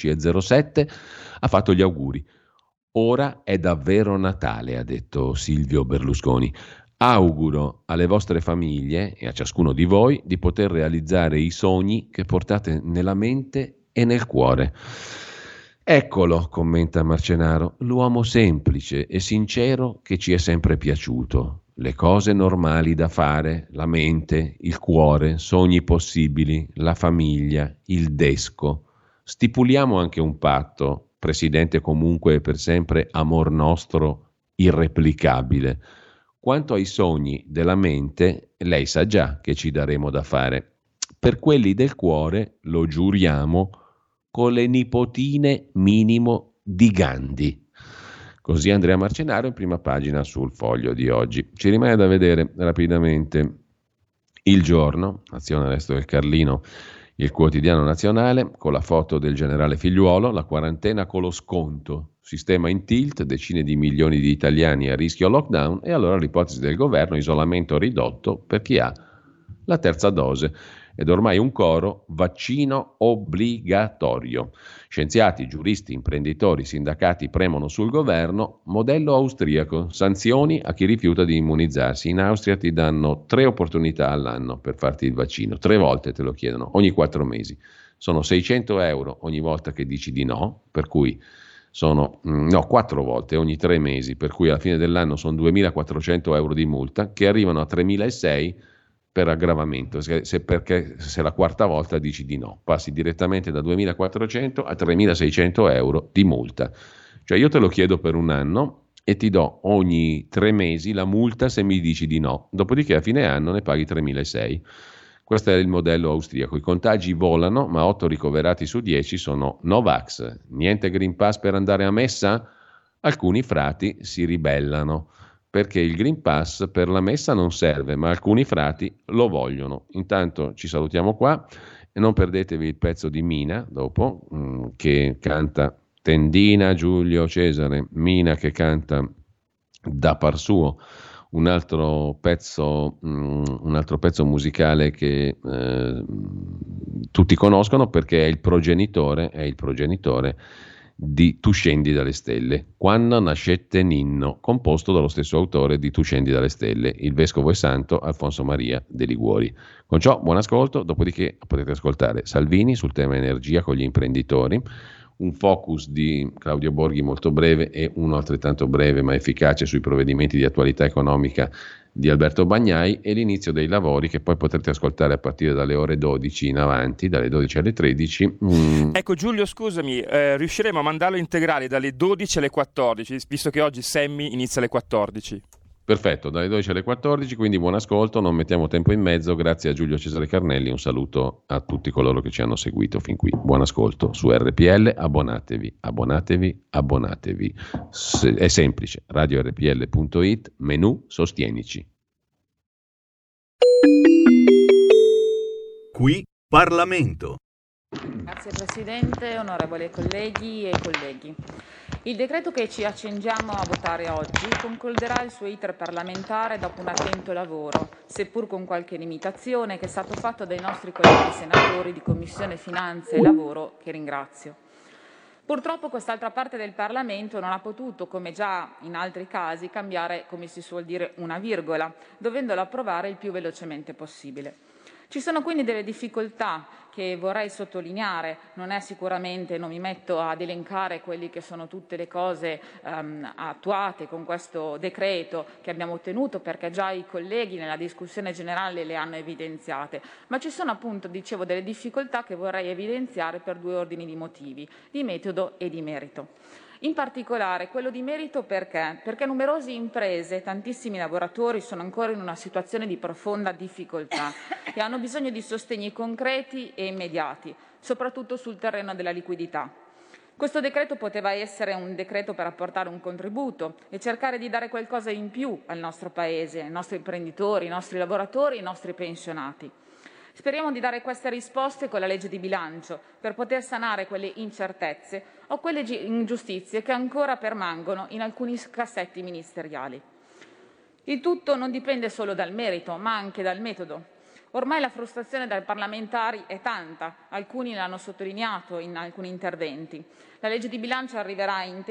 Speaker 2: 15.07 ha fatto gli auguri. Ora è davvero Natale, ha detto Silvio Berlusconi. Auguro alle vostre famiglie e a ciascuno di voi di poter realizzare i sogni che portate nella mente e nel cuore. Eccolo, commenta Marcenaro, l'uomo semplice e sincero che ci è sempre piaciuto. Le cose normali da fare, la mente, il cuore, sogni possibili, la famiglia, il desco. Stipuliamo anche un patto. Presidente comunque e per sempre, amor nostro irreplicabile. Quanto ai sogni della mente, lei sa già che ci daremo da fare. Per quelli del cuore, lo giuriamo, con le nipotine minimo di Gandhi. Così Andrea Marcenaro in prima pagina sul Foglio di oggi. Ci rimane da vedere rapidamente Il Giorno, Azione Resto del Carlino, il quotidiano nazionale, con la foto del generale Figliuolo, la quarantena con lo sconto, sistema in tilt, decine di milioni di italiani a rischio lockdown e allora l'ipotesi del governo, isolamento ridotto per chi ha la terza dose. Ed ormai un coro, vaccino obbligatorio. Scienziati, giuristi, imprenditori, sindacati premono sul governo, modello austriaco, sanzioni a chi rifiuta di immunizzarsi. In Austria ti danno 3 opportunità all'anno per farti il vaccino, 3 volte te lo chiedono, ogni 4 mesi. Sono 600 euro ogni volta che dici di no, per cui sono 4 volte ogni 3 mesi, per cui alla fine dell'anno sono 2.400 euro di multa che arrivano a 3.600 per aggravamento, perché se la quarta volta dici di no, passi direttamente da 2.400 a 3.600 euro di multa. Cioè io te lo chiedo per un anno e ti do ogni 3 mesi la multa se mi dici di no, dopodiché a fine anno ne paghi 3.600. Questo è il modello austriaco. I contagi volano, ma 8 ricoverati su 10 sono Novax. Niente Green Pass per andare a messa? Alcuni frati si ribellano, perché il Green Pass per la messa non serve, ma alcuni frati lo vogliono. Intanto ci salutiamo qua e non perdetevi il pezzo di Mina, dopo, che canta Tendina, Giulio Cesare, Mina che canta Da par suo. Un altro pezzo musicale che tutti conoscono perché è il progenitore di Tu scendi dalle stelle, Quando nascette Ninno, composto dallo stesso autore di Tu scendi dalle stelle, il vescovo e santo Alfonso Maria de Liguori. Con ciò buon ascolto, dopodiché potete ascoltare Salvini sul tema energia con gli imprenditori, un focus di Claudio Borghi molto breve e uno altrettanto breve ma efficace sui provvedimenti di attualità economica di Alberto Bagnai e l'inizio dei lavori che poi potrete ascoltare a partire dalle ore 12 in avanti, dalle 12 alle 13.
Speaker 1: Ecco Giulio, scusami, riusciremo a mandarlo integrale dalle 12 alle 14, visto che oggi Sammy inizia alle 14.
Speaker 2: Perfetto, dalle 12 alle 14, quindi buon ascolto, non mettiamo tempo in mezzo, grazie a Giulio Cesare Carnelli, un saluto a tutti coloro che ci hanno seguito fin qui, buon ascolto su RPL, abbonatevi, è semplice, radiorpl.it, menu Sostienici.
Speaker 7: Qui Parlamento.
Speaker 12: Grazie Presidente, onorevoli colleghi e colleghi. Il decreto che ci accingiamo a votare oggi concluderà il suo iter parlamentare dopo un attento lavoro, seppur con qualche limitazione, che è stato fatto dai nostri colleghi senatori di Commissione Finanze e Lavoro, che ringrazio. Purtroppo quest'altra parte del Parlamento non ha potuto, come già in altri casi, cambiare, come si suol dire, una virgola, dovendolo approvare il più velocemente possibile. Ci sono quindi delle difficoltà che vorrei sottolineare, non mi metto ad elencare quelli che sono tutte le cose attuate con questo decreto che abbiamo ottenuto, perché già i colleghi nella discussione generale le hanno evidenziate, ma ci sono appunto, delle difficoltà che vorrei evidenziare per 2 ordini di motivi, di metodo e di merito. In particolare quello di merito perché numerose imprese, tantissimi lavoratori sono ancora in una situazione di profonda difficoltà e hanno bisogno di sostegni concreti e immediati, soprattutto sul terreno della liquidità. Questo decreto poteva essere un decreto per apportare un contributo e cercare di dare qualcosa in più al nostro Paese, ai nostri imprenditori, ai nostri lavoratori, ai nostri pensionati. Speriamo di dare queste risposte con la legge di bilancio per poter sanare quelle incertezze o quelle ingiustizie che ancora permangono in alcuni cassetti ministeriali. Il tutto non dipende solo dal merito, ma anche dal metodo. Ormai la frustrazione dai parlamentari è tanta, alcuni l'hanno sottolineato in alcuni interventi. La legge di bilancio arriverà in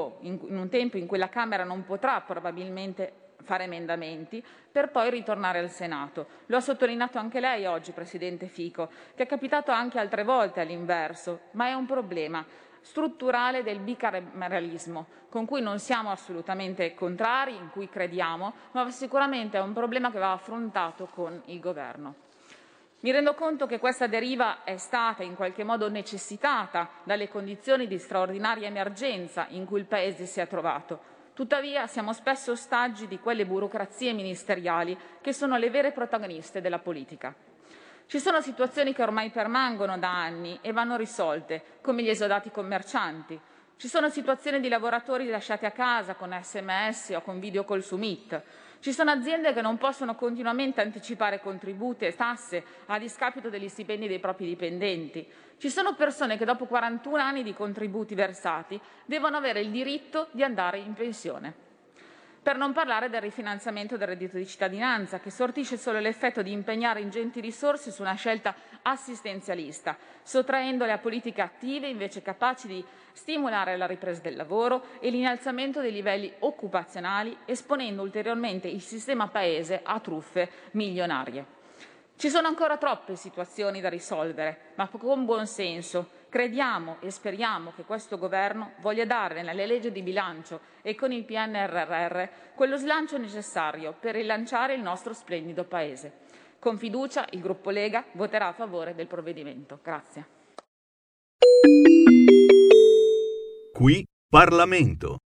Speaker 12: un tempo in cui la Camera non potrà probabilmente fare emendamenti per poi ritornare al Senato. Lo ha sottolineato anche lei oggi, Presidente Fico, che è capitato anche altre volte all'inverso, ma è un problema strutturale del bicameralismo, con cui non siamo assolutamente contrari, in cui crediamo, ma sicuramente è un problema che va affrontato con il Governo. Mi rendo conto che questa deriva è stata in qualche modo necessitata dalle condizioni di straordinaria emergenza in cui il Paese si è trovato. Tuttavia siamo spesso ostaggi di quelle burocrazie ministeriali che sono le vere protagoniste della politica. Ci sono situazioni che ormai permangono da anni e vanno risolte, come gli esodati commercianti. Ci sono situazioni di lavoratori lasciati a casa con SMS o con video call su Meet. Ci sono aziende che non possono continuamente anticipare contributi e tasse a discapito degli stipendi dei propri dipendenti. Ci sono persone che dopo 41 anni di contributi versati devono avere il diritto di andare in pensione. Per non parlare del rifinanziamento del reddito di cittadinanza, che sortisce solo l'effetto di impegnare ingenti risorse su una scelta assistenzialista, sottraendole a politiche attive invece capaci di stimolare la ripresa del lavoro e l'innalzamento dei livelli occupazionali, esponendo ulteriormente il sistema Paese a truffe milionarie. Ci sono ancora troppe situazioni da risolvere, ma con buon senso Crediamo e speriamo che questo Governo voglia dare nelle leggi di bilancio e con il PNRR quello slancio necessario per rilanciare il nostro splendido Paese. Con fiducia il Gruppo Lega voterà a favore del provvedimento. Grazie.
Speaker 7: Qui Parlamento.